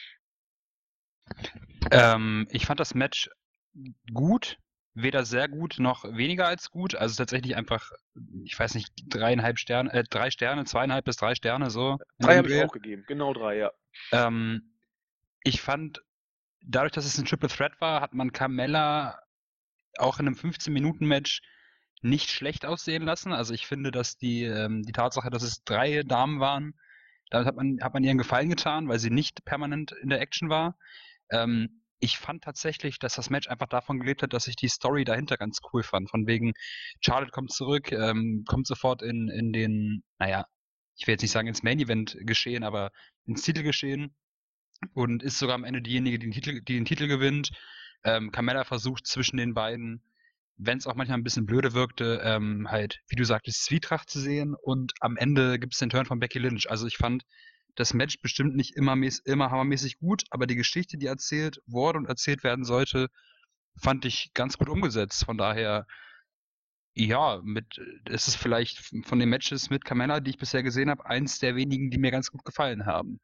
Ich fand das Match gut, weder sehr gut noch weniger als gut. Also tatsächlich einfach, ich weiß nicht, 3,5 Sterne, 3 Sterne, 2,5 bis 3 Sterne, so. 3 habe ich auch gegeben, genau 3, ja. Ich fand, dadurch, dass es ein Triple Threat war, hat man Carmella auch in einem 15-Minuten-Match nicht schlecht aussehen lassen. Also ich finde, dass die Tatsache, dass es 3 Damen waren, damit hat man ihren Gefallen getan, weil sie nicht permanent in der Action war. Ich fand tatsächlich, dass das Match einfach davon gelebt hat, dass ich die Story dahinter ganz cool fand. Von wegen, Charlotte kommt zurück, kommt sofort in den, naja, ich will jetzt nicht sagen ins Main-Event geschehen, aber ins Titelgeschehen und ist sogar am Ende diejenige, die den Titel gewinnt. Carmella versucht zwischen den beiden, wenn es auch manchmal ein bisschen blöde wirkte, halt, wie du sagtest, Zwietracht zu sehen und am Ende gibt es den Turn von Becky Lynch. Also ich fand das Match bestimmt nicht immer hammermäßig gut, aber die Geschichte, die erzählt wurde und erzählt werden sollte, fand ich ganz gut umgesetzt. Von daher, ja, es ist vielleicht von den Matches mit Carmella, die ich bisher gesehen habe, eins der wenigen, die mir ganz gut gefallen haben.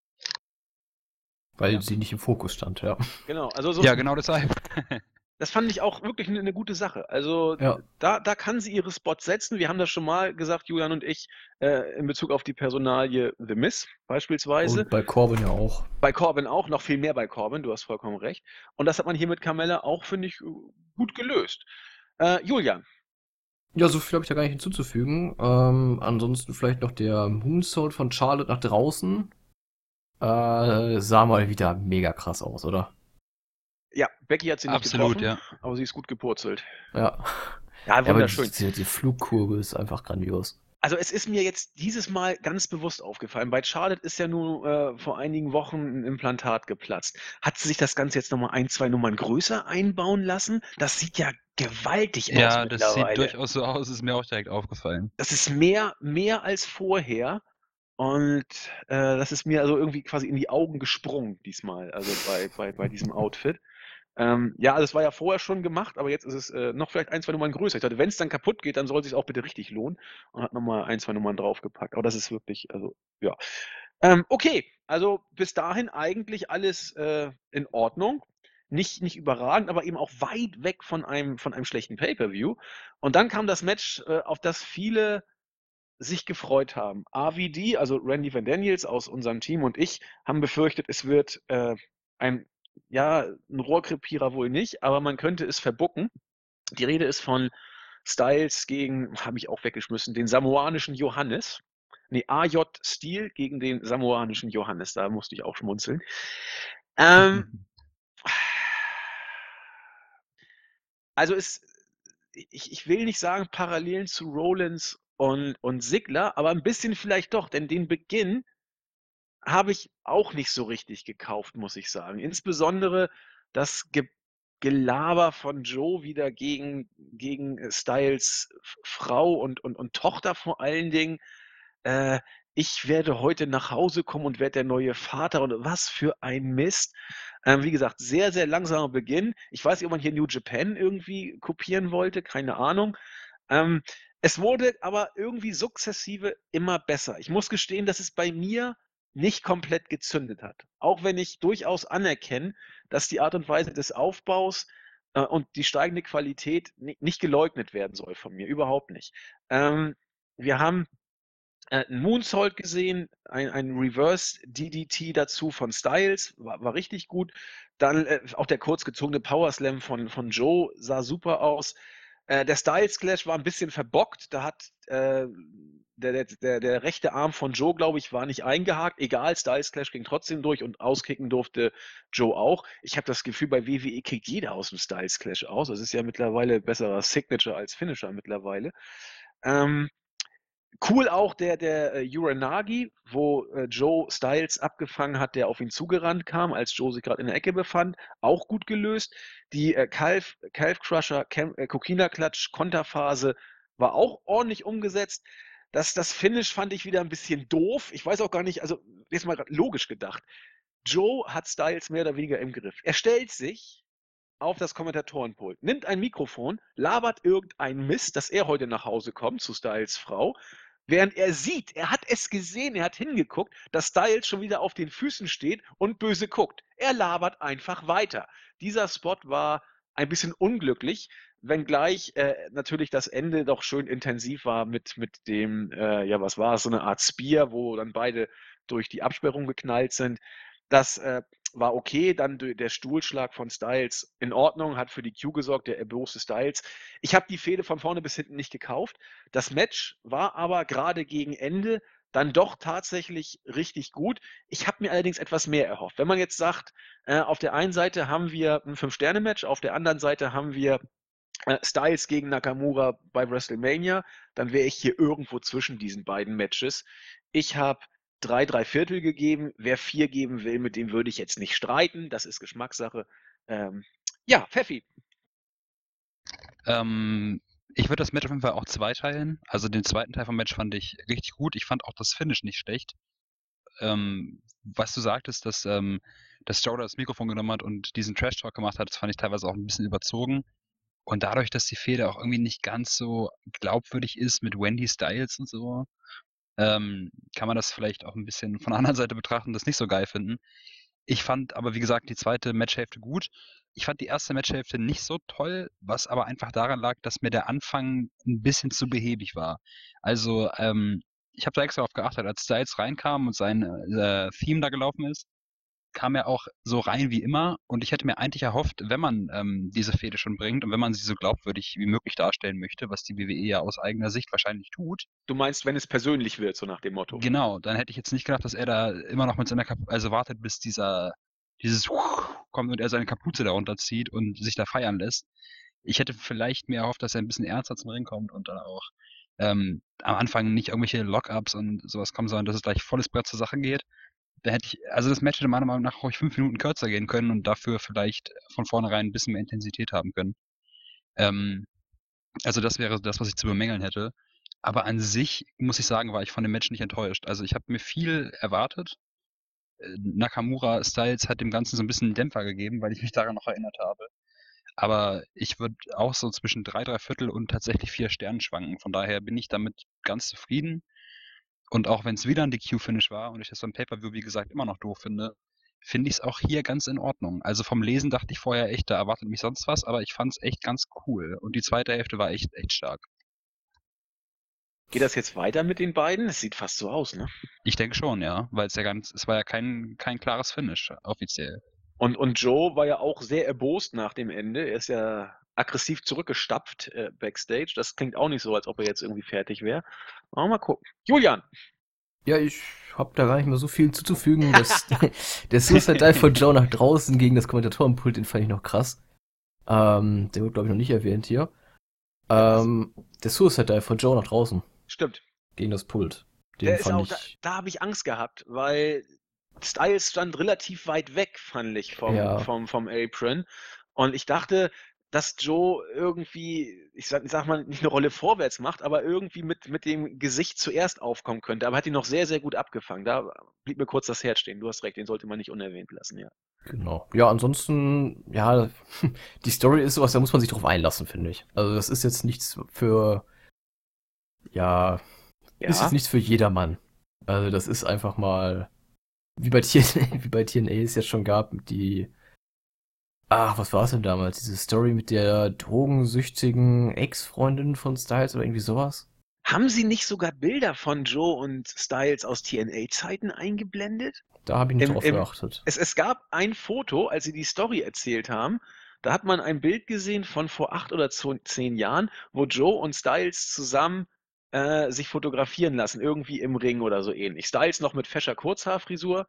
Weil sie nicht im Fokus stand, ja. Genau, also ja, genau deshalb. Das fand ich auch wirklich eine gute Sache. Also Ja. da kann sie ihre Spots setzen. Wir haben das schon mal gesagt, Julian und ich, in Bezug auf die Personalie The Miz beispielsweise. Und bei Corbin ja auch. Bei Corbin auch, noch viel mehr bei Corbin, du hast vollkommen recht. Und das hat man hier mit Carmella auch, finde ich, gut gelöst. Julian. Ja, so viel habe ich da gar nicht hinzuzufügen. Ansonsten vielleicht noch der Moonsault von Charlotte nach draußen. Sah mal wieder mega krass aus, oder? Ja, Becky hat sie nicht Absolut, getroffen, ja. aber sie ist gut gepurzelt. Ja. Ja, wunderschön. Aber die Flugkurve ist einfach grandios. Also, es ist mir jetzt dieses Mal ganz bewusst aufgefallen. Bei Charlotte ist ja nun, vor einigen Wochen 'n Implantat geplatzt. Hat sie sich das Ganze jetzt noch mal 1, 2 Nummern größer einbauen lassen? Das sieht ja gewaltig aus Ja, das sieht mittlerweile. durchaus so aus, ist mir auch direkt aufgefallen. Das ist mehr als vorher und, das ist mir also irgendwie quasi in die Augen gesprungen diesmal, also bei diesem Outfit. Ja, also es war ja vorher schon gemacht, aber jetzt ist es, noch vielleicht 1, 2 Nummern größer. Ich dachte, wenn's dann kaputt geht, dann soll sich's auch bitte richtig lohnen und hat noch mal 1, 2 Nummern draufgepackt. Aber das ist wirklich also, ja. Okay, also bis dahin eigentlich alles, in Ordnung. Nicht überragend, aber eben auch weit weg von einem schlechten Pay-per-View. Und dann kam das Match, auf das viele sich gefreut haben. RVD, also Randy Van Daniels aus unserem Team und ich haben befürchtet, es wird, ein ja, 'n Rohrkrepierer wohl nicht, aber man könnte es verbucken. Die Rede ist von Styles gegen habe ich auch weggeschmissen, den samoanischen Johannes. Ne, AJ Styles gegen den samoanischen Johannes, da musste ich auch schmunzeln. Ähm, also ich will nicht sagen Parallelen zu Rollins und Ziggler, aber 'n bisschen vielleicht doch, denn den Beginn habe ich auch nicht so richtig gekauft, muss ich sagen. Insbesondere das Gelaber von Joe wieder gegen Styles Frau und Tochter vor allen Dingen. Äh, „Ich werde heute nach Hause kommen und werde der neue Vater“ und was für ein Mist. Wie gesagt, sehr, sehr langsamer Beginn. Ich weiß nicht, ob man hier New Japan irgendwie kopieren wollte, keine Ahnung. Ähm, Es wurde aber irgendwie sukzessive immer besser. Ich muss gestehen, dass es bei mir nicht komplett gezündet hat. Auch wenn ich durchaus anerkenne, dass die Art und Weise des Aufbaus, und die steigende Qualität nicht geleugnet werden soll von mir, überhaupt nicht. Wir haben 'n Moonsault gesehen, ein Reverse DDT dazu von Styles, war richtig gut. Dann, auch der kurz gezogene Powerslam von Joe sah super aus. Der Styles Clash war 'n bisschen verbockt. Da hat, der rechte Arm von Joe, glaube ich, war nicht eingehakt. Egal, Styles Clash ging trotzdem durch und auskicken durfte Joe auch. Ich habe das Gefühl, bei WWE kickt jeder aus'm Styles Clash aus. Das ist ja mittlerweile besserer Signature als Finisher mittlerweile. Ähm Cool auch der Uranagi, wo, Joe Styles abgefangen hat, der auf ihn zugerannt kam, als Joe sich grad in der Ecke befand. Auch gut gelöst. Die, Calf Crusher, Coquina Clutch Konterphase war auch ordentlich umgesetzt. Das Finish fand ich wieder 'n bisschen doof. Ich weiß auch gar nicht also, jetzt mal grad logisch gedacht. Joe hat Styles mehr oder weniger im Griff. Er stellt sich auf das Kommentatorenpult, nimmt ein Mikrofon, labert irgendeinen Mist, dass er heute nach Hause kommt zu Styles Frau, während er sieht, er hat es gesehen, er hat hingeguckt, dass Styles schon wieder auf den Füßen steht und böse guckt. Er labert einfach weiter. Dieser Spot war ein bisschen unglücklich, wenngleich natürlich das Ende doch schön intensiv war mit dem, ja, was war es, so eine Art Spear, wo dann beide durch die Absperrung geknallt sind. Das war okay. Dann der Stuhlschlag von Styles in Ordnung, hat für die Q gesorgt, der erboste Styles. Ich habe die Fehde von vorne bis hinten nicht gekauft. Das Match war aber gerade gegen Ende dann doch tatsächlich richtig gut. Ich habe mir allerdings etwas mehr erhofft. Wenn man jetzt sagt, auf der einen Seite haben wir ein 5-Sterne-Match, auf der anderen Seite haben wir Styles gegen Nakamura bei WrestleMania, dann wäre ich hier irgendwo zwischen diesen beiden Matches. Ich habe 3 3/4 gegeben. Wer 4 geben will, mit dem würde ich jetzt nicht streiten. Das ist Geschmackssache. Ähm, ja, Pfeffi. Ich würde das Match auf jeden Fall auch zweiteilen. Also den zweiten Teil vom Match fand ich richtig gut. Ich fand auch das Finish nicht schlecht. Was du sagtest, dass Joe das Mikrofon genommen hat und diesen Trash-Talk gemacht hat, das fand ich teilweise auch ein bisschen überzogen. Und dadurch, dass die Fehde auch irgendwie nicht ganz so glaubwürdig ist mit Wendy Styles und so, kann man das vielleicht auch ein bisschen von der anderen Seite betrachten, das nicht so geil finden. Ich fand aber, wie gesagt, die zweite Matchhälfte gut. Ich fand die erste Matchhälfte nicht so toll, was aber einfach daran lag, dass mir der Anfang ein bisschen zu behäbig war. Also, ich habe da extra darauf geachtet, als Styles reinkam und sein, Theme da gelaufen ist, kam er auch so rein wie immer und ich hätte mir eigentlich erhofft, wenn man, diese Fehde schon bringt und wenn man sie so glaubwürdig wie möglich darstellen möchte, was die WWE ja aus eigener Sicht wahrscheinlich tut, Du meinst, wenn es persönlich wird, so nach dem Motto. genau, dann hätte ich jetzt nicht gedacht, dass er da immer noch mit seiner also wartet, bis dieses kommt und er seine Kapuze da runterzieht und sich da feiern lässt. Ich hätte vielleicht mir erhofft, dass er ein bisschen ernster zum Ring kommt und dann auch am Anfang nicht irgendwelche Lockups und sowas kommen, sondern dass es gleich volles Brett zur Sache geht. Also das Match hätte meiner Meinung nach ruhig 5 Minuten kürzer gehen können und dafür vielleicht von vornherein ein bisschen mehr Intensität haben können. Also das wäre das, was ich zu bemängeln hätte. Aber an sich, muss ich sagen, war ich von dem Match nicht enttäuscht. Also ich habe mir viel erwartet. Nakamura Styles hat dem Ganzen so ein bisschen einen Dämpfer gegeben, weil ich mich daran noch erinnert habe. Aber ich würde auch so zwischen 3 Viertel und tatsächlich 4 Sternen schwanken. Von daher bin ich damit ganz zufrieden. Und auch wenn es wieder ein DQ-Finish war und ich das beim Pay-Per-View, wie gesagt, immer noch doof finde ich es auch hier ganz in Ordnung. Also vom Lesen dachte ich vorher echt, da erwartet mich sonst was, aber ich fand es echt ganz cool. Und die zweite Hälfte war echt stark. Geht das jetzt weiter mit den beiden? Es sieht fast so aus, ne? Ich denke schon, ja, weil es war ja kein klares Finish, offiziell. Und Joe war ja auch sehr erbost nach dem Ende. Er ist ja aggressiv zurückgestapft backstage. Das klingt auch nicht so, als ob er jetzt irgendwie fertig wäre. Mal gucken. Julian! Ja, ich habe da gar nicht mehr so viel zuzufügen. Der Suicide Dive von Joe nach draußen gegen das Kommentatorenpult, den fand ich noch krass. Der wird, glaube ich, noch nicht erwähnt hier. Der Suicide Dive von Joe nach draußen. Stimmt. Gegen das Pult. Der ist auch, da habe ich Angst gehabt, weil Styles stand relativ weit weg, fand ich, vom Apron. Und ich dachte, dass Joe irgendwie, ich sag mal, nicht eine Rolle vorwärts macht, aber irgendwie mit dem Gesicht zuerst aufkommen könnte. Aber hat ihn noch sehr, sehr gut abgefangen. Da blieb mir kurz das Herz stehen. Du hast recht, den sollte man nicht unerwähnt lassen, ja. Genau. Ja, ansonsten, ja, die Story ist sowas, da muss man sich drauf einlassen, finde ich. Also das ist jetzt nichts für, ist jetzt nichts für jedermann. Also das ist einfach mal, wie bei TNA es jetzt schon gab, was war es denn damals? Diese Story mit der drogensüchtigen Ex-Freundin von Styles oder irgendwie sowas? Haben sie nicht sogar Bilder von Joe und Styles aus TNA-Zeiten eingeblendet? Da habe ich nicht drauf geachtet. Es gab ein Foto, als sie die Story erzählt haben. Da hat man ein Bild gesehen von vor 8 oder 10 Jahren, wo Joe und Styles zusammen sich fotografieren lassen, irgendwie im Ring oder so ähnlich. Styles noch mit fescher Kurzhaarfrisur,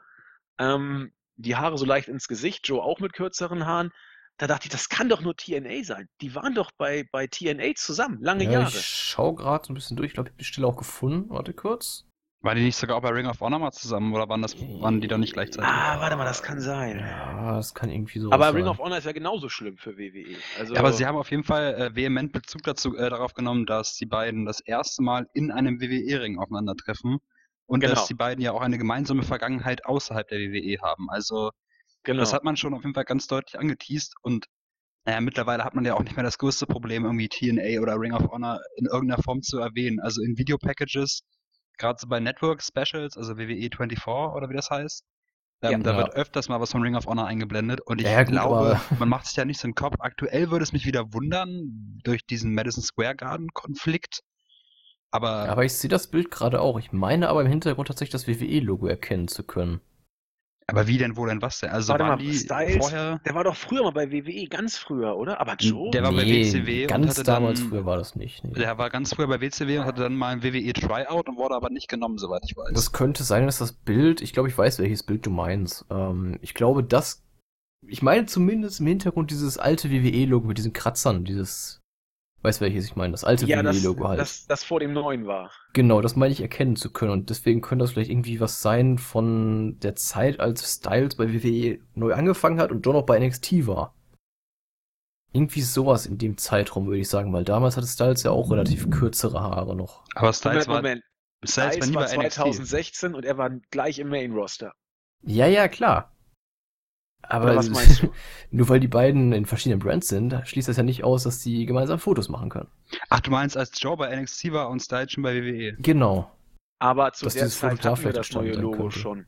die Haare so leicht ins Gesicht, Joe auch mit kürzeren Haaren. Da dachte ich, das kann doch nur TNA sein. Die waren doch bei TNA zusammen, lange Jahre. Ich schaue gerade so ein bisschen durch. Ich glaube, ich habe die Stelle auch gefunden. Warte kurz. Waren die nicht sogar auch bei Ring of Honor mal zusammen oder waren die da nicht gleichzeitig? Warte mal, das kann sein. Ja, das kann irgendwie so Aber sein. Ring of Honor ist ja genauso schlimm für WWE. Ja, aber sie haben auf jeden Fall vehement Bezug darauf genommen, dass die beiden das erste Mal in einem WWE-Ring aufeinandertreffen und dass die beiden ja auch eine gemeinsame Vergangenheit außerhalb der WWE haben. Also das hat man schon auf jeden Fall ganz deutlich angeteast und mittlerweile hat man ja auch nicht mehr das größte Problem, irgendwie TNA oder Ring of Honor in irgendeiner Form zu erwähnen. Also in Videopackages, gerade so bei Network Specials, also WWE 24 oder wie das heißt, da wird öfters mal was von Ring of Honor eingeblendet und ich glaube, man macht sich ja nicht so einen Kopf. Aktuell würde es mich wieder wundern, durch diesen Madison Square Garden Konflikt. Aber ich sehe das Bild gerade auch. Ich meine aber im Hintergrund tatsächlich das WWE-Logo erkennen zu können. Aber wie denn, wo denn, was denn? Also warte waren mal, die Styles, vorher... Der war doch früher mal bei WWE, ganz früher, oder? Aber Joe? Der war bei WCW ganz und hatte damals dann... früher war das nicht. Nee. Der war ganz früher bei WCW und hatte dann mal ein WWE-Tryout und wurde aber nicht genommen, soweit ich weiß. Das könnte sein, dass das Bild, ich glaube, ich weiß, welches Bild du meinst. Ich glaube, ich meine zumindest im Hintergrund dieses alte WWE-Logo mit diesen Kratzern, weißt welches ich meine, das alte WWE-Logo halt. Das vor dem neuen war. Genau, das meine ich erkennen zu können und deswegen könnte das vielleicht irgendwie was sein von der Zeit, als Styles bei WWE neu angefangen hat und John noch bei NXT war. Irgendwie sowas in dem Zeitraum, würde ich sagen, weil damals hatte Styles ja auch relativ kürzere Haare noch. Aber Styles war nie bei 2016 NXT. Und er war gleich im Main-Roster. Ja, klar. Aber was meinst du? Nur weil die beiden in verschiedenen Brands sind, schließt das ja nicht aus, dass die gemeinsam Fotos machen können. Ach, du meinst, als Joe bei NXT war und Styles schon bei WWE? Genau. Aber zu der Zeit hatten wir das neue Logo schon.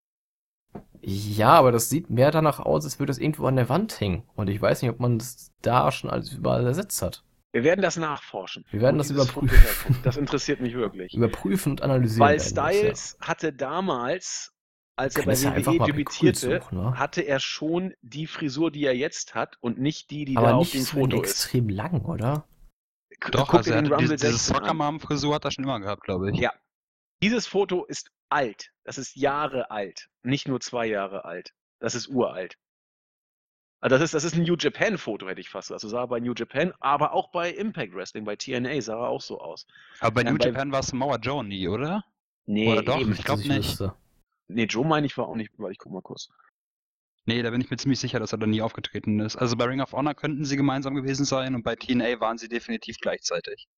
Ja, aber das sieht mehr danach aus, als würde das irgendwo an der Wand hängen. Und ich weiß nicht, ob man das da schon alles überall ersetzt hat. Wir werden das nachforschen. Wir werden das überprüfen. Das interessiert mich wirklich. Überprüfen und analysieren. Weil Styles hatte damals, als er bei WWE debütierte, hatte er schon die Frisur, die er jetzt hat und nicht die aber da auf dem so Foto ist. Extrem lang, oder? Doch, also er hatte diese Soccer-Mom-Frisur hat er schon immer gehabt, glaube ich. Ja. Dieses Foto ist alt. Das ist Jahre alt. Nicht nur 2 Jahre alt. Das ist uralt. Das ist ein New Japan-Foto, hätte ich fast gesagt. So sah er bei New Japan, aber auch bei Impact Wrestling, bei TNA sah er auch so aus. Aber bei New Bei, Japan war Samoa Joe nie, oder? nee, Oder doch? eben. Ich glaube nicht. Nee, Joe meine ich war auch nicht, weil ich guck mal kurz. Nee, da bin ich mir ziemlich sicher, dass er da nie aufgetreten ist. Also bei Ring of Honor könnten sie gemeinsam gewesen sein und bei TNA waren sie definitiv gleichzeitig.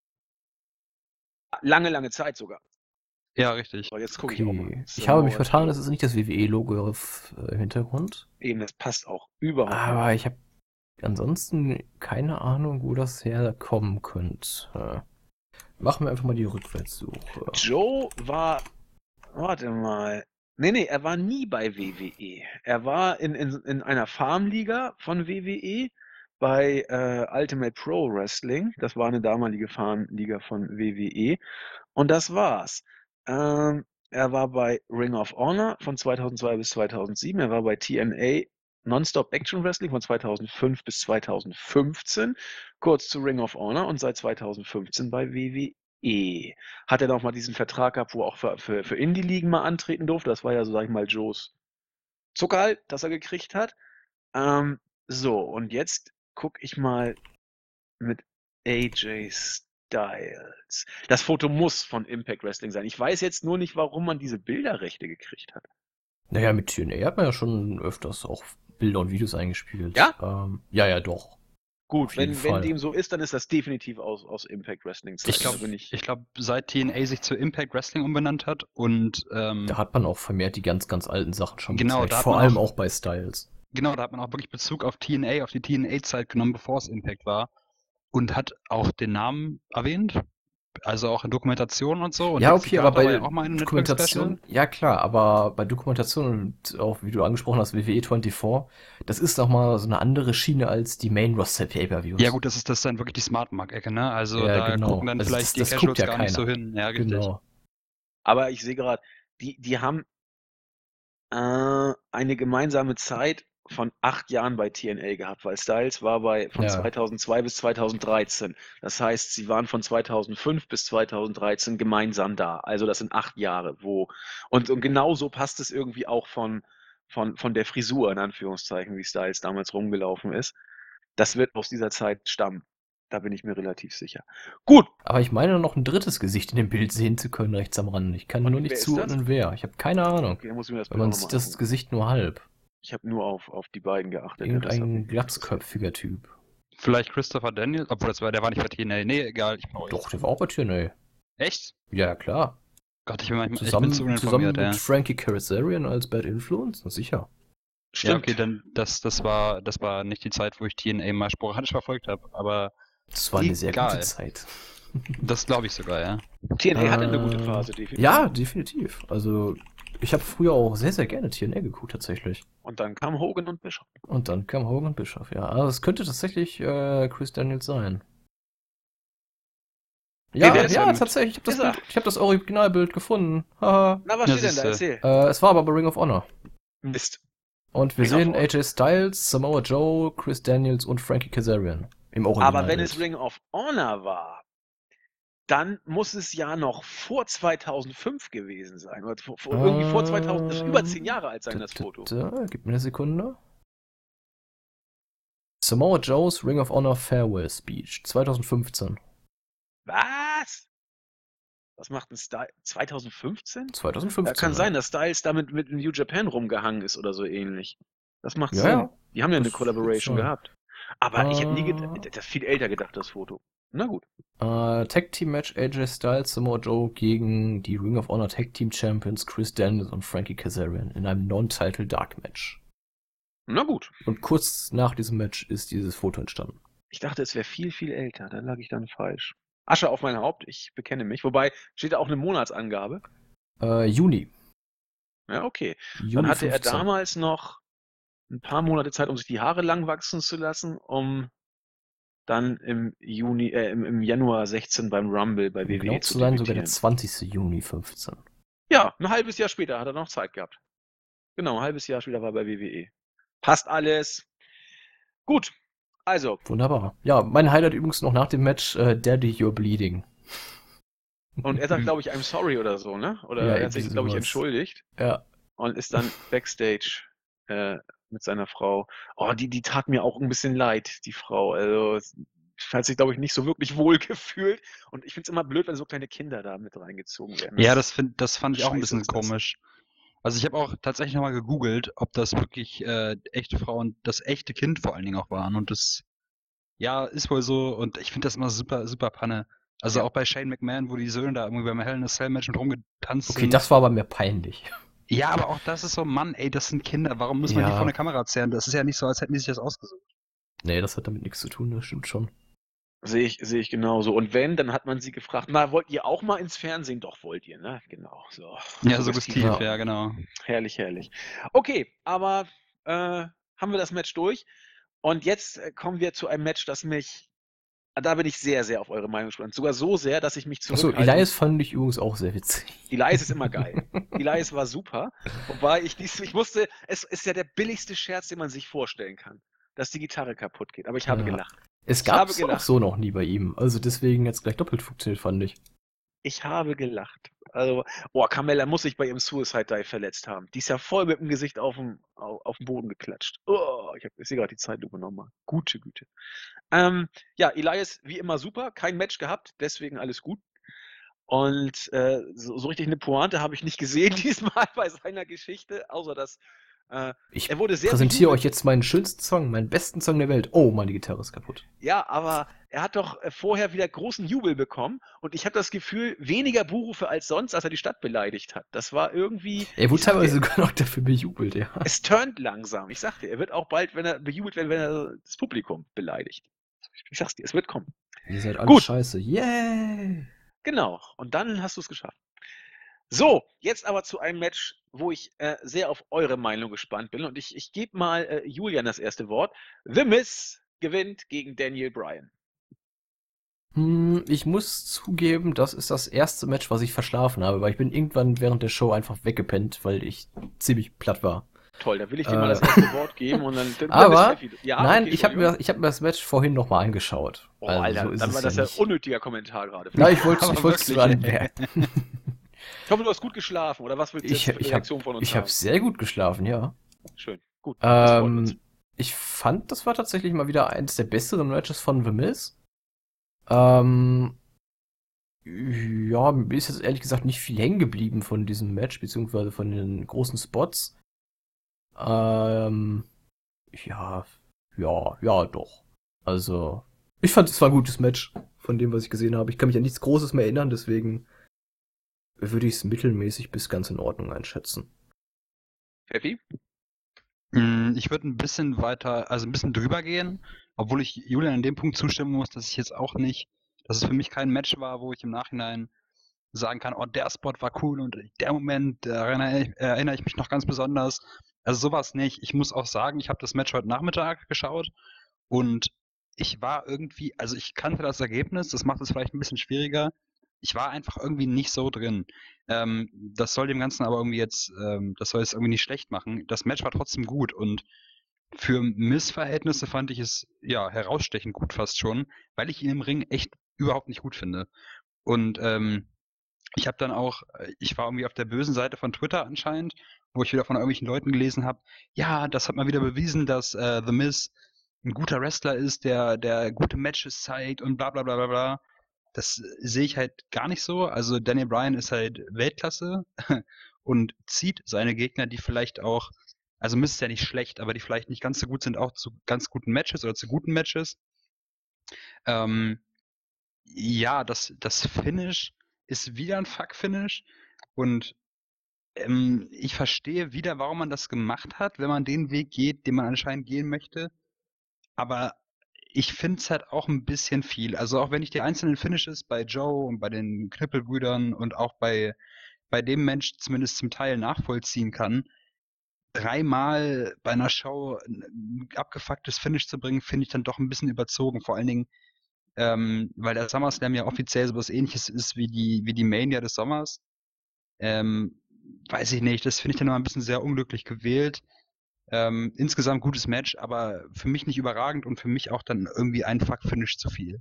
Lange, lange Zeit sogar. Ja, richtig. So, jetzt gucke ich auch mal. Okay. Ich habe mich vertan, das ist nicht das WWE-Logo im Hintergrund. Eben, das passt auch überhaupt nicht. Aber ich habe ansonsten keine Ahnung, wo das herkommen könnte. Machen wir einfach mal die Rückwärtssuche. Joe war, warte mal. Nee, er war nie bei WWE. Er war in einer Farmliga von WWE bei Ultimate Pro Wrestling. Das war eine damalige Farmliga von WWE. Und das war's. Er war bei Ring of Honor von 2002 bis 2007. Er war bei TNA Nonstop Action Wrestling von 2005 bis 2015. Kurz zu Ring of Honor und seit 2015 bei WWE. Hat er noch mal diesen Vertrag gehabt, wo er auch für Indie-Ligen mal antreten durfte. Das war ja so, sag ich mal, Joes Zuckerhalt, das er gekriegt hat. So, und jetzt gucke ich mal mit AJ Styles. Das Foto muss von Impact Wrestling sein. Ich weiß jetzt nur nicht, warum man diese Bilderrechte gekriegt hat. Naja, mit TNA hat man ja schon öfters auch Bilder und Videos eingespielt. Ja? Ja, doch. Gut, wenn dem so ist, dann ist das definitiv aus Impact Wrestling Zeit. Ich glaube, seit TNA sich zu Impact Wrestling umbenannt hat und da hat man auch vermehrt die ganz, ganz alten Sachen schon genau, gezeigt. Vor allem auch bei Styles. Genau, da hat man auch wirklich Bezug auf TNA, auf die TNA-Zeit genommen, bevor es Impact war. Und hat auch den Namen erwähnt. Also auch in Dokumentationen und so. Und ja, okay, aber bei auch mal Dokumentation, ja klar, aber bei Dokumentation und auch, wie du angesprochen hast, WWE 24, das ist doch mal so eine andere Schiene als die Main-Roster-Pay-Per-Views. Ja gut, das ist dann wirklich die Smart-Mark-Ecke, ne? Also ja, da genau. gucken dann also vielleicht das die Casuals ja gar nicht so hin. Ja, richtig. Genau. Aber ich sehe gerade, die haben eine gemeinsame Zeit von 8 Jahren bei TNA gehabt, weil Styles war von 2002 bis 2013. Das heißt, sie waren von 2005 bis 2013 gemeinsam da. Also das sind 8 Jahre, und genauso passt es irgendwie auch von der Frisur, in Anführungszeichen, wie Styles damals rumgelaufen ist. Das wird aus dieser Zeit stammen. Da bin ich mir relativ sicher. Gut. Aber ich meine noch ein drittes Gesicht in dem Bild sehen zu können, rechts am Rand. Ich kann nur nicht zuordnen, wer. Ich habe keine Ahnung. Okay, dann muss ich mir das weil man sieht das Gesicht nur halb. Ich habe nur auf die beiden geachtet. Irgendein glatzköpfiger Typ. Vielleicht Christopher Daniels, obwohl der war nicht bei TNA. Nee, egal. Doch, der war auch bei TNA. Echt? Ja, klar. Gott, ich bin manchmal zusammen mit Frankie Kazarian als Bad Influence? Na sicher. Stimmt. Ja, okay, dann das war nicht die Zeit, wo ich TNA mal sporadisch verfolgt habe, aber das war eine sehr gute Zeit. Das glaube ich sogar, ja. TNA hatte eine gute Phase, definitiv. Ja, definitiv. Also, ich habe früher auch sehr, sehr gerne TNA geguckt, tatsächlich. Und dann kam Hogan und Bischof. Ja. Also, es könnte tatsächlich Chris Daniels sein. Ja, tatsächlich. Ich habe das Originalbild gefunden. Haha. Na, was steht denn da? Erzähl. Es war aber bei Ring of Honor. Mist. Und wir sehen AJ Styles, Samoa Joe, Chris Daniels und Frankie Kazarian im Originalbild. Aber wenn es Ring of Honor war, dann muss es ja noch vor 2005 gewesen sein. Oder irgendwie vor 2000, das ist über 10 Jahre alt sein, das Foto. Gib mir eine Sekunde. Samoa Joe's Ring of Honor Farewell Speech, 2015. Was? Was macht ein Styles? 2015? 2015. Da kann sein, dass Styles damit mit New Japan rumgehangen ist oder so ähnlich. Das macht Sinn. Ja. Die haben ja eine Collaboration gehabt. Aber ich hätte nie gedacht, das ist viel älter gedacht, das Foto. Na gut. Tag Team Match AJ Styles, Samoa Joe gegen die Ring of Honor Tag Team Champions Chris Daniels und Frankie Kazarian in einem Non-Title Dark Match. Na gut. Und kurz nach diesem Match ist dieses Foto entstanden. Ich dachte, es wäre viel, viel älter. Da lag ich dann falsch. Asche auf mein Haupt, ich bekenne mich. Wobei, steht da auch eine Monatsangabe? Juni. Ja, okay. Juni dann hatte 15. er damals noch ein paar Monate Zeit, um sich die Haare lang wachsen zu lassen, um dann im Januar 16 beim Rumble bei WWE genau zu sein, sogar der 20. Juni 15. Ja, ein halbes Jahr später hat er noch Zeit gehabt. Genau, ein halbes Jahr später war er bei WWE. Passt alles. Gut, also. Wunderbar. Ja, mein Highlight übrigens noch nach dem Match, Daddy, you're bleeding. Und er sagt, glaube ich, I'm sorry oder so, ne? Oder ja, er hat sich, glaube ich, entschuldigt. Ja. Und ist dann Backstage mit seiner Frau. Oh, die tat mir auch ein bisschen leid, die Frau. Also, hat sich, glaube ich, nicht so wirklich wohl gefühlt. Und ich finde es immer blöd, wenn so kleine Kinder da mit reingezogen werden. Ja, das fand ich auch ein Scheiße bisschen ist das. komisch. Also ich habe auch tatsächlich nochmal gegoogelt, ob das wirklich echte Frauen, das echte Kind vor allen Dingen auch waren. Und das, ja, ist wohl so. Und ich finde das immer super, super Panne. Also Ja. auch bei Shane McMahon, wo die Söhne da irgendwie beim Hell in a Cell Match mit rumgetanzt Okay, sind. das war aber mehr peinlich. Ja, aber auch das ist so, Mann, ey, das sind Kinder. Warum muss man die Ja. vor eine Kamera zerren? Das ist ja nicht so, als hätten die sich das ausgesucht. Nee, das hat damit nichts zu tun, das stimmt schon. Sehe ich genauso. Und wenn, dann hat man sie gefragt, na, wollt ihr auch mal ins Fernsehen? Doch, wollt ihr, ne? Genau, so. Ja, suggestiv, Ja. ja, genau. Herrlich, herrlich. Okay, aber haben wir das Match durch. Und jetzt kommen wir zu einem Match, das mich, da bin ich sehr, sehr auf eure Meinung gespannt. Sogar so sehr, dass ich mich Achso, zurückhalte. Elias fand ich übrigens auch sehr witzig. Elias ist immer geil. Elias war super. Wobei ich wusste, es ist ja der billigste Scherz, den man sich vorstellen kann, dass die Gitarre kaputt geht. Aber ich habe Ja. gelacht. Es Ich gab habe es auch gelacht. so noch nie bei ihm. Also deswegen jetzt gleich doppelt funktioniert, fand ich. Ich habe gelacht. Also, Carmella muss sich bei ihrem Suicide Dive verletzt haben. Die ist ja voll mit dem Gesicht auf den Boden geklatscht. Oh, ich sehe gerade die Zeitlupe nochmal. Gute Güte. Ja, Elias wie immer super. Kein Match gehabt, deswegen alles gut. Und so richtig eine Pointe habe ich nicht gesehen diesmal bei seiner Geschichte, außer dass Ich er wurde sehr präsentiere bejubelt. euch jetzt meinen schönsten Song, meinen besten Song der Welt. Oh, meine Gitarre ist kaputt. Ja, aber er hat doch vorher wieder großen Jubel bekommen und ich habe das Gefühl, weniger Buhrufe als sonst, als er die Stadt beleidigt hat. Das war irgendwie. Er wurde ich sag dir, teilweise sogar noch dafür bejubelt, ja. es turnt langsam. Ich sag dir, er wird auch bald, wenn er bejubelt wird, wenn er das Publikum beleidigt. Ich sag's dir, es wird kommen. Ihr seid alle Gut. scheiße. Yay! Genau. Und dann hast du es geschafft. So, jetzt aber zu einem Match, wo ich sehr auf eure Meinung gespannt bin. Und ich gebe mal Julian das erste Wort. The Miz gewinnt gegen Daniel Bryan. Ich muss zugeben, das ist das erste Match, was ich verschlafen habe, weil ich bin irgendwann während der Show einfach weggepennt, weil ich ziemlich platt war. Toll, da will ich dir mal das erste Wort geben und dann Aber, bist du ja, nein, okay, ich habe mir das Match vorhin nochmal angeschaut. Oh, Also, Alter, so ist dann es war das ja nicht. unnötiger Kommentar gerade. Nein, ich wollte Aber es wirklich, nur anmerken. Ich hoffe, du hast gut geschlafen, oder was willst du jetzt für Reaktion von uns Ich habe haben? sehr gut geschlafen, ja. Schön, gut. Das freut uns. Ich fand, das war tatsächlich mal wieder eines der besseren Matches von The Miz. Ja, mir ist jetzt ehrlich gesagt nicht viel hängen geblieben von diesem Match, beziehungsweise von den großen Spots. Ja, doch. Also, ich fand, es war ein gutes Match von dem, was ich gesehen habe. Ich kann mich an nichts Großes mehr erinnern, deswegen würde ich es mittelmäßig bis ganz in Ordnung einschätzen. Happy? Ich würde ein bisschen weiter, also ein bisschen drüber gehen, obwohl ich Julian an dem Punkt zustimmen muss, dass ich jetzt auch nicht, dass es für mich kein Match war, wo ich im Nachhinein sagen kann, oh, der Spot war cool und der Moment, daran erinnere ich mich noch ganz besonders. Also sowas nicht. Ich muss auch sagen, ich habe das Match heute Nachmittag geschaut und ich war irgendwie, also ich kannte das Ergebnis, das macht es vielleicht ein bisschen schwieriger. Ich war einfach irgendwie nicht so drin. Das soll dem Ganzen aber irgendwie jetzt, das soll es irgendwie nicht schlecht machen. Das Match war trotzdem gut und für Missverhältnisse fand ich es ja herausstechend gut fast schon, weil ich ihn im Ring echt überhaupt nicht gut finde. Und ich habe dann auch, ich war irgendwie auf der bösen Seite von Twitter anscheinend, wo ich wieder von irgendwelchen Leuten gelesen habe, ja, das hat mal wieder bewiesen, dass The Miz ein guter Wrestler ist, der gute Matches zeigt und bla bla bla bla bla. Das sehe ich halt gar nicht so. Also Daniel Bryan ist halt Weltklasse und zieht seine Gegner, die vielleicht auch, also Miz ist ja nicht schlecht, aber die vielleicht nicht ganz so gut sind, auch zu ganz guten Matches oder zu guten Matches. Ja, das Finish ist wieder ein Fuck-Finish und ich verstehe wieder, warum man das gemacht hat, wenn man den Weg geht, den man anscheinend gehen möchte. Aber ich finde es halt auch ein bisschen viel. Also auch wenn ich die einzelnen Finishes bei Joe und bei den Knüppelbrüdern und auch bei dem Mensch zumindest zum Teil nachvollziehen kann, dreimal bei einer Show ein abgefucktes Finish zu bringen, finde ich dann doch ein bisschen überzogen. Vor allen Dingen, weil der SummerSlam ja offiziell sowas ähnliches ist wie die Mania des Sommers. Weiß ich nicht, das finde ich dann immer ein bisschen sehr unglücklich gewählt. Insgesamt gutes Match, aber für mich nicht überragend und für mich auch dann irgendwie ein Fuck-Finish zu viel.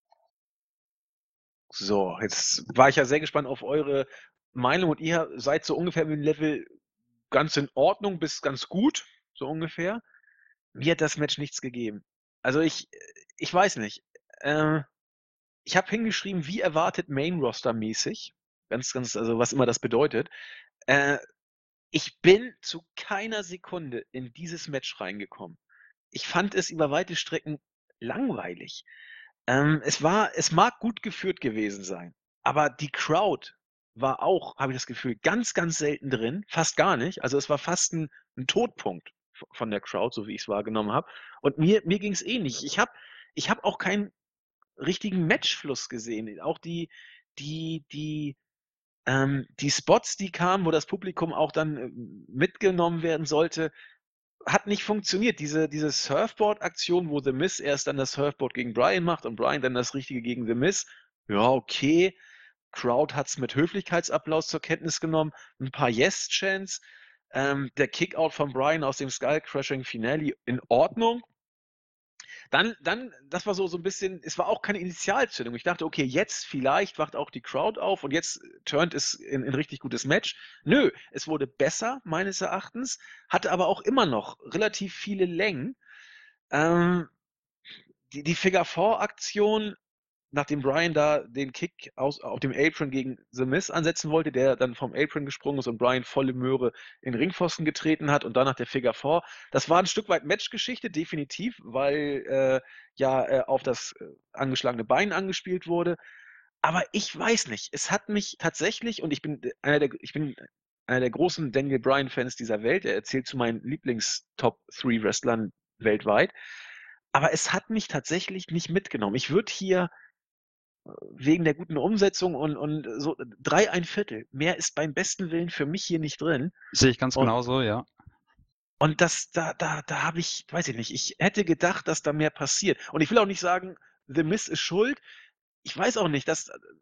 So, jetzt war ich ja sehr gespannt auf eure Meinung und ihr seid so ungefähr mit dem Level ganz in Ordnung bis ganz gut. so ungefähr. Mir hat das Match nichts gegeben. Also ich weiß nicht. Ich habe hingeschrieben, wie erwartet Main-Roster-mäßig. Also was immer das bedeutet. Äh, Ich bin zu keiner Sekunde in dieses Match reingekommen. Ich fand es über weite Strecken langweilig. Es mag gut geführt gewesen sein, aber die Crowd war auch, habe ich das Gefühl, ganz, ganz selten drin, fast gar nicht. Also es war fast ein Todpunkt von der Crowd, so wie ich es wahrgenommen habe. Und mir ging es ähnlich. Ich hab auch keinen richtigen Matchfluss gesehen. Auch die Spots, die kamen, wo das Publikum auch dann mitgenommen werden sollte, hat nicht funktioniert. Diese Surfboard-Aktion, wo The Miz erst dann das Surfboard gegen Bryan macht und Bryan dann das Richtige gegen The Miz. Ja, okay. Crowd hat's mit Höflichkeitsapplaus zur Kenntnis genommen. Ein paar Yes-Chants. Der Kickout von Bryan aus dem Skull-Crushing Finale in Ordnung. Dann, das war so ein bisschen, es war auch keine Initialzündung. Ich dachte, okay, jetzt vielleicht wacht auch die Crowd auf und jetzt turnt es in richtig gutes Match. Nö, es wurde besser, meines Erachtens, hatte aber auch immer noch relativ viele Längen. Die Figure-4-Aktion, nachdem Bryan da den Kick auf dem Apron gegen The Miz ansetzen wollte, der dann vom Apron gesprungen ist und Bryan volle Möhre in den Ringpfosten getreten hat und danach der Figure 4. Das war ein Stück weit Matchgeschichte, definitiv, weil auf das angeschlagene Bein angespielt wurde. Aber ich weiß nicht, es hat mich tatsächlich, und ich bin einer der großen Daniel Bryan-Fans dieser Welt, er erzählt zu meinen Lieblings-Top-3-Wrestlern weltweit, aber es hat mich tatsächlich nicht mitgenommen. Ich würde hier wegen der guten Umsetzung und so 3 1/4. Mehr ist beim besten Willen für mich hier nicht drin. Sehe ich ganz Und, genauso, ja. und da habe ich, weiß ich nicht, ich hätte gedacht, dass da mehr passiert. Und ich will auch nicht sagen, The Miz ist schuld. Ich weiß auch nicht,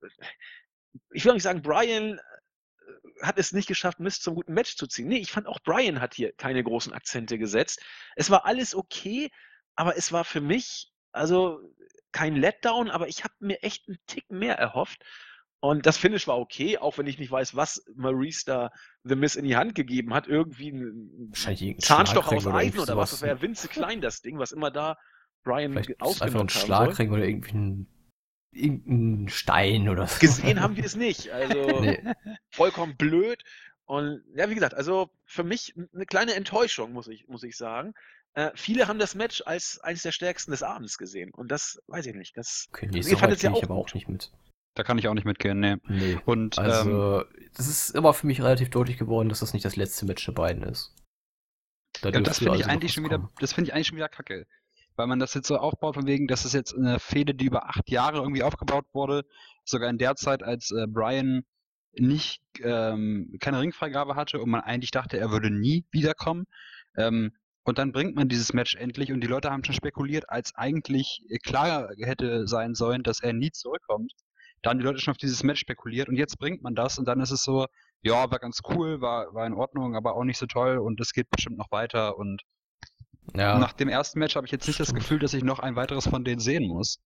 ich will auch nicht sagen, Bryan hat es nicht geschafft, Miz zum guten Match zu ziehen. Nee, ich fand auch Bryan hat hier keine großen Akzente gesetzt. Es war alles okay, aber es war für mich, also kein Letdown, aber ich habe mir echt einen Tick mehr erhofft. Und das Finish war okay, auch wenn ich nicht weiß, was Maurice da The Miz in die Hand gegeben hat. Irgendwie ein Wahrscheinlich irgendein Zahnstocher Schlagring aus oder Eisen irgendwie oder was. sowas. Das war ja winzig klein, das Ding, was immer da Bryan Vielleicht ist es einfach ein ausgenockt haben soll. Schlagring oder irgendwie irgendein Stein oder so. Gesehen haben wir es nicht. Also Nee. vollkommen blöd. Und ja, wie gesagt, also für mich eine kleine Enttäuschung, muss ich sagen. Viele haben das Match als eines der stärksten des Abends gesehen. Und das weiß ich nicht. Okay, nee, ihr so fandet weit es ja gehe ich auch aber gut. auch nicht mit. Da kann ich auch nicht mitgehen, nee. Nee. Und Also, das ist immer für mich relativ deutlich geworden, dass das nicht das letzte Match der beiden ist. das finde ich eigentlich schon wieder kacke. Weil man das jetzt so aufbaut, von wegen, das ist jetzt eine Fehde, die über 8 Jahre irgendwie aufgebaut wurde. Sogar in der Zeit, als Bryan nicht keine Ringfreigabe hatte und man eigentlich dachte, er würde nie wiederkommen. Und dann bringt man dieses Match endlich und die Leute haben schon spekuliert, als eigentlich klar hätte sein sollen, dass er nie zurückkommt. Da haben die Leute schon auf dieses Match spekuliert und jetzt bringt man das und dann ist es so, ja, war ganz cool, war in Ordnung, aber auch nicht so toll und es geht bestimmt noch weiter und Ja, nach dem ersten Match habe ich jetzt nicht das stimmt. Gefühl, dass ich noch ein weiteres von denen sehen muss.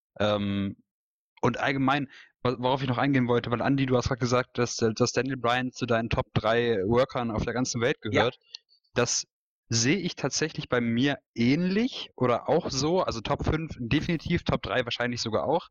Und allgemein, worauf ich noch eingehen wollte, weil Andi, du hast gerade gesagt, dass Daniel Bryan zu deinen Top 3 Workern auf der ganzen Welt gehört. Ja. Das sehe ich tatsächlich bei mir ähnlich oder auch so. Also Top 5 definitiv, Top 3 wahrscheinlich sogar auch.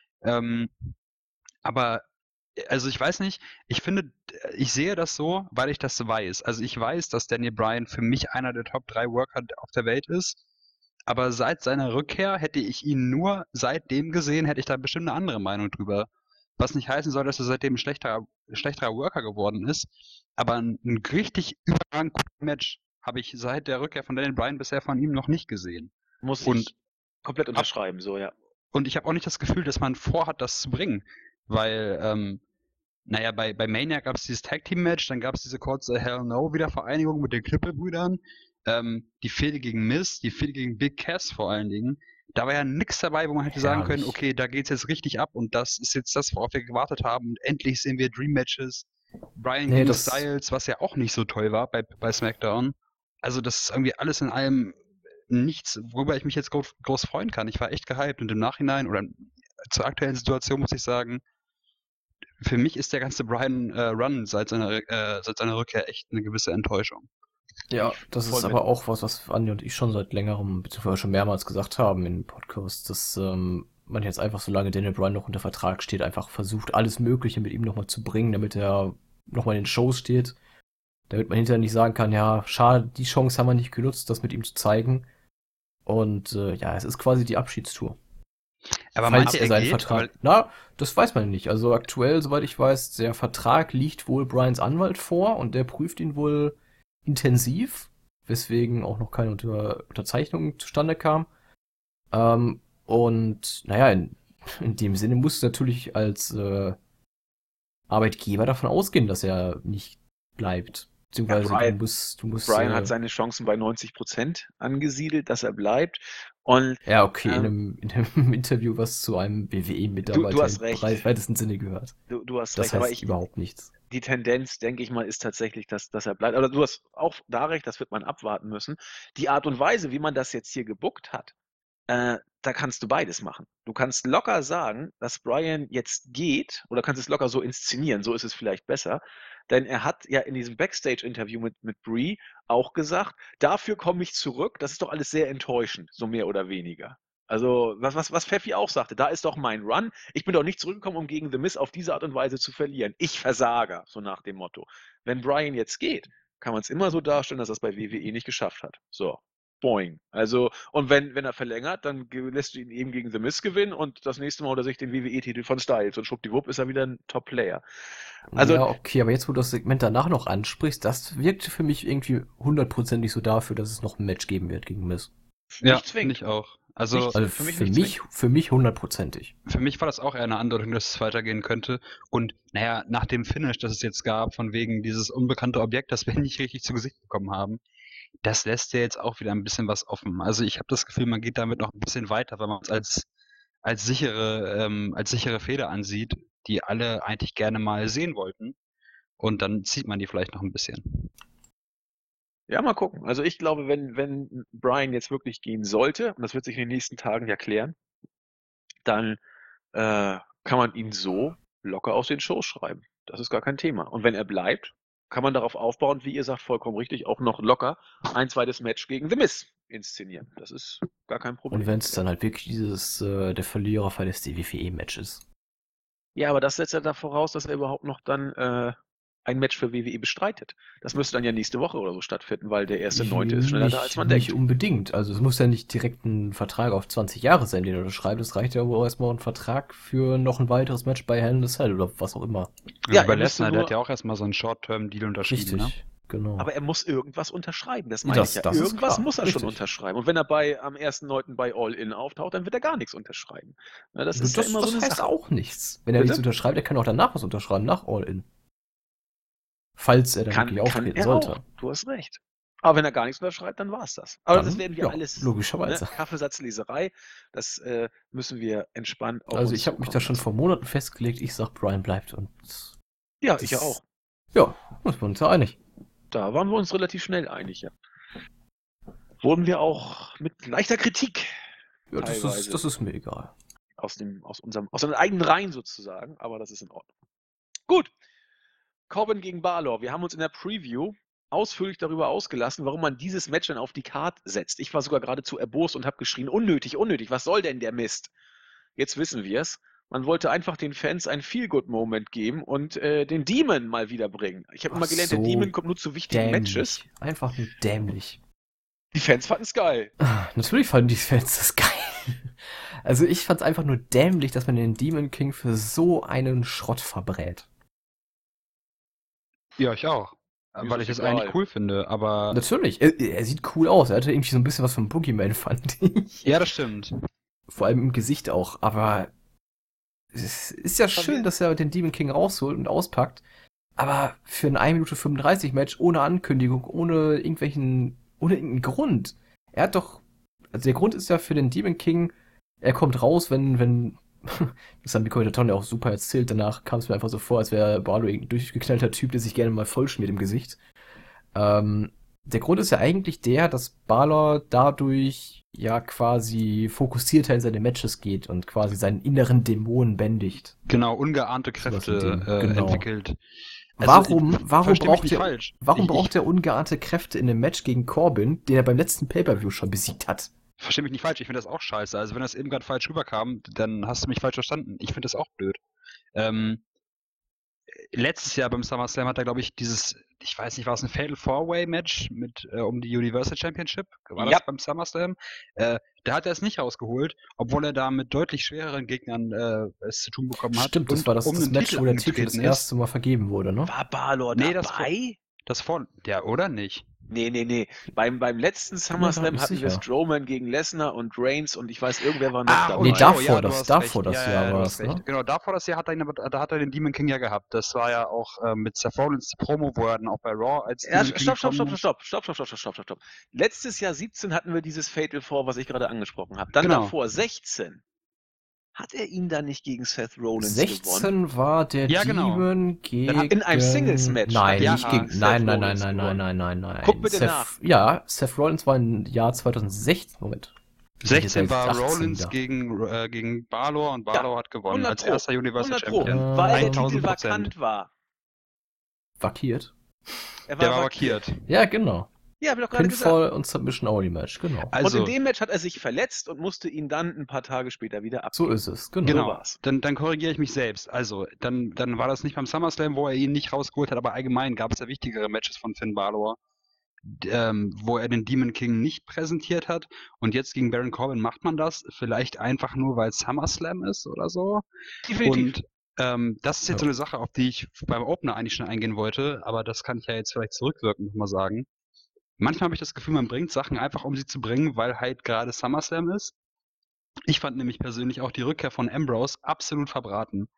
Aber also ich weiß nicht, ich finde, ich sehe das so, weil ich das weiß. Also ich weiß, dass Daniel Bryan für mich einer der Top 3 Worker auf der Welt ist. Aber seit seiner Rückkehr hätte ich ihn nur seitdem gesehen, hätte ich da bestimmt eine andere Meinung drüber. Was nicht heißen soll, dass er seitdem ein schlechterer Worker geworden ist. Aber ein richtig überragend gutes Match habe ich seit der Rückkehr von Daniel Bryan bisher von ihm noch nicht gesehen. Muss ich komplett unterschreiben, so, ja. Und ich habe auch nicht das Gefühl, dass man vorhat, das zu bringen. Weil, naja, bei Mania gab es dieses Tag-Team-Match, dann gab es diese kurze Hell-No-Wiedervereinigung mit den Knüppelbrüdern, die Fehde gegen Miz, die Fehde gegen Big Cass vor allen Dingen. Da war ja nichts dabei, wo man hätte sagen können, okay, da geht's jetzt richtig ab und das ist jetzt das, worauf wir gewartet haben und endlich sehen wir Dream-Matches. Bryan gegen Styles, was ja auch nicht so toll war bei SmackDown. Also das ist irgendwie alles in allem nichts, worüber ich mich jetzt groß freuen kann. Ich war echt gehypt und im Nachhinein oder zur aktuellen Situation muss ich sagen, für mich ist der ganze Bryan Run seit seiner Rückkehr echt eine gewisse Enttäuschung. Ja, Ich das voll ist mit. aber auch was Andi und ich schon seit längerem, beziehungsweise schon mehrmals gesagt haben in Podcasts, dass man jetzt einfach, solange Daniel Bryan noch unter Vertrag steht, einfach versucht, alles Mögliche mit ihm nochmal zu bringen, damit er nochmal in den Shows steht. Damit man hinterher nicht sagen kann, ja, schade, die Chance haben wir nicht genutzt, das mit ihm zu zeigen. Und ja, es ist quasi die Abschiedstour. Aber Falls meint ihr, er er seinen geht? Vertrag. Weil, Na, das weiß man nicht. Also aktuell, soweit ich weiß, der Vertrag liegt wohl Bryans Anwalt vor und der prüft ihn wohl intensiv, weswegen auch noch keine Unterzeichnung zustande kam. Und naja, in dem Sinne musst du natürlich als Arbeitgeber davon ausgehen, dass er nicht bleibt. Ja, Beziehungsweise du musst Brian hat seine Chancen bei 90% angesiedelt, dass er bleibt. Und ja, okay, in ähm, einem Interview was zu einem du WWE-Mitarbeiter hast im recht. weitesten Sinne gehört. Du hast Das recht, aber heißt überhaupt nichts. die Tendenz, denke ich mal, ist tatsächlich, dass er bleibt. Aber du hast auch da recht, das wird man abwarten müssen. Die Art und Weise, wie man das jetzt hier gebuckt hat, da kannst du beides machen. Du kannst locker sagen, dass Brian jetzt geht, oder kannst es locker so inszenieren, so ist es vielleicht besser. Denn er hat ja in diesem Backstage-Interview mit Brie auch gesagt, dafür komme ich zurück. Das ist doch alles sehr enttäuschend, so mehr oder weniger. Also, was Pfeffi auch sagte, da ist doch mein Run. Ich bin doch nicht zurückgekommen, um gegen The Miz auf diese Art und Weise zu verlieren. Ich Versager, so nach dem Motto. Wenn Brian jetzt geht, kann man es immer so darstellen, dass er es bei WWE nicht geschafft hat. So, boing. Also, und wenn er verlängert, dann lässt du ihn eben gegen The Miz gewinnen und das nächste Mal holt er sich den WWE-Titel von Styles und schwuppdiwupp ist er wieder ein Top-Player. Also, Ja, okay, aber jetzt, wo du das Segment danach noch ansprichst, das wirkte für mich irgendwie hundertprozentig so dafür, dass es noch ein Match geben wird gegen Miz. ja, nicht finde zwingend. ich auch. Also, Also Für mich für nicht mich, für mich hundertprozentig. für mich war das auch eher eine Andeutung, dass es weitergehen könnte. Und naja, nach dem Finish, das es jetzt gab, von wegen dieses unbekannte Objekt, das wir nicht richtig zu Gesicht bekommen haben, das lässt ja jetzt auch wieder ein bisschen was offen. Also ich habe das Gefühl, man geht damit noch ein bisschen weiter, weil man es als sichere Fehde ansieht, die alle eigentlich gerne mal sehen wollten. Und dann zieht man die vielleicht noch ein bisschen. Ja, mal gucken. Also ich glaube, wenn Brian jetzt wirklich gehen sollte, und das wird sich in den nächsten Tagen ja klären, dann kann man ihn so locker aus den Shows schreiben. Das ist gar kein Thema. Und wenn er bleibt, kann man darauf aufbauen, wie ihr sagt, vollkommen richtig, auch noch locker ein zweites Match gegen The Miz inszenieren. Das ist gar kein Und Problem. wenn es dann halt wirklich dieses der Verlierer verlässt die WWE-Match ist. Ja, aber das setzt ja da voraus, dass er überhaupt noch dann ein Match für WWE bestreitet. Das müsste dann ja nächste Woche oder so stattfinden, weil der 1.9. ist schneller da, als man Nicht denkt. unbedingt. Also es muss ja nicht direkt ein Vertrag auf 20 Jahre sein, den er unterschreibt. Es reicht ja wohl erstmal ein Vertrag für noch ein weiteres Match bei Hell in a Cell oder was auch immer. Ja, Bei er müsste Lesnar, der nur, hat ja auch erstmal so einen Short-Term-Deal unterschrieben, ne? Richtig, genau. aber er muss irgendwas unterschreiben, das meine ich ja. Das ist Irgendwas klar, muss er schon richtig. unterschreiben. Und wenn er am 1.9. bei All In auftaucht, dann wird er gar nichts unterschreiben. Na, das ist ja Das, immer so das eine heißt Sache. auch nichts. Wenn er nichts Bitte? unterschreibt, er kann auch danach was unterschreiben, nach All-In. Falls er dann wirklich Kann auftreten er sollte. auch. Du hast recht. Aber wenn er gar nichts unterschreibt, dann war es das. Aber das Dann, werden wir ja, alles, ne? logischerweise. Kaffeesatzleserei, das müssen wir entspannt auf Also uns ich habe mich zukommen da schon lassen. vor Monaten festgelegt, ich sag, Brian bleibt und Ja, ich ja auch. Ja, muss man uns ja einig. Da waren wir uns relativ schnell einig, ja. Wurden wir auch mit leichter Kritik Ja, teilweise das ist mir egal. aus unseren eigenen Reihen sozusagen, aber das ist in Ordnung. Gut, Corbin gegen Balor. Wir haben uns in der Preview ausführlich darüber ausgelassen, warum man dieses Match dann auf die Card setzt. Ich war sogar geradezu erbost und habe geschrien, unnötig, unnötig, was soll denn der Mist? Jetzt wissen wir es. Man wollte einfach den Fans einen Feel-Good-Moment geben und den Demon mal wiederbringen. Ich habe immer gelernt, der Demon kommt nur zu wichtigen Matches. Dämlich. Einfach nur dämlich. Die Fans fanden es geil. Natürlich fanden die Fans das geil. Also ich fand's einfach nur dämlich, dass man den Demon King für so einen Schrott verbrät. Ja, ich auch. Mir Weil ist ich das es egal. eigentlich cool finde, aber. Natürlich, er sieht cool aus. Er hatte irgendwie so ein bisschen was vom Boogeyman, fand ich. Ja, das stimmt. Vor allem im Gesicht auch. Aber es ist ja schön, dass er den Demon King rausholt und auspackt. Aber für ein 1 Minute 35 Match ohne Ankündigung, ohne irgendeinen Grund. Er hat doch, also der Grund ist ja für den Demon King, er kommt raus, wenn, das haben die Kommentatoren ja auch super erzählt, danach kam es mir einfach so vor, als wäre Barlow ein durchgeknallter Typ, der sich gerne mal vollschmiert im Gesicht. Der Grund ist ja eigentlich der, dass Balor dadurch ja quasi fokussierter in seine Matches geht und quasi seinen inneren Dämonen bändigt. Genau, ungeahnte Sowas in Kräfte dem, genau. entwickelt. Warum versteh mich braucht nicht er, falsch. warum braucht er ungeahnte Kräfte in dem Match gegen Corbin, den er beim letzten Pay-Per-View schon besiegt hat? Versteh mich nicht falsch, ich finde das auch scheiße. Also wenn das eben gerade falsch rüberkam, dann hast du mich falsch verstanden. Ich finde das auch blöd. Letztes Jahr beim SummerSlam hat er, glaube ich, ich weiß nicht, war es ein Fatal 4-Way-Match um die Universal Championship? War Ja. das beim SummerSlam? Da hat er es nicht rausgeholt, obwohl er da mit deutlich schwereren Gegnern es zu tun bekommen hat. Stimmt, das und war das den Match, wo der Titel das angetreten ist. erste Mal vergeben wurde, ne? War Balor Nee, dabei? Ja, oder nicht? Nee. Beim letzten SummerSlam nicht hatten wir sicher. Strowman gegen Lesnar und Reigns und ich weiß, irgendwer war noch dabei. Nee, und davor du das- hast davor recht. das Ja, Jahr du war hast es, recht. ne? Genau, davor das Jahr da hat er den Demon King ja gehabt. Das war ja auch mit Seth Rollins die Promo, wo er dann auch bei Raw als Ja, Demon King gekommen ist. stopp. Letztes Jahr 17 hatten wir dieses Fatal 4, was ich gerade angesprochen habe. Dann Genau. davor 16. Hat er ihn dann nicht gegen Seth Rollins 16 war der Ja, genau. Demon gegen... In einem Singles-Match Nein, hat er nicht ja gegen... Seth Nein. Rollins Guck bitte nach. Ja, Seth Rollins war im Jahr 2016. Moment. 16 war 18 Rollins wieder. gegen Balor und Balor hat gewonnen 100 als Pro. erster Universal 100 Pro. Champion. Weil der Titel 1000%. vakant war. Vakiert. Er Der war markiert. Ja, genau. Ja, hab ich doch gerade gesagt. Pinfall und Submission Only Match, genau. Also, Und in dem Match hat er sich verletzt und musste ihn dann ein paar Tage später wieder So abgeben. ist es, genau. So genau. war's. Dann korrigiere ich mich selbst. Also, dann war das nicht beim SummerSlam, wo er ihn nicht rausgeholt hat, aber allgemein gab es ja wichtigere Matches von Finn Balor, wo er den Demon King nicht präsentiert hat. Und jetzt gegen Baron Corbin macht man das vielleicht einfach nur, weil es SummerSlam ist oder so. Definitiv. Und das ist jetzt Ja. so eine Sache, auf die ich beim Opener eigentlich schon eingehen wollte, aber das kann ich ja jetzt vielleicht zurückwirkend nochmal sagen. Manchmal habe ich das Gefühl, man bringt Sachen einfach, um sie zu bringen, weil halt gerade SummerSlam ist. Ich fand nämlich persönlich auch die Rückkehr von Ambrose absolut verbraten.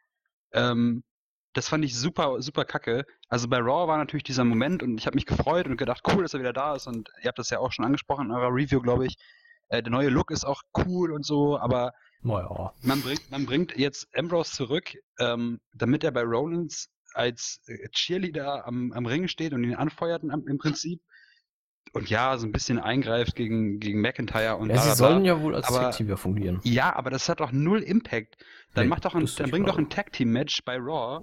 Das fand ich super, super kacke. Also bei Raw war natürlich dieser Moment und ich habe mich gefreut und gedacht, cool, dass er wieder da ist und ihr habt das ja auch schon angesprochen in eurer Review, glaube ich. Der neue Look ist auch cool und so, aber Naja. man bringt jetzt Ambrose zurück, damit er bei Rollins als Cheerleader am Ring steht und ihn anfeuert im Prinzip. Und ja, so ein bisschen eingreift gegen McIntyre und Ja, bla, sie bla, sollen bla. ja wohl als Aber- Tag-Team fungieren. Ja, aber das hat doch null Impact. Dann Nee, das dann nicht bring doch wahr. ein Tag-Team-Match bei Raw,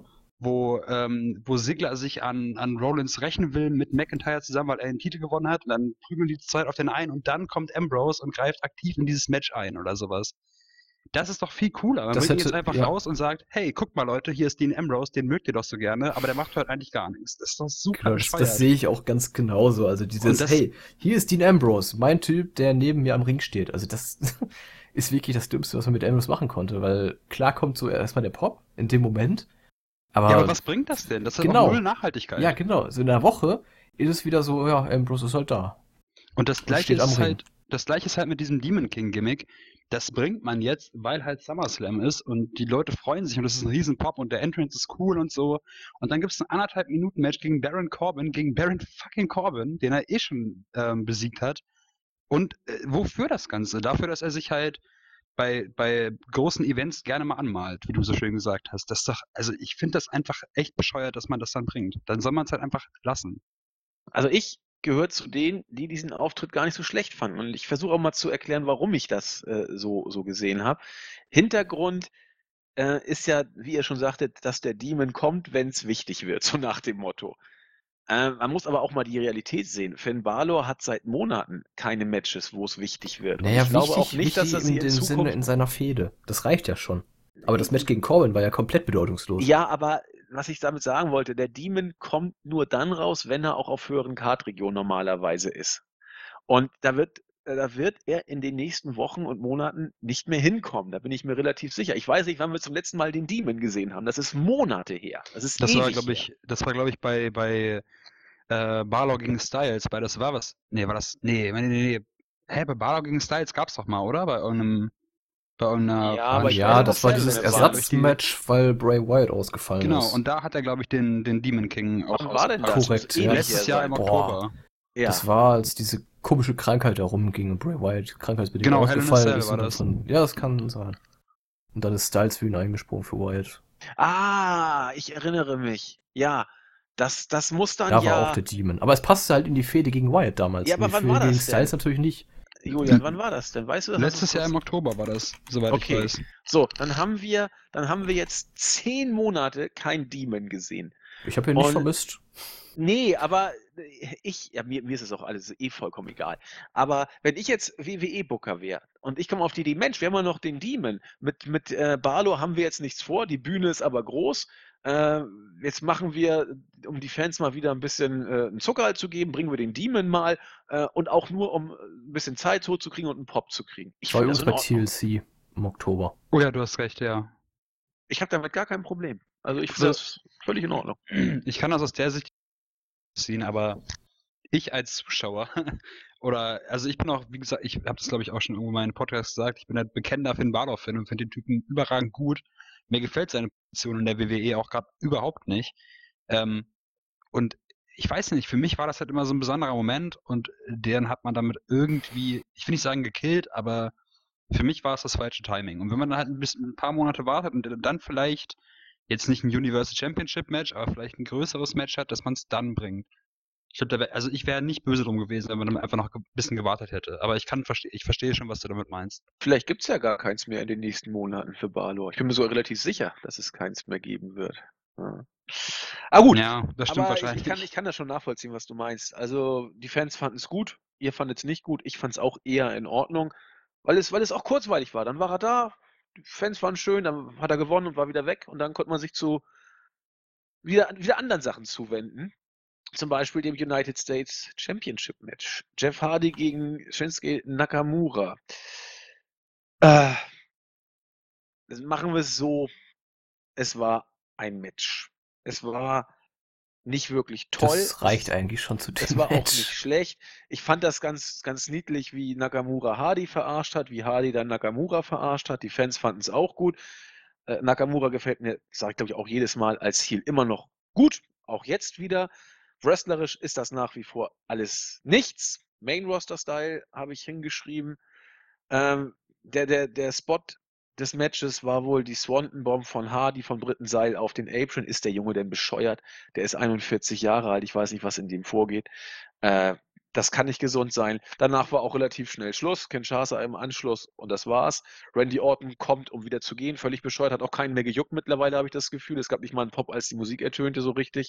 wo Ziggler sich an Rollins rächen will mit McIntyre zusammen, weil er den Titel gewonnen hat. Und dann prügeln die Zeit auf den ein und dann kommt Ambrose und greift aktiv in dieses Match ein oder sowas. Das ist doch viel cooler. Man Das bringt ihn jetzt hätte- einfach ja. raus und sagt, hey, guck mal Leute, hier ist Dean Ambrose, den mögt ihr doch so gerne, aber der macht heute eigentlich gar nichts. Das ist doch super Genau, bescheuert. das sehe ich auch ganz genauso. Also dieses, Und das- hey, hier ist Dean Ambrose, mein Typ, der neben mir am Ring steht. Also das ist wirklich das Dümmste, was man mit Ambrose machen konnte, weil klar kommt so erstmal der Pop in dem Moment. Aber, Ja, aber was bringt das denn? Das hat Genau. auch null Nachhaltigkeit. ja, genau. So in einer Woche ist es wieder so, ja, Ambrose ist halt da. Und das gleiche steht am ist Ring. halt, mit diesem Demon King Gimmick. Das bringt man jetzt, weil halt SummerSlam ist und die Leute freuen sich und das ist ein riesen Pop und der Entrance ist cool und so. Und dann gibt es ein 1,5 Minuten Match gegen Baron fucking Corbin, den er eh schon besiegt hat. Und wofür das Ganze? Dafür, dass er sich halt bei großen Events gerne mal anmalt, wie du so schön gesagt hast. Das ist doch, also ich finde das einfach echt bescheuert, dass man das dann bringt. Dann soll man es halt einfach lassen. Also ich gehöre zu denen, die diesen Auftritt gar nicht so schlecht fanden. Und ich versuche auch mal zu erklären, warum ich das so gesehen habe. Hintergrund ist ja, wie ihr schon sagtet, dass der Demon kommt, wenn es wichtig wird, so nach dem Motto. Man muss aber auch mal die Realität sehen. Finn Balor hat seit Monaten keine Matches, wo es wichtig wird. Und Naja, ich glaube wichtig, auch nicht, dass er sie in in dem Sinne Zukunft... in seiner Fehde. Das reicht ja schon. Aber das Match gegen Corbin war ja komplett bedeutungslos. Ja, aber was ich damit sagen wollte, der Demon kommt nur dann raus, wenn er auch auf höheren Kartregionen normalerweise ist. Und da wird er in den nächsten Wochen und Monaten nicht mehr hinkommen. Da bin ich mir relativ sicher. Ich weiß nicht, wann wir zum letzten Mal den Demon gesehen haben. Das ist Monate her. Das ist Das war, ewig glaube ich, bei Balor gegen Styles, bei das war was. Nee, war das. Nee. Hä, bei Balor gegen Styles gab's doch mal, oder? Bei irgendeiner Ja, aber ich Ja, weiß das auch war selber, dieses wer war Ersatzmatch, weil Bray Wyatt ausgefallen Genau, ist. und da hat er, glaube ich, den Demon King auch Wann war denn das? ausgepackt. Korrekt, Das muss ja. ewig Letztes her Jahr sein. im Boah. Oktober. Ja. Das war, als diese komische Krankheit herumging und Bray Wyatt krankheitsbedingt Genau, Hell in a ausgefallen Cell ist. war und das. ja, das kann sein. Und dann ist Styles für ihn eingesprungen für Wyatt. Ah, ich erinnere mich. Ja, das muss dann Da war ja... auch der Demon. Aber es passte halt in die Fehde gegen Wyatt damals. Ja, aber In die wann Fehde war gegen das Styles denn? natürlich nicht. Julian, wann war das denn? Weißt du das? Letztes Jahr im Oktober war das, soweit ich Okay. weiß. So, dann haben wir jetzt 10 Monate kein Demon gesehen. Ich habe ihn nicht Und- vermisst. Nee, aber mir ist es auch alles vollkommen egal. Aber wenn ich jetzt WWE-Booker wäre und ich komme auf die Idee, Mensch, wir haben ja noch den Demon. Mit Balor haben wir jetzt nichts vor, die Bühne ist aber groß. Jetzt machen wir, um die Fans mal wieder ein bisschen einen Zuckerhalt zu geben, bringen wir den Demon mal und auch nur, um ein bisschen Zeit totzukriegen und einen Pop zu kriegen. Ich War finde das übrigens in bei Ordnung. TLC im Oktober. Oh ja, du hast recht, ja. Ich habe damit gar kein Problem. Also ich finde das völlig in Ordnung. Ich kann das aus der Sicht sehen, aber ich als Zuschauer also ich bin auch, wie gesagt, ich habe das glaube ich auch schon irgendwo in meinem Podcast gesagt, ich bin ein bekennender Finn Balor-Fan und finde den Typen überragend gut. Mir gefällt seine Position in der WWE auch gerade überhaupt nicht. Und ich weiß nicht, für mich war das halt immer so ein besonderer Moment und den hat man damit irgendwie, ich will nicht sagen gekillt, aber für mich war es das falsche Timing. Und wenn man dann halt ein paar Monate wartet und dann vielleicht jetzt nicht ein Universal Championship Match, aber vielleicht ein größeres Match hat, dass man es dann bringt. Ich glaube, ich wäre nicht böse drum gewesen, wenn man dann einfach noch ein bisschen gewartet hätte. Aber ich verstehe schon, was du damit meinst. Vielleicht gibt es ja gar keins mehr in den nächsten Monaten für Balor. Ich bin mir so relativ sicher, dass es keins mehr geben wird. Ja. Ah gut, Ja, das stimmt aber wahrscheinlich. ich kann das schon nachvollziehen, was du meinst. Also die Fans fanden es gut, ihr fandet es nicht gut, ich fand es auch eher in Ordnung, weil es auch kurzweilig war. Dann war er da, die Fans waren schön, dann hat er gewonnen und war wieder weg und dann konnte man sich zu wieder anderen Sachen zuwenden. Zum Beispiel dem United States Championship Match. Jeff Hardy gegen Shinsuke Nakamura. Machen wir es so, es war ein Match. Es war nicht wirklich toll. Das reicht eigentlich schon zu dem Es war auch Match. nicht schlecht. Ich fand das ganz, ganz niedlich, wie Nakamura Hardy verarscht hat, wie Hardy dann Nakamura verarscht hat. Die Fans fanden es auch gut. Nakamura gefällt mir, sage ich glaube ich auch jedes Mal, als Heel immer noch gut. Auch jetzt wieder. Wrestlerisch ist das nach wie vor alles nichts. Main-Roster-Style habe ich hingeschrieben. Der Spot des Matches war wohl die Swanton Bomb von Hardy vom dritten Seil auf den Apron. Ist der Junge denn bescheuert? Der ist 41 Jahre alt. Ich weiß nicht, was in dem vorgeht. Das kann nicht gesund sein. Danach war auch relativ schnell Schluss. Kinshasa im Anschluss und das war's. Randy Orton kommt, um wieder zu gehen. Völlig bescheuert. Hat auch keinen mehr gejuckt mittlerweile, habe ich das Gefühl. Es gab nicht mal einen Pop, als die Musik ertönte so richtig.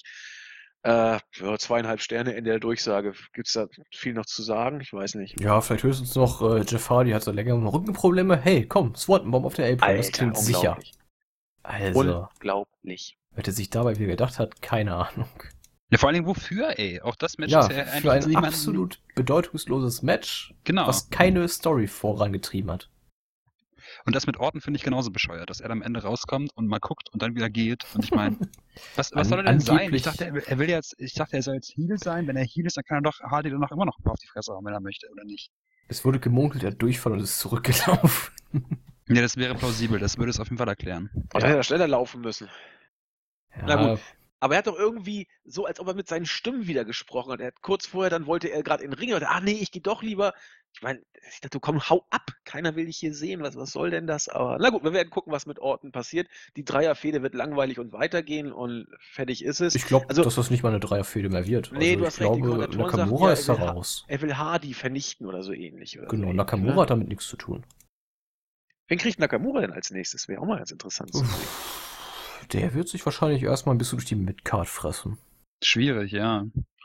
2,5 Sterne in der Durchsage. Gibt es da viel noch zu sagen? Ich weiß nicht. Ja, vielleicht höchstens noch, Jeff Hardy hat so längere Rückenprobleme. Hey, komm, Swanton Bomb auf der Apron, das klingt sicher. unglaublich. Also, Unglaublich. wer sich dabei wieder gedacht hat, keine Ahnung. Ja, vor allen Dingen wofür, ey? Auch das Match Ja, ist ja für ein niemanden- absolut bedeutungsloses Match, Genau. was keine Story vorangetrieben hat. Und das mit Orton finde ich genauso bescheuert, dass er dann am Ende rauskommt und mal guckt und dann wieder geht. Und ich meine, was soll er denn sein? Angeblich- Ich dachte, er soll jetzt Heel sein. Wenn er Heel ist, dann kann er doch Hardy dann noch immer noch ein paar auf die Fresse hauen, wenn er möchte, oder nicht? Es wurde gemunkelt, er hat Durchfall und ist zurückgelaufen. Ja, das wäre plausibel. Das würde es auf jeden Fall erklären. Und hätte er schneller laufen müssen. Ja, Na gut. Aber er hat doch irgendwie so, als ob er mit seinen Stimmen wieder gesprochen hat. Er hat kurz vorher, dann wollte er gerade in den Ring und nee, ich gehe doch lieber. Ich meine, ich dachte, komm, hau ab. Keiner will dich hier sehen. Was soll denn das? Aber na gut, wir werden gucken, was mit Orton passiert. Die Dreierfehde wird langweilig und weitergehen und fertig ist es. ich glaube, also- dass das nicht mal eine Dreierfehde mehr wird. Nee, du ich hast recht, die glaube, Kommentatoren Nakamura sagten, ist da er will raus. Er will Hardy vernichten oder so ähnlich. Oder Genau, so Nakamura ähnlich, ne? hat damit nichts zu tun. Wen kriegt Nakamura denn als nächstes? Wäre auch mal ganz interessant zu sehen. Der wird sich wahrscheinlich erstmal ein bisschen durch die Midcard fressen. Schwierig, ja.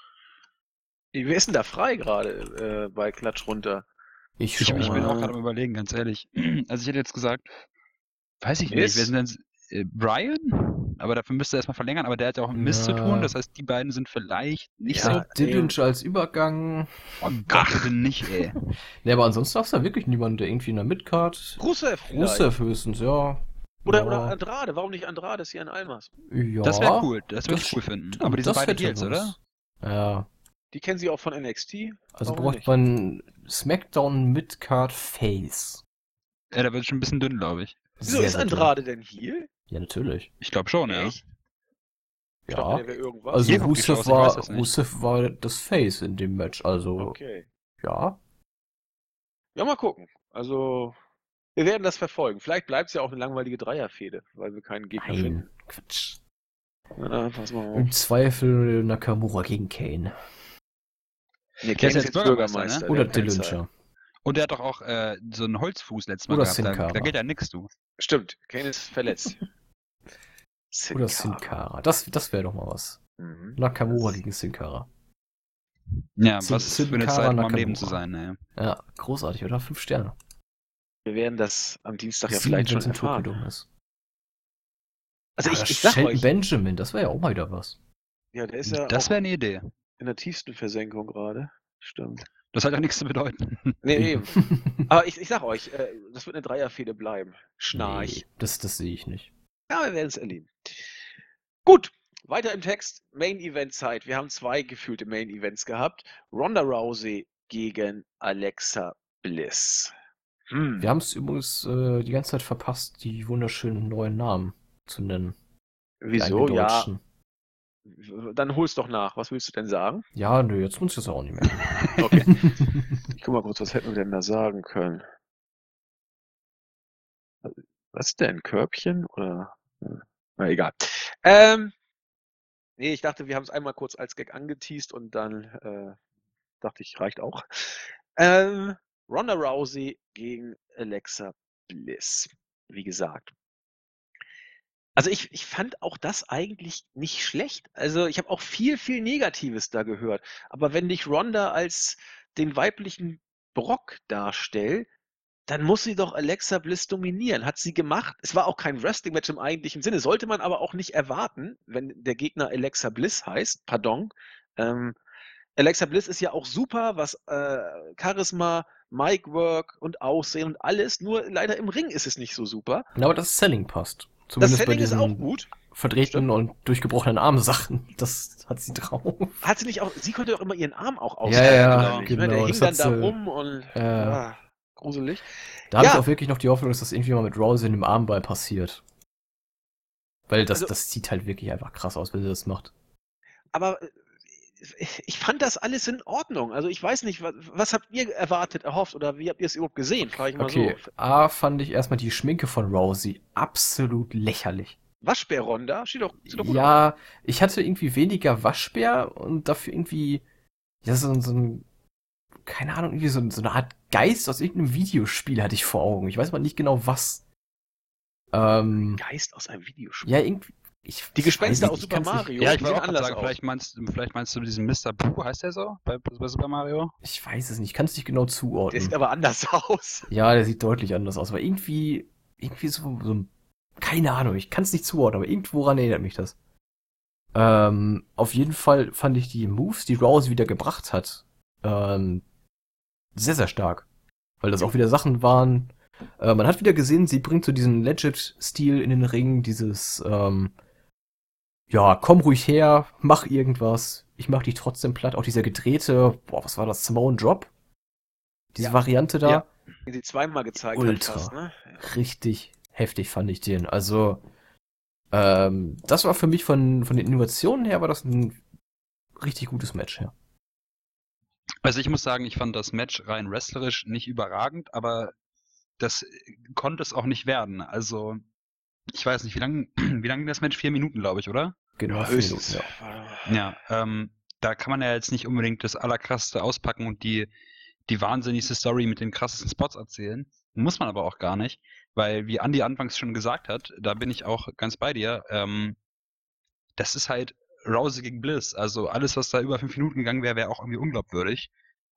Wer ist denn da frei gerade bei Klatsch runter? Ich Ich schau bin mal. auch gerade am Überlegen, ganz ehrlich. Also ich hätte jetzt gesagt, weiß ich Miz? nicht, wer sind denn Brian? Aber dafür müsste er erstmal verlängern, aber der hat ja auch mit Mist zu Ja. tun. Das heißt, die beiden sind vielleicht nicht Ja, so. Dillinger als Übergang. Oh Gott, bitte nicht, ey. Ne, aber ansonsten darf es da wirklich niemanden, der irgendwie in der Midcard. Rusev vielleicht. Rusev höchstens, ja. Oder ja. Andrade. Warum nicht Andrade? Ist hier in Almas. Ja. Das wäre cool, das würde das ich cool finden. stimmt, Aber die sind das beide hätte Heels, was. oder? Ja. Die kennen sie auch von NXT. Also Warum braucht nicht? man SmackDown Midcard Face. Ja, da wird schon ein bisschen dünn, glaube ich. Wieso Sehr, ist sehr dünn. Andrade denn hier? Ja, natürlich. Ich glaube schon, ja. Echt? Ich Ja. dachte, der wäre irgendwas. Also Hier guckt die Rusev Chance, ich weiß das nicht. Rusev war das Face in dem Match. Also, Okay. ja. Ja, mal gucken. Also, wir werden das verfolgen. Vielleicht bleibt es ja auch eine langweilige Dreierfehde, weil wir keinen Gegner finden. Nein, Quatsch. Ja, pass mal auf. Im Zweifel Nakamura gegen Kane. Nee, Der ist jetzt Bürgermeister, Bürgermeister. Oder der hat keine Zeit. Dillinger. Und der hat doch auch so einen Holzfuß letztes Mal Oder gehabt. Sin Cara. Da geht ja nix, du. Stimmt, Kane ist verletzt. Oder Sin Cara. Das wäre doch mal was. Mhm. Nakamura gegen Sin Cara. Ja, Sin- was Sin für eine Cara Zeit, um am Nakamura. Leben zu sein, ey. Ja, großartig, oder? 5 Sterne. Wir werden das am Dienstag ja 7, vielleicht schon wenn's im erfahren. Tokyo ist. Also Ja, ich sag Shelton euch, Benjamin, das wäre ja auch mal wieder was. ja, der ist ja Das auch wäre eine Idee. in der tiefsten Versenkung gerade. Stimmt. Das hat ja nichts zu bedeuten. Nee, eben. Aber ich sag euch, das wird eine Dreierfehde bleiben. Schnarch. Nee, das sehe ich nicht. Ja, wir werden es erleben. Gut, weiter im Text. Main-Event-Zeit. Wir haben 2 gefühlte Main-Events gehabt. Ronda Rousey gegen Alexa Bliss. Wir haben es übrigens die ganze Zeit verpasst, die wunderschönen neuen Namen zu nennen. Die Wieso? Ja, eingedeutschten. dann hol's doch nach. Was willst du denn sagen? Ja, nö, jetzt muss ich das auch nicht mehr. Okay. Ich guck mal kurz, was hätten wir denn da sagen können? Was denn? Körbchen? Oder? Na egal. Nee, ich dachte, wir haben es einmal kurz als Gag angeteast und dann dachte ich, reicht auch. Ronda Rousey gegen Alexa Bliss. Wie gesagt. Also ich fand auch das eigentlich nicht schlecht. Also ich habe auch viel, viel Negatives da gehört. Aber wenn ich Ronda als den weiblichen Brock darstelle, dann muss sie doch Alexa Bliss dominieren. Hat sie gemacht. Es war auch kein Wrestling-Match im eigentlichen Sinne. Sollte man aber auch nicht erwarten, wenn der Gegner Alexa Bliss heißt. Pardon. Alexa Bliss ist ja auch super, was Charisma, Micwork und Aussehen und alles. Nur leider im Ring ist es nicht so super. Na, aber das Selling passt. Das Zumindest bei Selling ist auch diesen gut. verdrehten Stimmt. und durchgebrochenen Armsachen. Das hat sie drauf. Hat sie nicht auch, sie konnte doch immer ihren Arm auch Ja, ausstrecken, ja, oder nicht? Ne? Der genau, hing das dann hat da sie- rum und gruselig. Da habe ich Ja. auch wirklich noch die Hoffnung, dass das irgendwie mal mit Rousey in dem Armball passiert. Weil das Also- sieht halt wirklich einfach krass aus, wenn sie das macht. Aber ich fand das alles in Ordnung. Also ich weiß nicht, was habt ihr erwartet, erhofft oder wie habt ihr es überhaupt gesehen? Frage ich mal Okay, so. A fand ich erstmal die Schminke von Rousey absolut lächerlich. Waschbär-Ronda? Sieht doch gut aus. Ja, ich hatte irgendwie weniger Waschbär und dafür irgendwie, ja, so ein, keine Ahnung, irgendwie so eine Art Geist aus irgendeinem Videospiel hatte ich vor Augen. Ich weiß mal nicht genau was. Geist aus einem Videospiel. Ja, irgendwie. Die Gespenster weiß aus nicht, Super kann's nicht- Mario. Ja, ich die wollte sehen auch gerade anders sagen, aus. vielleicht meinst du diesen Mr. Boo, heißt der so? Bei Super Mario? Ich weiß es nicht, ich kann es nicht genau Der zuordnen. sieht aber anders aus. Ja, der sieht deutlich anders aus, aber irgendwie so keine Ahnung, ich kann es nicht zuordnen, aber irgendworan erinnert mich das. Auf jeden Fall fand ich die Moves, die Rousey wieder gebracht hat, sehr, sehr stark. Weil das auch wieder Sachen waren, man hat wieder gesehen, sie bringt so diesen Legit-Stil in den Ring, dieses, ja, komm ruhig her, mach irgendwas, ich mach dich trotzdem platt. Auch dieser gedrehte, boah, was war das, Samoan Drop? Diese Ja. Variante da. Ja. Die sie zweimal gezeigt Ultra. hat fast, ne? Richtig heftig fand ich den. Also, das war für mich von den Innovationen her, war das ein richtig gutes Match, ja. Also ich muss sagen, ich fand das Match rein wrestlerisch nicht überragend, aber das konnte es auch nicht werden. Also ich weiß nicht, wie lang ging das Match? 4 Minuten, glaube ich, oder? Genau, Ja, 4 höchstens. Minuten, ja. Ja, da kann man ja jetzt nicht unbedingt das Allerkrasseste auspacken und die wahnsinnigste Story mit den krassesten Spots erzählen. Muss man aber auch gar nicht, weil wie Andy anfangs schon gesagt hat, da bin ich auch ganz bei dir, das ist halt Rousey gegen Bliss. Also alles, was da über 5 Minuten gegangen wäre, wäre auch irgendwie unglaubwürdig.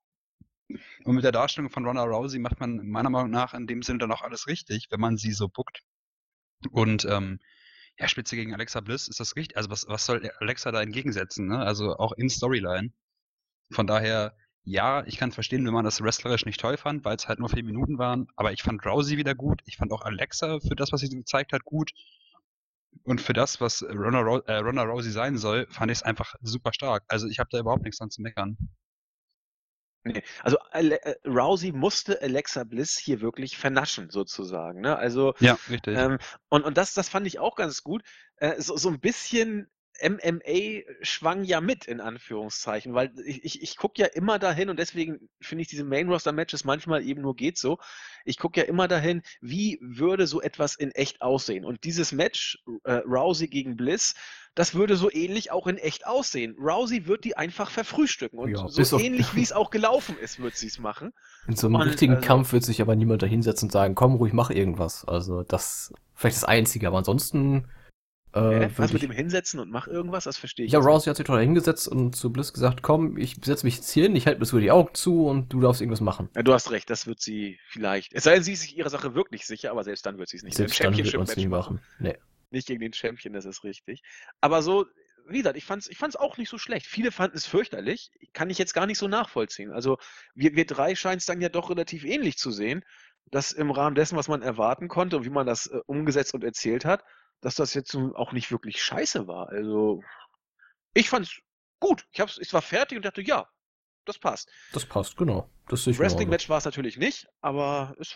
Und mit der Darstellung von Ronda Rousey macht man meiner Meinung nach in dem Sinne dann auch alles richtig, wenn man sie so bookt. Und ja, Spitze gegen Alexa Bliss, ist das richtig? Also was soll Alexa da entgegensetzen, ne? Also auch in Storyline. Von daher, ja, ich kann verstehen, wenn man das wrestlerisch nicht toll fand, weil es halt nur 4 Minuten waren. Aber ich fand Rousey wieder gut. Ich fand auch Alexa für das, was sie gezeigt hat, gut. Und für das, was Ronda Rousey sein soll, fand ich es einfach super stark. Also ich habe da überhaupt nichts dran zu meckern. Nee. Also Rousey musste Alexa Bliss hier wirklich vernaschen, sozusagen. Ne? Also, Ja, richtig. und das fand ich auch ganz gut. So ein bisschen MMA schwang ja mit, in Anführungszeichen, weil ich gucke ja immer dahin und deswegen finde ich diese Main-Roster-Matches manchmal eben nur geht so. Ich gucke ja immer dahin, wie würde so etwas in echt aussehen? Und dieses Match, Rousey gegen Bliss, das würde so ähnlich auch in echt aussehen. Rousey wird die einfach verfrühstücken und Ja, so bis auf- ähnlich wie es auch gelaufen ist, wird sie es machen. In so einem Und, richtigen also- Kampf wird sich aber niemand da hinsetzen und sagen, komm ruhig, mach irgendwas. Also das vielleicht das Einzige, aber ansonsten Was würde mit ich... dem Hinsetzen und mach irgendwas? Das verstehe ich Ja, jetzt nicht. Rousey hat sich doch da hingesetzt und zu Bliss gesagt, komm, ich setze mich jetzt hier hin, ich halte bis über die Augen zu und du darfst irgendwas machen. Ja, du hast recht, das wird sie vielleicht. Es sei denn, sie ist sich ihrer Sache wirklich sicher, aber selbst dann wird sie es nicht. Selbst dann wird man es nie machen. Nee. Nicht gegen den Champion, das ist richtig. Aber so, wie gesagt, ich fand's auch nicht so schlecht. Viele fanden es fürchterlich. Kann ich jetzt gar nicht so nachvollziehen. Also, wir drei scheinen es dann ja doch relativ ähnlich zu sehen, dass im Rahmen dessen, was man erwarten konnte und wie man das umgesetzt und erzählt hat, dass das jetzt nun auch nicht wirklich scheiße war. Also, ich fand's gut. Ich war fertig und dachte, ja, das passt. Das passt, genau. Das sehe ich genauso. Wrestling-Match war es natürlich nicht, aber es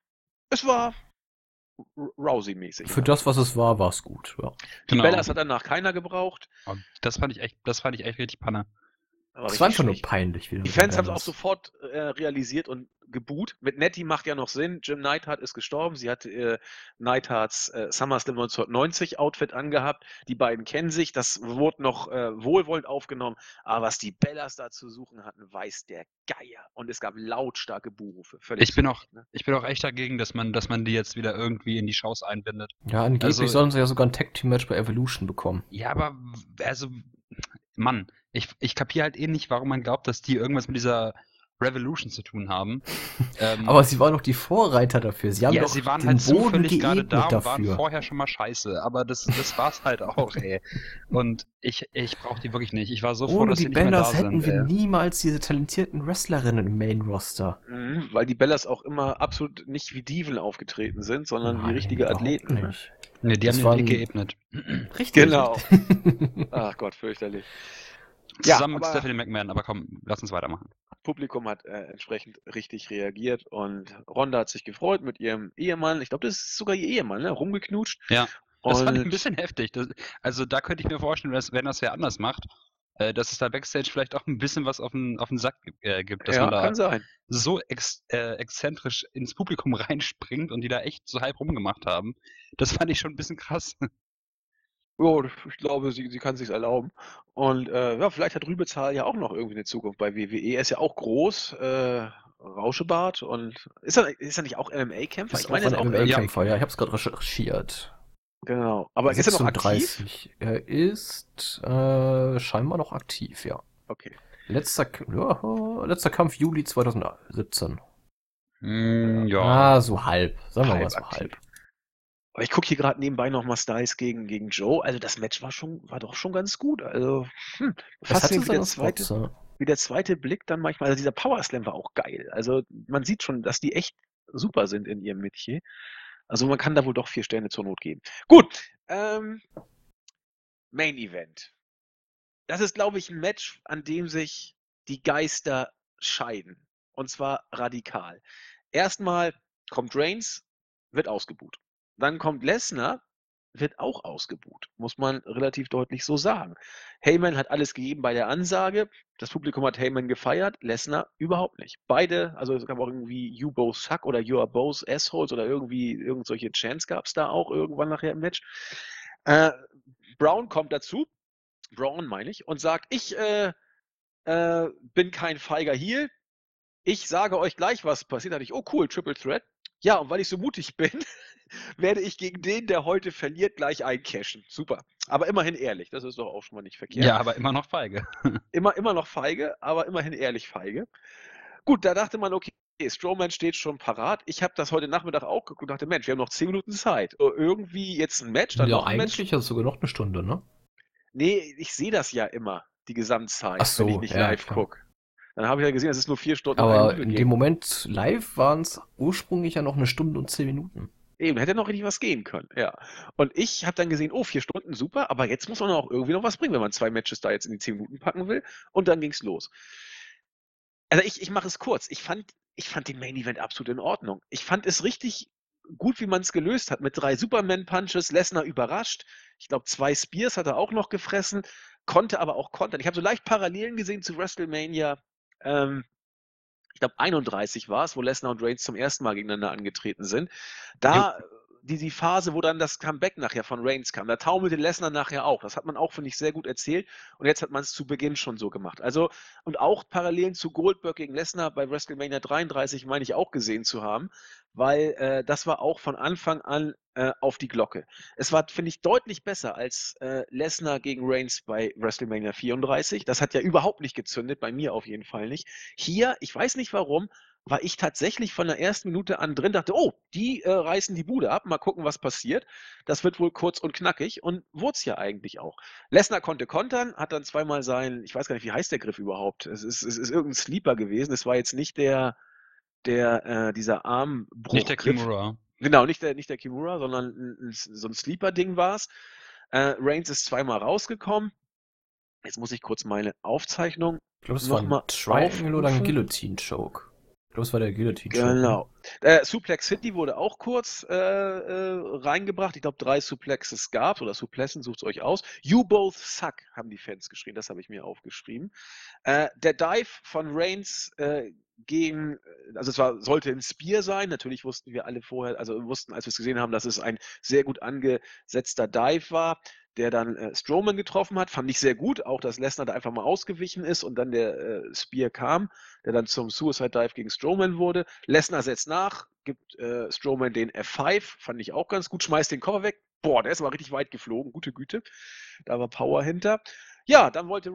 war Rousey-mäßig. Für das, was es war, war es gut. Ja. Die Genau. Bellas hat danach keiner gebraucht. Und das fand ich echt richtig Panne. Aber Es war richtig einfach nur schlecht. peinlich wieder. Die mit den Fans haben es auch Bellas. sofort realisiert und geboot. Mit Nettie macht ja noch Sinn. Jim Neidhart ist gestorben. Sie hat Neidharts SummerSlam 1990 Outfit angehabt. Die beiden kennen sich. Das wurde noch wohlwollend aufgenommen. Aber was die Bellas da zu suchen hatten, weiß der Geier. Und es gab lautstarke Buhrufe. Völlig Ich bin zu auch, Recht, ne? ich bin auch echt dagegen, dass man die jetzt wieder irgendwie in die Shows einbindet. Ja, angeblich Also- sollen sie ja sogar ein Tag-Team-Match bei Evolution bekommen. Ja, aber also, Mann, ich kapiere halt eh nicht, warum man glaubt, dass die irgendwas mit dieser Revolution zu tun haben. Aber sie waren doch die Vorreiter dafür. Sie haben ja, doch sie waren den halt Boden zufällig gerade geebnet da und waren dafür. vorher schon mal scheiße. Aber das war's halt auch, ey. Und ich brauche die wirklich nicht. Ich war so froh, Ohne dass die sie nicht mehr da Bellas hätten sind. wir ey. niemals diese talentierten Wrestlerinnen im Main-Roster. Weil die Bellas auch immer absolut nicht wie Diven aufgetreten sind, sondern wie richtige überhaupt Athleten. Ne? nicht. Nee, die Das haben waren- den Weg geebnet. Richtig. Genau. Ach Gott, fürchterlich. Zusammen mit aber- Stephanie McMahon, aber komm, lass uns weitermachen. Publikum hat entsprechend richtig reagiert und Ronda hat sich gefreut mit ihrem Ehemann. Ich glaube, das ist sogar ihr Ehemann, ne? Rumgeknutscht. Ja, das fand ich ein Und- bisschen heftig. Also da könnte ich mir vorstellen, dass, wenn das wer anders macht, dass es da Backstage vielleicht auch ein bisschen was auf den Sack gibt, dass ja, man da kann sein. so exzentrisch ins Publikum reinspringt und die da echt so halb rumgemacht haben. Das fand ich schon ein bisschen krass. Ja, ich glaube, sie kann sich's erlauben. Und ja, vielleicht hat Rübezahl ja auch noch irgendwie eine Zukunft bei WWE. Er ist ja auch groß, Rauschebart und ist er nicht auch MMA-Kämpfer? Ist auch ein MMA-Kämpfer, ja. Ich habe es gerade recherchiert. Genau. Aber ist er noch aktiv? 36. Er ist scheinbar noch aktiv, ja. Okay. Letzter Kampf Juli 2017. Ja. Ah, so halb. Sagen wir mal Halb so aktiv. halb. Aber ich gucke hier gerade nebenbei noch mal Styles gegen Joe. Also das Match war doch schon ganz gut. Also Was fast hatte wie der seine Spots? wie der zweite Blick dann manchmal. Also dieser Power Slam war auch geil. Also man sieht schon, dass die echt super sind in ihrem Metier. Also man kann da wohl doch 4 Sterne zur Not geben. Gut, Main Event. Das ist, glaube ich, ein Match, an dem sich die Geister scheiden. Und zwar radikal. Erstmal kommt Reigns, wird ausgebuht. Dann kommt Lesnar, wird auch ausgebuht. Muss man relativ deutlich so sagen. Heyman hat alles gegeben bei der Ansage. Das Publikum hat Heyman gefeiert. Lesnar überhaupt nicht. Beide, also es gab auch irgendwie You both suck oder You are both assholes oder irgend solche Chants gab es da auch irgendwann nachher im Match. Brown kommt dazu. Braun meine ich, und sagt, ich bin kein feiger Heel. Ich sage euch gleich, was passiert. Da dachte ich, oh cool, Triple Threat. Ja, und weil ich so mutig bin, werde ich gegen den, der heute verliert, gleich eincashen. Super. Aber immerhin ehrlich. Das ist doch auch schon mal nicht verkehrt. Ja, aber immer noch feige. Immer noch feige, aber immerhin ehrlich feige. Gut, da dachte man, okay, Strowman steht schon parat. Ich habe das heute Nachmittag auch geguckt und dachte, Mensch, wir haben noch 10 Minuten Zeit. Irgendwie jetzt ein Match, dann Ja, noch ein Match. eigentlich ist es sogar noch eine Stunde, ne? Nee, ich sehe das ja immer, die Gesamtzeit, Ach so, wenn ich nicht ja, live klar. gucke. Dann habe ich ja gesehen, es ist nur 4 Stunden. und Aber eine in Minute dem geht. Moment live waren es ursprünglich ja noch eine Stunde und 10 Minuten. Eben, hätte noch richtig was gehen können, ja. Und ich habe dann gesehen, oh, 4 Stunden, super, aber jetzt muss man auch irgendwie noch was bringen, wenn man 2 Matches da jetzt in die 10 Minuten packen will. Und dann ging's los. Also ich mache es kurz. Ich fand den Main Event absolut in Ordnung. Ich fand es richtig gut, wie man es gelöst hat, mit 3 Superman-Punches, Lesnar überrascht. Ich glaube, 2 Spears hat er auch noch gefressen, konnte aber auch kontern. Ich habe so leicht Parallelen gesehen zu WrestleMania, ich glaube 31 war es, wo Lesnar und Reigns zum ersten Mal gegeneinander angetreten sind. Da die Phase, wo dann das Comeback nachher von Reigns kam, da taumelte Lesnar nachher auch. Das hat man auch, finde ich, sehr gut erzählt. Und jetzt hat man es zu Beginn schon so gemacht. Also, und auch Parallelen zu Goldberg gegen Lesnar bei WrestleMania 33 meine ich auch gesehen zu haben, weil das war auch von Anfang an auf die Glocke. Es war, finde ich, deutlich besser als Lesnar gegen Reigns bei WrestleMania 34. Das hat ja überhaupt nicht gezündet, bei mir auf jeden Fall nicht. Hier, ich weiß nicht warum, war ich tatsächlich von der ersten Minute an drin, dachte, oh, die reißen die Bude ab, mal gucken, was passiert. Das wird wohl kurz und knackig und wurde es ja eigentlich auch. Lesnar konnte kontern, hat dann zweimal ich weiß gar nicht, wie heißt der Griff überhaupt? Es ist irgendein Sleeper gewesen. Es war jetzt nicht dieser Armbruchgriff. Nicht der Kimura. Genau, nicht der Kimura, sondern so ein Sleeper-Ding war es. Reigns ist zweimal rausgekommen. Jetzt muss ich kurz meine Aufzeichnung Ich glaube, es war ein Triangle oder ein Guillotine-Choke. Ich glaube, es war der Guillotine-Choke. Genau. Suplex City wurde auch kurz reingebracht. Ich glaube, 3 Suplexes gab oder Suplessen, sucht es euch aus. You both suck, haben die Fans geschrien. Das habe ich mir aufgeschrieben. Der Dive von Reigns also sollte ein Spear sein. Natürlich wussten wir alle vorher, als wir es gesehen haben, dass es ein sehr gut angesetzter Dive war, der dann Strowman getroffen hat. Fand ich sehr gut, auch dass Lesnar da einfach mal ausgewichen ist und dann der Spear kam, der dann zum Suicide Dive gegen Strowman wurde. Lesnar setzt nach, gibt Strowman den F5, fand ich auch ganz gut, schmeißt den Koffer weg. Boah, der ist aber richtig weit geflogen, gute Güte. Da war Power hinter. Ja, dann wollte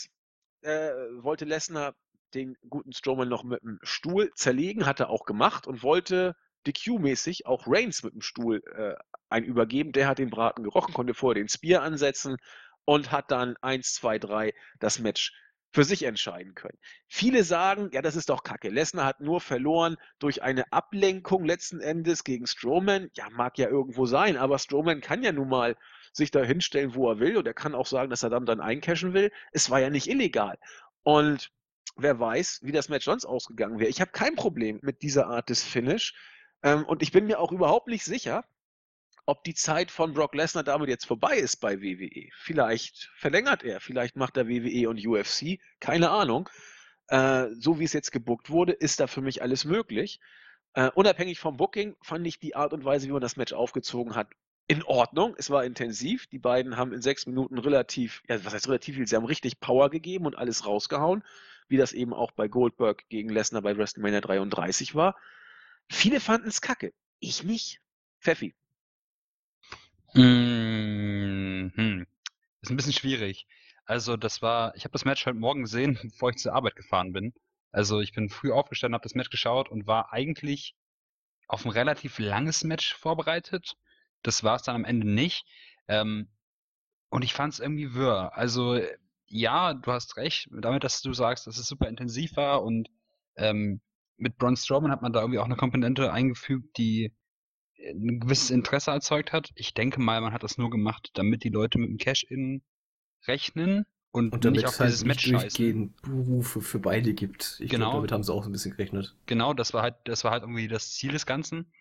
Lesnar den guten Strowman noch mit dem Stuhl zerlegen, hat er auch gemacht und wollte DQ-mäßig auch Reigns mit dem Stuhl ein übergeben. Der hat den Braten gerochen, konnte vorher den Spear ansetzen und hat dann 1, 2, 3 das Match für sich entscheiden können. Viele sagen, ja, das ist doch Kacke. Lesnar hat nur verloren durch eine Ablenkung letzten Endes gegen Strowman. Ja, mag ja irgendwo sein, aber Strowman kann ja nun mal sich da hinstellen, wo er will, und er kann auch sagen, dass er dann eincashen will. Es war ja nicht illegal. Und wer weiß, wie das Match sonst ausgegangen wäre. Ich habe kein Problem mit dieser Art des Finish. Und ich bin mir auch überhaupt nicht sicher, ob die Zeit von Brock Lesnar damit jetzt vorbei ist bei WWE. Vielleicht verlängert er, vielleicht macht er WWE und UFC, keine Ahnung. So wie es jetzt gebuckt wurde, ist da für mich alles möglich. Unabhängig vom Booking fand ich die Art und Weise, wie man das Match aufgezogen hat, in Ordnung. Es war intensiv. Die beiden haben in 6 Minuten was heißt relativ viel? Sie haben richtig Power gegeben und alles rausgehauen, wie das eben auch bei Goldberg gegen Lesnar bei WrestleMania 33 war. Viele fanden es kacke. Ich nicht. Pfeffi. Ist ein bisschen schwierig. Also ich habe das Match heute Morgen gesehen, bevor ich zur Arbeit gefahren bin. Also ich bin früh aufgestanden, habe das Match geschaut und war eigentlich auf ein relativ langes Match vorbereitet. Das war es dann am Ende nicht. Und ich fand es irgendwie wirr. Also ja, du hast recht, damit, dass du sagst, dass es super intensiv war und mit Braun Strowman hat man da irgendwie auch eine Komponente eingefügt, die ein gewisses Interesse erzeugt hat. Ich denke mal, man hat das nur gemacht, damit die Leute mit dem Cash-In rechnen und damit nicht auf es halt dieses nicht Match scheißen. durchgehend Berufe für beide gibt. Ich Genau. glaube, damit haben sie auch ein bisschen gerechnet. Genau, das war halt irgendwie das Ziel des Ganzen.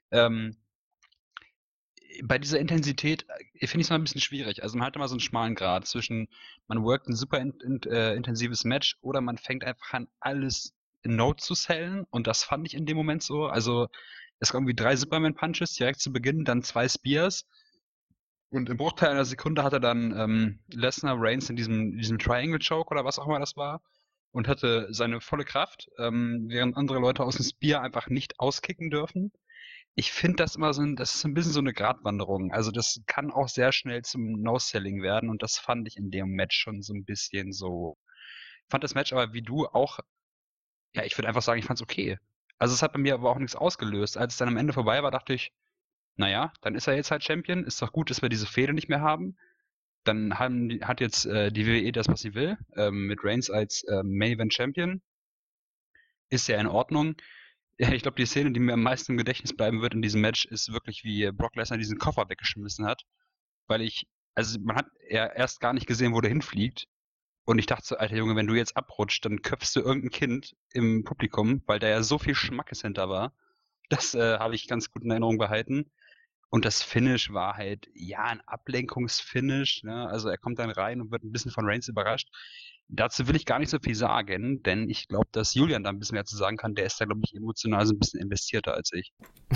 Bei dieser Intensität finde ich es mal ein bisschen schwierig. Also man hat immer so einen schmalen Grad zwischen, man workt ein super intensives Match oder man fängt einfach an, alles in Note zu sellen, und das fand ich in dem Moment so. Also es gab irgendwie 3 Superman-Punches direkt zu Beginn, dann 2 Spears, und im Bruchteil einer Sekunde hatte dann Lesnar Reigns in diesem Triangle-Choke oder was auch immer das war und hatte seine volle Kraft, während andere Leute aus dem Spear einfach nicht auskicken dürfen. Ich finde das immer das ist ein bisschen so eine Gratwanderung. Also das kann auch sehr schnell zum No-Selling werden, und das fand ich in dem Match schon so ein bisschen so. Ich fand das Match aber wie du auch, ja, ich würde einfach sagen, ich fand's okay. Also es hat bei mir aber auch nichts ausgelöst. Als es dann am Ende vorbei war, dachte ich, naja, dann ist er jetzt halt Champion. Ist doch gut, dass wir diese Fehde nicht mehr haben. Dann hat jetzt die WWE das, was sie will, mit Reigns als Main Event Champion. Ist ja in Ordnung. Ja, ich glaube, die Szene, die mir am meisten im Gedächtnis bleiben wird in diesem Match, ist wirklich, wie Brock Lesnar diesen Koffer weggeschmissen hat. Also man hat erst gar nicht gesehen, wo der hinfliegt. Und ich dachte so, alter Junge, wenn du jetzt abrutscht, dann köpfst du irgendein Kind im Publikum, weil da ja so viel Schmackes hinter war. Das habe ich ganz gut in Erinnerung behalten. Und das Finish war halt, ja, ein Ablenkungsfinish, ne? Also er kommt dann rein und wird ein bisschen von Reigns überrascht. Dazu will ich gar nicht so viel sagen, denn ich glaube, dass Julian da ein bisschen mehr zu sagen kann. Der ist da, glaube ich, emotional so ein bisschen investierter als ich.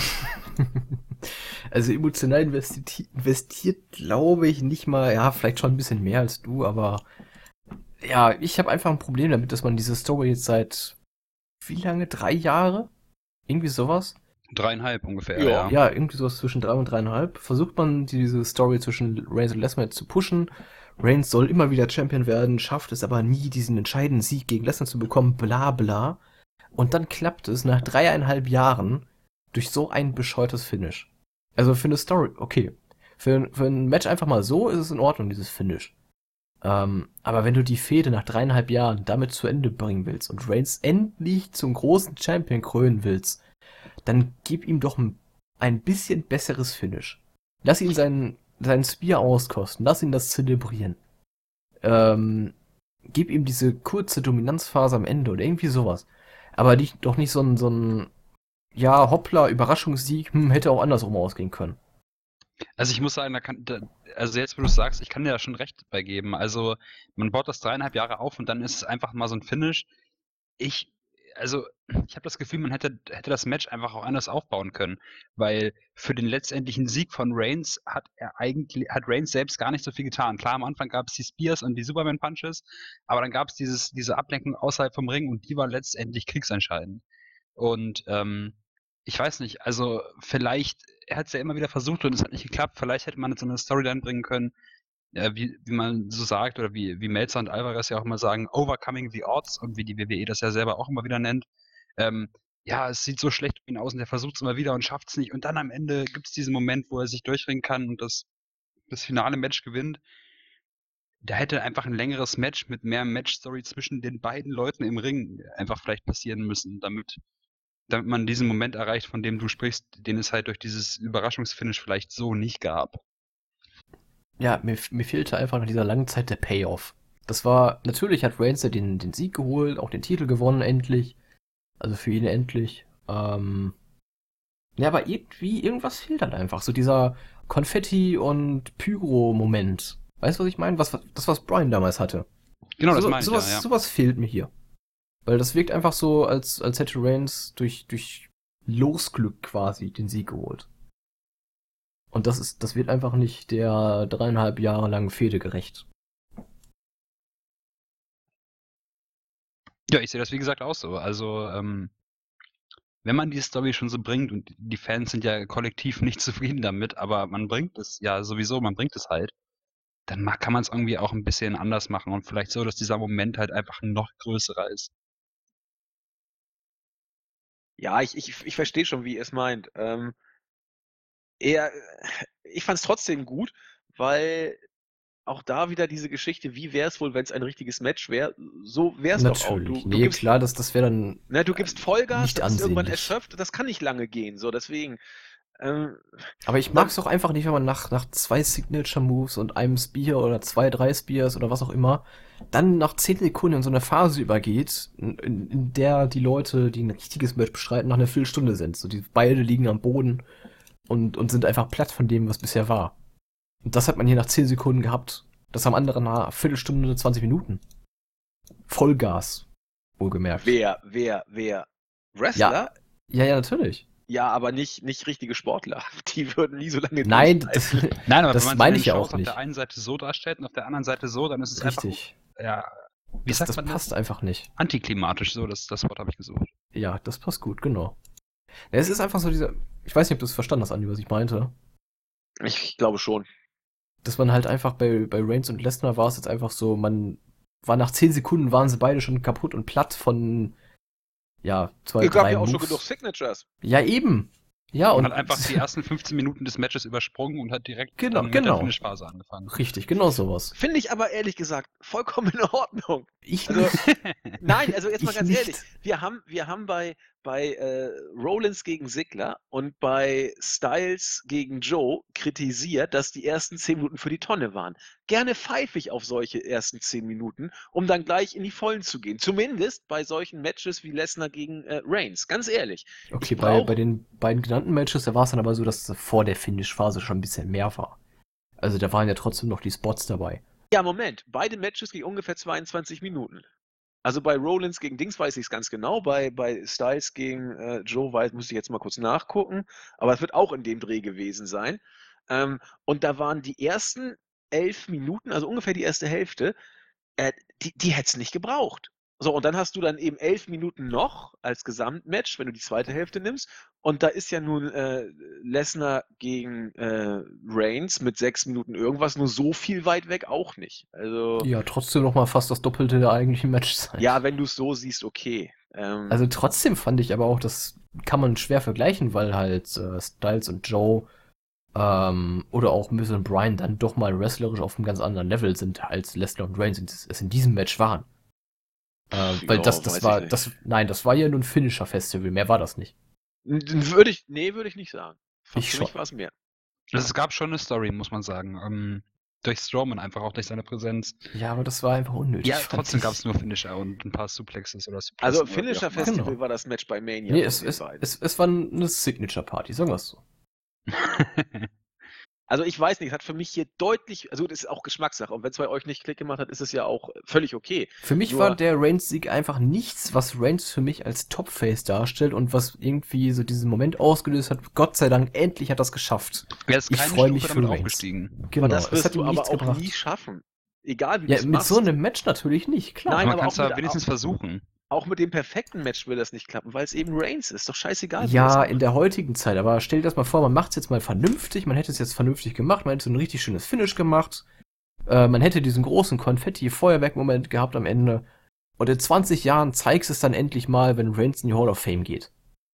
Also emotional investiert glaube ich nicht mal, ja, vielleicht schon ein bisschen mehr als du, aber ja, ich habe einfach ein Problem damit, dass man diese Story jetzt seit wie lange? 3 Jahre? Irgendwie sowas? 3,5 ungefähr, Ja. ja. Ja, irgendwie sowas zwischen 3 und 3,5. Versucht man diese Story zwischen Reigns und Lesnar jetzt zu pushen. Reigns soll immer wieder Champion werden, schafft es aber nie, diesen entscheidenden Sieg gegen Lesnar zu bekommen, bla bla. Und dann klappt es nach 3,5 Jahren durch so ein bescheuertes Finish. Also für eine Story, okay. Für ein Match einfach mal so ist es in Ordnung, dieses Finish. Aber wenn du die Fehde nach 3,5 Jahren damit zu Ende bringen willst und Reigns endlich zum großen Champion krönen willst, dann gib ihm doch ein bisschen besseres Finish. Lass ihn seinen Spear auskosten, lass ihn das zelebrieren. Gib ihm diese kurze Dominanzphase am Ende oder irgendwie sowas. Aber doch nicht so ein ja, hoppla, Überraschungssieg, hätte auch andersrum ausgehen können. Also ich muss sagen, also jetzt, wo du sagst, ich kann dir da schon recht bei geben. Also man baut das 3,5 Jahre auf und dann ist es einfach mal so ein Finish. Ich habe das Gefühl, man hätte das Match einfach auch anders aufbauen können, weil für den letztendlichen Sieg von Reigns hat Reigns selbst gar nicht so viel getan. Klar, am Anfang gab es die Spears und die Superman Punches, aber dann gab es diese Ablenkung außerhalb vom Ring und die war letztendlich kriegsentscheidend. Und ich weiß nicht, also vielleicht, er hat es ja immer wieder versucht und es hat nicht geklappt. Vielleicht hätte man jetzt so eine Storyline bringen können, wie man so sagt, oder wie Meltzer und Alvarez ja auch immer sagen, overcoming the odds, und wie die WWE das ja selber auch immer wieder nennt. Ja, es sieht so schlecht für ihn aus und er versucht es immer wieder und schafft es nicht. Und dann am Ende gibt es diesen Moment, wo er sich durchringen kann und das finale Match gewinnt. Da hätte einfach ein längeres Match mit mehr Match-Story zwischen den beiden Leuten im Ring einfach vielleicht passieren müssen, damit man diesen Moment erreicht, von dem du sprichst, den es halt durch dieses Überraschungsfinish vielleicht so nicht gab. Ja, mir fehlte einfach nach dieser langen Zeit der Payoff. Das war, natürlich hat Reigns ja den Sieg geholt, auch den Titel gewonnen endlich. Also für ihn endlich. Ja, aber irgendwas fehlt halt einfach. So dieser Konfetti- und Pyro-Moment. Weißt du, was ich meine? Was Bryan damals hatte. Genau, das meine ich, ja. Sowas fehlt mir hier. Weil das wirkt einfach so, als hätte Reigns durch Losglück quasi den Sieg geholt. Und das wird einfach nicht der 3,5 Jahre langen Fehde gerecht. Ja, ich sehe das wie gesagt auch so. Also, wenn man die Story schon so bringt, und die Fans sind ja kollektiv nicht zufrieden damit, aber man bringt es ja sowieso, man bringt es halt, dann kann man es irgendwie auch ein bisschen anders machen und vielleicht so, dass dieser Moment halt einfach ein noch größerer ist. Ja, ich verstehe schon, wie ihr es meint. Ich fand es trotzdem gut, weil auch da wieder diese Geschichte, wie wäre es wohl, wenn es ein richtiges Match wäre? So wäre es doch auch. Natürlich. Du gibst, klar, das wäre dann du gibst Vollgas, nicht das ist irgendwann ansehnlich. erschöpft, das kann nicht lange gehen. So, deswegen. Aber ich mag es auch einfach nicht, wenn man nach 2 Signature-Moves und einem Spear oder 2, 3 Spears oder was auch immer, dann nach 10 Sekunden in so eine Phase übergeht, in der die Leute, die ein richtiges Match bestreiten, nach einer Viertelstunde sind. So, die beide liegen am Boden und sind einfach platt von dem, was bisher war. Und das hat man hier nach 10 Sekunden gehabt. Das haben andere nach Viertelstunde, 20 Minuten. Vollgas. Wohlgemerkt. Wer? Wrestler? Ja, natürlich. Ja, aber nicht richtige Sportler. Die würden nie so lange Nein, durchhalten. Nein, aber das wenn man meine es ich ja auch auf nicht. der einen Seite so darstellt und auf der anderen Seite so, dann ist es Richtig. einfach, ja, wie Das sagt man passt einfach nicht. Antiklimatisch, so, das Wort habe ich gesucht. Ja, das passt gut, genau. Ja, es ist einfach so dieser, ich weiß nicht, ob du es verstanden hast, Andi, was ich meinte. Ich glaube schon. Dass man halt einfach bei Reigns und Lesnar war es jetzt einfach so, man war nach 10 Sekunden waren sie beide schon kaputt und platt von, ja, 2, Es gab 3 ja auch schon Moves. genug Signatures. Ja, eben. Ja, Man und hat einfach die ersten 15 Minuten des Matches übersprungen und hat direkt Genau, dann mit der genau. Finish-Phase angefangen. richtig, genau sowas. Finde ich aber ehrlich gesagt vollkommen in Ordnung. Ich Also, nicht. Nein, also jetzt mal Ich ganz nicht. ehrlich. Wir haben bei bei Rollins gegen Ziggler und bei Styles gegen Joe kritisiert, dass die ersten 10 Minuten für die Tonne waren. Gerne pfeife ich auf solche ersten 10 Minuten, um dann gleich in die Vollen zu gehen. Zumindest bei solchen Matches wie Lesnar gegen Reigns. Ganz ehrlich. Okay, bei den beiden genannten Matches, da war es dann aber so, dass vor der Finish-Phase schon ein bisschen mehr war. Also da waren ja trotzdem noch die Spots dabei. Ja, Moment. Beide Matches gingen ungefähr 22 Minuten. Also bei Rollins gegen Dings weiß ich es ganz genau, bei Styles gegen Joe muss ich jetzt mal kurz nachgucken, aber es wird auch in dem Dreh gewesen sein. Und da waren die ersten 11 Minuten, also ungefähr die erste Hälfte, die hätte es nicht gebraucht. So, und dann hast du dann eben 11 Minuten noch als Gesamtmatch, wenn du die zweite Hälfte nimmst. Und da ist ja nun Lesnar gegen Reigns mit 6 Minuten irgendwas, nur so viel weit weg auch nicht. Also, Ja, trotzdem noch mal fast das Doppelte der eigentlichen Matchzeit. ja, wenn du es so siehst, okay. Also trotzdem fand ich aber auch, das kann man schwer vergleichen, weil halt Styles und Joe oder auch Miz und Bryan dann doch mal wrestlerisch auf einem ganz anderen Level sind, als Lesnar und Reigns es in diesem Match waren. Weil ja, das weiß war, ich nicht. das war ja nur ein Finisher-Festival, mehr war das nicht. Würde ich nicht sagen. Für Ich mich schon. war es mehr. Also es gab schon eine Story, muss man sagen. Durch Strowman einfach, auch durch seine Präsenz. Ja, aber das war einfach unnötig. Ja, fand trotzdem ich. gab es nur Finisher und ein paar Suplexes oder Suplessen. Also oder wie auch Finisher immer. Festival Genau. war das Match bei Mania Nee, von den beiden. es war eine Signature-Party, sagen wir es so. Also ich weiß nicht, es hat für mich hier deutlich, also das ist auch Geschmackssache. Und wenn es bei euch nicht Klick gemacht hat, ist es ja auch völlig okay. Für mich Nur- war der Reigns-Sieg einfach nichts, was Reigns für mich als Top-Face darstellt und was irgendwie so diesen Moment ausgelöst hat. Gott sei Dank, endlich hat das geschafft. Er ist Ich keine freu mich Stufe für damit Reigns. aufgestiegen. Genau, aber das es wirst hat du ihm aber nichts auch gebracht. nie schaffen. Egal wie du Ja, es mit machst. so einem Match natürlich nicht, klar. Nein, Man aber kann auch es ja mit- wenigstens versuchen. Auch mit dem perfekten Match will das nicht klappen, weil es eben Reigns ist. Doch scheißegal, wie Ja, das macht. in der heutigen Zeit, aber stell dir das mal vor, man macht es jetzt mal vernünftig, man hätte es jetzt vernünftig gemacht, man hätte so ein richtig schönes Finish gemacht, man hätte diesen großen Konfetti-Feuerwerk-Moment gehabt am Ende und in 20 Jahren zeigst es dann endlich mal, wenn Reigns in die Hall of Fame geht.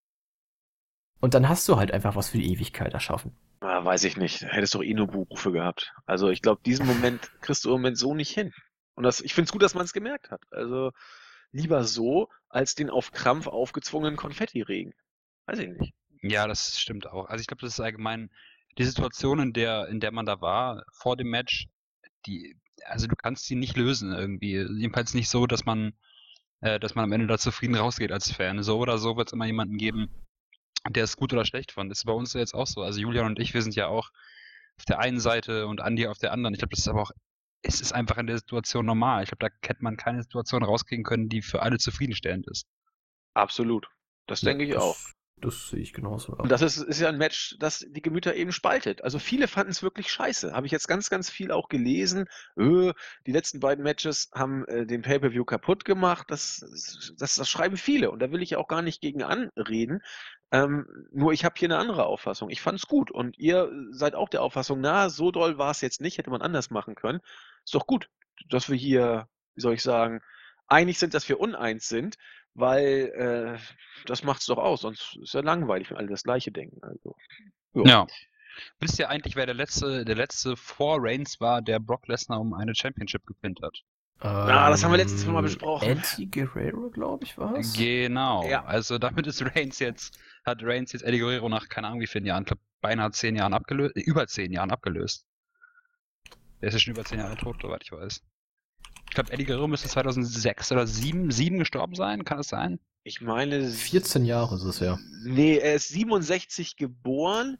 Und dann hast du halt einfach was für die Ewigkeit erschaffen. Weiß ich nicht. Hättest doch eh nur Buhrufe gehabt. Also ich glaube, diesen Moment kriegst du im Moment so nicht hin. Und ich finde es gut, dass man es gemerkt hat. Also lieber so, als den auf Krampf aufgezwungenen Konfettiregen. Weiß ich nicht. Ja, das stimmt auch. Also ich glaube, das ist allgemein die Situation, in der man da war vor dem Match, also du kannst sie nicht lösen irgendwie. Jedenfalls nicht so, dass man am Ende da zufrieden rausgeht als Fan. So oder so wird es immer jemanden geben, der es gut oder schlecht fand. Das ist bei uns jetzt auch so. Also Julian und ich, wir sind ja auch auf der einen Seite und Andi auf der anderen. Ich glaube, das ist aber auch, es ist einfach in der Situation normal. Ich glaube, da hätte man keine Situation rauskriegen können, die für alle zufriedenstellend ist. Absolut. Das denke ich auch. Das sehe ich genauso. Und das ist ja ein Match, das die Gemüter eben spaltet. Also viele fanden es wirklich scheiße. Habe ich jetzt ganz, ganz viel auch gelesen. Die letzten beiden Matches haben den Pay-Per-View kaputt gemacht. Das schreiben viele. Und da will ich ja auch gar nicht gegen anreden. Nur ich habe hier eine andere Auffassung. Ich fand es gut. Und ihr seid auch der Auffassung, na, so doll war es jetzt nicht, hätte man anders machen können. Ist doch gut, dass wir hier, wie soll ich sagen, einig sind, dass wir uneins sind, weil das macht's doch aus, sonst ist ja langweilig, wenn alle das Gleiche denken. Also, Ja. Wisst ihr eigentlich, wer der letzte vor Reigns war, der Brock Lesnar um eine Championship gepinnt hat? das haben wir letztens schon mal besprochen. Eddie Guerrero, glaube ich, war es. Genau. Ja. Also damit hat Reigns jetzt Eddie Guerrero nach keine Ahnung wie vielen Jahren, ich glaube beinahe 10 Jahren abgelöst, über 10 Jahren abgelöst. Der ist ja schon über 10 Jahre tot, soweit ich weiß. Ich glaube, Eddie Guerrero müsste 2006 oder 7 gestorben sein, kann das sein? Ich meine... 14 Jahre ist es ja. Nee, er ist 67 geboren.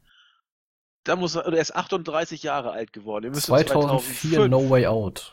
Er ist 38 Jahre alt geworden. Er müsste 2004 No Way Out.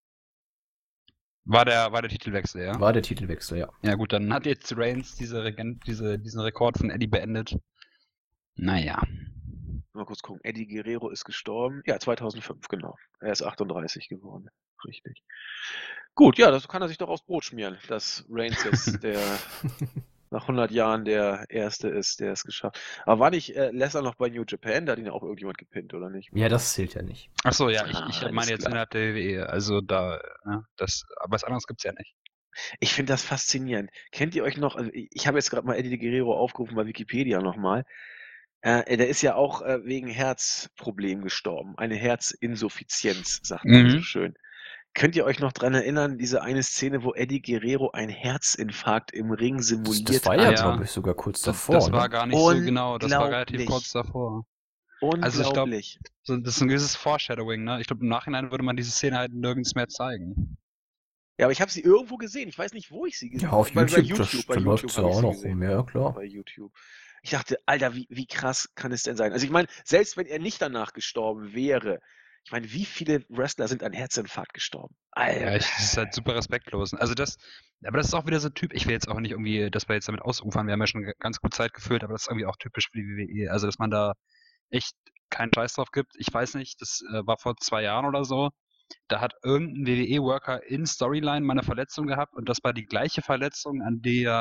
War der Titelwechsel, ja? War der Titelwechsel, ja. Ja gut, dann hat jetzt Reigns diesen Rekord von Eddie beendet. Naja. Mal kurz gucken. Eddie Guerrero ist gestorben. Ja, 2005, genau. Er ist 38 geworden. Richtig. Gut, ja, das kann er sich doch aufs Brot schmieren, dass Reigns jetzt nach 100 Jahren der Erste ist, der es geschafft hat. Aber war nicht Lesnar noch bei New Japan? Da hat ihn ja auch irgendjemand gepinnt, oder nicht? Ja, das zählt ja nicht. Achso, ja, ich alles meine jetzt klar. innerhalb der WWE. Also da, aber was anderes gibt's ja nicht. Ich finde das faszinierend. Kennt ihr euch noch, also ich habe jetzt gerade mal Eddie Guerrero aufgerufen bei Wikipedia nochmal. Der ist ja auch wegen Herzproblem gestorben. Eine Herzinsuffizienz, sagt man so schön. Könnt ihr euch noch dran erinnern, diese eine Szene, wo Eddie Guerrero einen Herzinfarkt im Ring Das simuliert war ja, hat? glaube ich, sogar kurz Das davor, war ne? gar nicht so genau, das war relativ Unglaublich. kurz davor. Also ich glaube, Unglaublich. das ist ein gewisses Foreshadowing, ne? Ich glaube, im Nachhinein würde man diese Szene halt nirgends mehr zeigen. Ja, aber ich habe sie irgendwo gesehen. Ich weiß nicht, wo ich sie gesehen Ja, habe. auf YouTube, Bei da läuft YouTube es habe ja ich auch sie noch gesehen. rum, ja klar. Bei YouTube. Ich dachte, Alter, wie krass kann es denn sein? Also ich meine, selbst wenn er nicht danach gestorben wäre, ich meine, wie viele Wrestler sind an Herzinfarkt gestorben? Ja, das ist halt super respektlos. Also aber das ist auch wieder so Typ, ich will jetzt auch nicht irgendwie, dass wir jetzt damit ausufern, wir haben ja schon ganz gut Zeit gefüllt, aber das ist irgendwie auch typisch für die WWE. Also, dass man da echt keinen Scheiß drauf gibt. Ich weiß nicht, das war vor 2 Jahren oder so. Da hat irgendein WWE-Worker in Storyline mal 'ne Verletzung gehabt und das war die gleiche Verletzung, an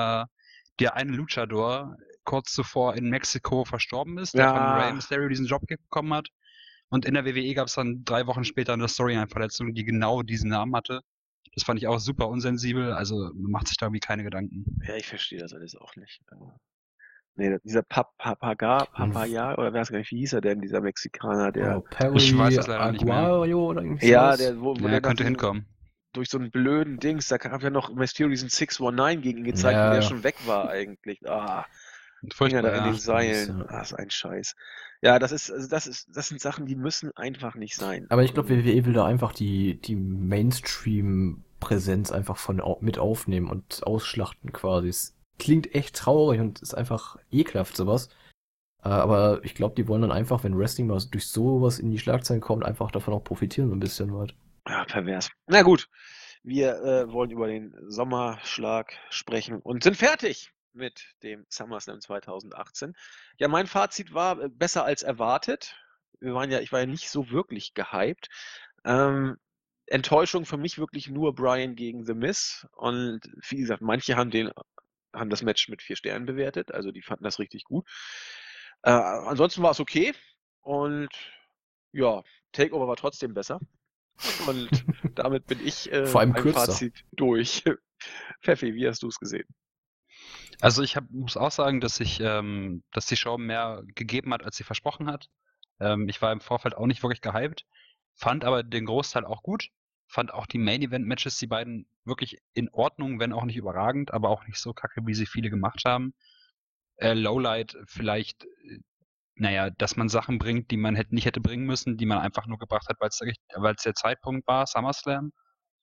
der eine Luchador kurz zuvor in Mexiko verstorben ist, der von Rey Ja, Mysterio diesen Jobkick bekommen hat. Und in der WWE gab's dann 3 Wochen später 'ne Storyline-Verletzung, die genau diesen Namen hatte. Das fand ich auch super unsensibel, also man macht sich da irgendwie keine Gedanken. ja, ich verstehe das alles auch nicht. Nee, dieser Papaya, oder weiß gar nicht, wie hieß er denn, dieser Mexikaner, der, Ich weiß Perry das leider nicht mehr. Aguayo oder irgendwie ja, sowas. wo Ja, der nach könnte diesem, hinkommen. durch so einen blöden Dings, da gab ja noch Mysterio diesen 619 gegen ihn gezeigt, wo Ja, der ja. schon weg war eigentlich. Hing er Furchtbar, da in ja. den Seilen. Ja. Ah, so ein Scheiß. Ja, das sind Sachen, die müssen einfach nicht sein. Aber ich glaube, WWE will da einfach die Mainstream-Präsenz einfach mit aufnehmen und ausschlachten quasi. Es klingt echt traurig und ist einfach ekelhaft sowas. Aber ich glaube, die wollen dann einfach, wenn Wrestling mal durch sowas in die Schlagzeilen kommt, einfach davon auch profitieren so ein bisschen weit. Ja, pervers. Na gut, wir wollen über den Sommerschlag sprechen und sind fertig mit dem SummerSlam 2018. Ja, mein Fazit war besser als erwartet. Ich war ja nicht so wirklich gehypt. Enttäuschung für mich wirklich nur Bryan gegen The Miz. Und wie gesagt, manche haben das Match mit 4 Sternen bewertet, also die fanden das richtig gut. Ansonsten war es okay. Und ja, Takeover war trotzdem besser. Und damit bin ich Vor allem mit meinem kürzer. Fazit durch. Pfeffi, wie hast du es gesehen? Also ich muss auch sagen, dass die Show mehr gegeben hat, als sie versprochen hat. Ich war im Vorfeld auch nicht wirklich gehypt, fand aber den Großteil auch gut. Fand auch die Main-Event-Matches, die beiden, wirklich in Ordnung, wenn auch nicht überragend, aber auch nicht so kacke, wie sie viele gemacht haben. Lowlight vielleicht, dass man Sachen bringt, die man nicht hätte bringen müssen, die man einfach nur gebracht hat, weil's der Zeitpunkt war, SummerSlam.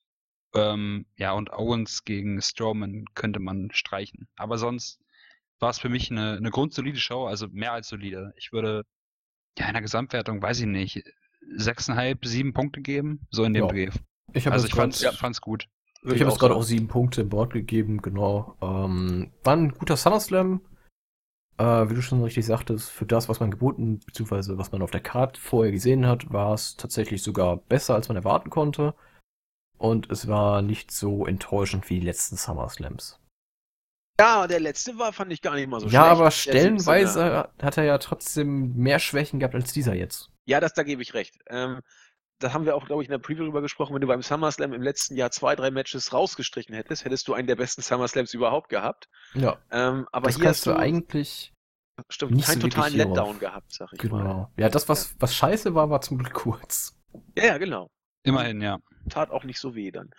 Und Owens gegen Strowman könnte man streichen. Aber sonst war es für mich eine grundsolide Show, also mehr als solide. Ich würde in der Gesamtwertung, weiß ich nicht, 6,5, 7 Punkte geben, so in dem Ja. Dreh. Ich habe Also jetzt ich fand's gut. Ich habe jetzt gerade auch 7 Punkte im Board gegeben, genau. War ein guter SummerSlam. Wie du schon richtig sagtest, für das, was man geboten, beziehungsweise was man auf der Karte vorher gesehen hat, war es tatsächlich sogar besser, als man erwarten konnte. Und es war nicht so enttäuschend wie die letzten SummerSlams. Ja, der letzte fand ich gar nicht mal so Ja, schlecht. aber Der stellenweise 17er. hat er ja trotzdem mehr Schwächen gehabt als dieser jetzt. Ja, da gebe ich recht. Da haben wir auch, glaube ich, in der Preview drüber gesprochen, wenn du beim SummerSlam im letzten Jahr 2, 3 Matches rausgestrichen hättest du einen der besten SummerSlams überhaupt gehabt. Ja, Aber das hier kannst hast du du eigentlich keinen so totalen wirklich Letdown hierauf. gehabt, sag ich mal. Genau. Ja, das, was scheiße war, war zum Glück kurz. Ja, genau. Immerhin, ja. Tat auch nicht so weh dann.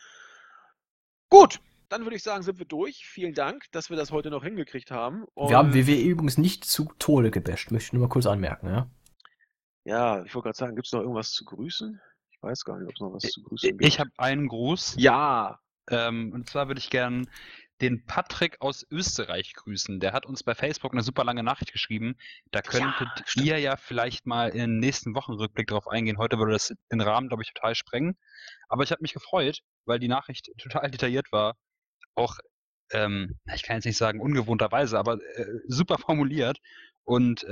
Gut, dann würde ich sagen, sind wir durch. Vielen Dank, dass wir das heute noch hingekriegt haben. Wir haben Und WWE übrigens nicht zu Tode gebasht, möchte ich nur mal kurz anmerken, ja? ja, ich wollte gerade sagen, gibt es noch irgendwas zu grüßen? Ich weiß gar nicht, ob es noch was zu grüßen gibt. Ich habe einen Gruß. Ja, Und zwar würde ich gern den Patrick aus Österreich grüßen. Der hat uns bei Facebook eine super lange Nachricht geschrieben. Da könntet stimmt. ihr ja vielleicht mal in den nächsten Wochenrückblick drauf eingehen. Heute würde das den Rahmen, glaube ich, total sprengen. Aber ich habe mich gefreut, weil die Nachricht total detailliert war. Auch, ich kann jetzt nicht sagen ungewohnterweise, aber super formuliert. Und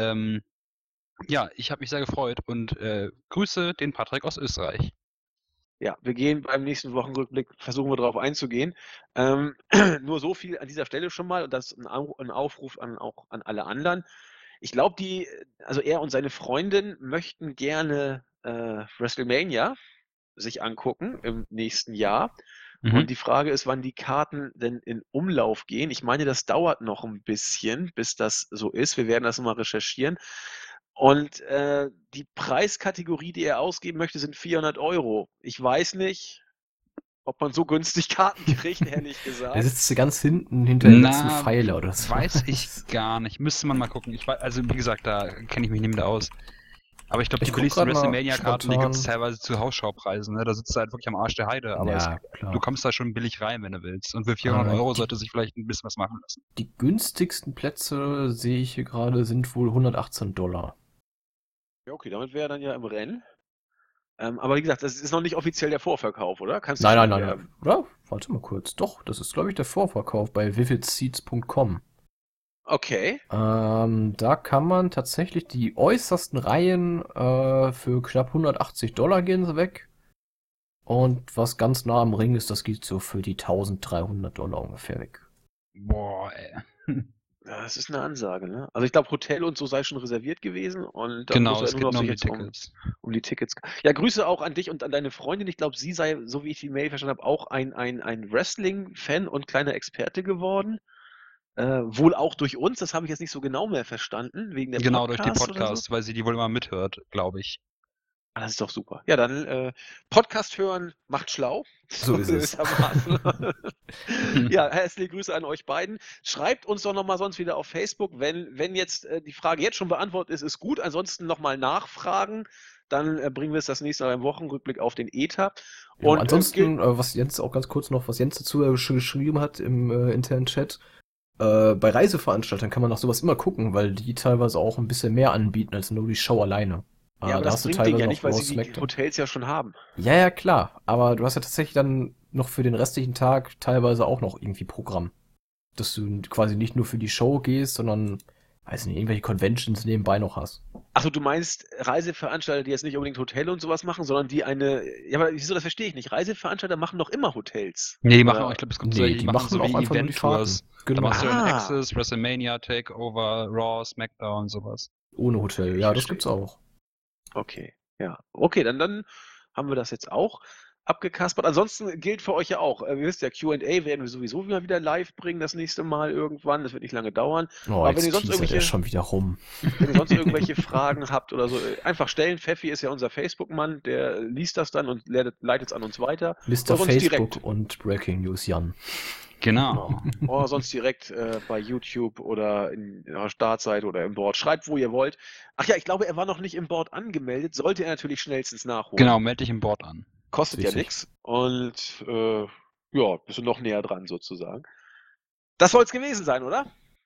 ich habe mich sehr gefreut und grüße den Patrick aus Österreich. Ja, wir gehen beim nächsten Wochenrückblick, versuchen wir darauf einzugehen. Nur so viel an dieser Stelle schon mal und das ein Aufruf auch an alle anderen. Ich glaube, also er und seine Freundin möchten gerne WrestleMania sich angucken im nächsten Jahr. Und die Frage ist, wann die Karten denn in Umlauf gehen. Ich meine, das dauert noch ein bisschen, bis das so ist. Wir werden das mal recherchieren. Und die Preiskategorie, die er ausgeben möchte, sind 400 €. Ich weiß nicht, ob man so günstig Karten kriegt, ehrlich Der gesagt. sitzt ganz hinten hinter dem letzten Pfeiler oder so. Weiß ich gar nicht. Müsste man mal gucken. Also wie gesagt, da kenne ich mich nicht mehr aus. Aber ich glaube, die Ich guck billigsten grad mal WrestleMania-Karten, die gibt es spontan. teilweise zu Hausschaupreisen. Ne? Da sitzt du halt wirklich am Arsch der Heide. Aber Ja, du klar. kommst da schon billig rein, wenn du willst. Und für 400 Euro sollte sich vielleicht ein bisschen was machen lassen. Die günstigsten Plätze, sehe ich hier gerade, sind wohl $118. Ja, okay, damit wäre er dann ja im Rennen. Aber wie gesagt, das ist noch nicht offiziell der Vorverkauf, oder? Kannst du Nein, schon nein, nein, nein. Oder? Warte mal kurz. Doch, das ist, glaube ich, der Vorverkauf bei vividseats.com. Okay. Da kann man tatsächlich die äußersten Reihen für knapp $180 gehen sie weg. Und was ganz nah am Ring ist, das geht so für die $1.300 ungefähr weg. Boah, ey. Ja, das ist eine Ansage, ne? Also ich glaube, Hotel und so sei schon reserviert gewesen und dann muss Genau, er es nur geht noch nur sich um die jetzt Tickets. um die Tickets. Ja, Grüße auch an dich und an deine Freundin. Ich glaube, sie sei, so wie ich die Mail verstanden habe, auch ein Wrestling-Fan und kleiner Experte geworden. Wohl auch durch uns, das habe ich jetzt nicht so genau mehr verstanden, wegen der Genau, durch die Podcasts oder so. Podcasts, weil sie die wohl immer mithört, glaube ich. Ah, das ist doch super. Ja, dann Podcast hören macht schlau. So ist es. gewissermaßen. Ja, herzliche Grüße an euch beiden. Schreibt uns doch nochmal sonst wieder auf Facebook, wenn jetzt die Frage jetzt schon beantwortet ist gut. Ansonsten nochmal nachfragen. Dann bringen wir es das nächste Mal im Wochenrückblick auf den Ether. Ja, Und ansonsten, was Jens auch ganz kurz noch, was Jens dazu geschrieben hat im internen Chat, bei Reiseveranstaltern kann man nach sowas immer gucken, weil die teilweise auch ein bisschen mehr anbieten als nur die Show alleine. ja, aber Da das hast du bringt denen ja teilweise nicht, auch weil Raw, sie die SmackDown. Hotels ja schon haben. Ja, klar. Aber du hast ja tatsächlich dann noch für den restlichen Tag teilweise auch noch irgendwie Programm. Dass du quasi nicht nur für die Show gehst, sondern, weiß nicht, irgendwelche Conventions nebenbei noch hast. Achso, du meinst Reiseveranstalter, die jetzt nicht unbedingt Hotel und sowas machen, sondern die ja, aber wieso, das verstehe ich nicht. Reiseveranstalter machen doch immer Hotels. Nee, die machen Oder- auch, ich glaube, es gibt Nee, solche, die die machen machen so auch wie einfach nur die Event-Tours. Fahrten. Da Genau. machst du in Ah. Access, WrestleMania, Takeover, Raw, SmackDown, sowas. Ohne Hotel. Ich Ja, das verstehe. gibt's auch. Okay, ja. Okay, dann haben wir das jetzt auch abgekaspert. Ansonsten gilt für euch ja auch, ihr wisst ja, Q&A werden wir sowieso wieder live bringen das nächste Mal irgendwann. Das wird nicht lange dauern. Oh, Aber wenn ihr jetzt sonst teasert er irgendwelche, schon wieder rum. wenn ihr sonst irgendwelche Fragen habt oder so, einfach stellen. Pfeffi ist ja unser Facebook-Mann, der liest das dann und leitet es an uns weiter. Mr. Oder sonst Facebook direkt. und Breaking News Jan. Genau. Oder sonst direkt bei YouTube oder in der Startseite oder im Board. Schreibt, wo ihr wollt. Ach ja, ich glaube, er war noch nicht im Board angemeldet. Sollte er natürlich schnellstens nachholen. Genau, melde dich im Board an. Kostet ja Richtig. nichts. Und ja, bist du noch näher dran sozusagen. Das soll es gewesen sein, oder?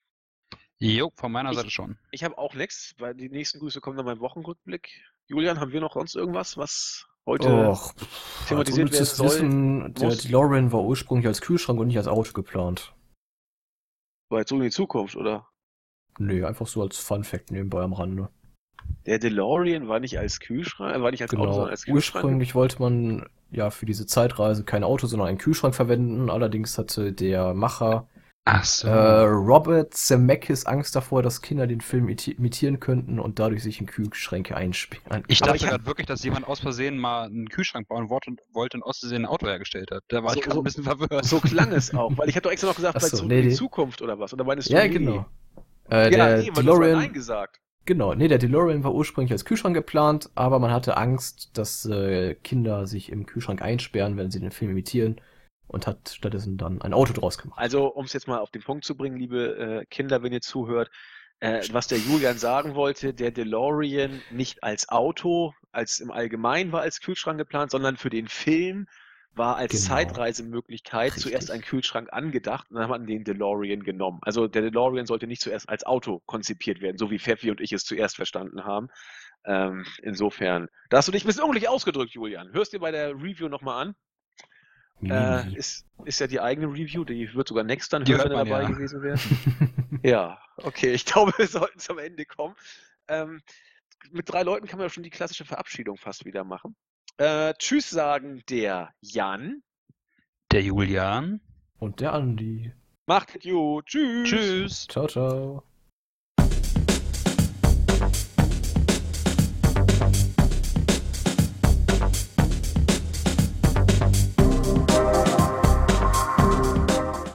Jo, von meiner Ich- Seite schon. Ich habe auch nichts, weil die nächsten Grüße kommen dann beim Wochenrückblick. Julian, haben wir noch sonst irgendwas, was heute Och, thematisiert als unnützes werden soll, Wissen, der muss? DeLorean war ursprünglich als Kühlschrank und nicht als Auto geplant. war jetzt so in die Zukunft, oder? Nee, einfach so als Fun-Fact nebenbei am Rande. Der DeLorean war nicht als Kühlschrank, war nicht als Auto, Genau. sondern als Kühlschrank. Ursprünglich wollte man ja für diese Zeitreise kein Auto, sondern einen Kühlschrank verwenden. Allerdings hatte der Macher Ach so. Robert Zemeckis Angst davor, dass Kinder den Film imitieren könnten und dadurch sich in Kühlschränke einsperren. Ich Aber dachte ich hab- gerade wirklich, dass jemand aus Versehen mal einen Kühlschrank bauen wollte und aus Versehen ein Auto hergestellt hat. Da war So- ich gerade so- ein bisschen verwirrt. So klang es auch, weil ich hatte doch extra noch gesagt, Ach bei so, Zurück nee, in die nee. Zukunft oder was? Oder meinst du Ja, nee? genau. Ja, Der nee, weil du hast mal DeLorean, Nein gesagt. genau, nee, der DeLorean war ursprünglich als Kühlschrank geplant, aber man hatte Angst, dass Kinder sich im Kühlschrank einsperren, wenn sie den Film imitieren und hat stattdessen dann ein Auto draus gemacht. Also, um es jetzt mal auf den Punkt zu bringen, liebe Kinder, wenn ihr zuhört, was der Julian sagen wollte, der DeLorean nicht als Auto, als im Allgemeinen war als Kühlschrank geplant, sondern für den Film war als Genau. Zeitreisemöglichkeit Richtig. zuerst ein Kühlschrank angedacht und dann hat man den DeLorean genommen. Also der DeLorean sollte nicht zuerst als Auto konzipiert werden, so wie Pfeffi und ich es zuerst verstanden haben. Insofern, da hast du dich ein bisschen unglücklich ausgedrückt, Julian. Hörst dir bei der Review nochmal an. Mimimi. Ist ja die eigene Review, die wird sogar next dann Die hören, hört wenn er man, dabei ja. gewesen wäre. Ja, okay, ich glaube, wir sollten zum Ende kommen. Mit 3 Leuten kann man ja schon die klassische Verabschiedung fast wieder machen. Tschüss sagen der Jan. Der Julian. Und der Andi. Macht es gut. Tschüss. Tschüss. Ciao, ciao.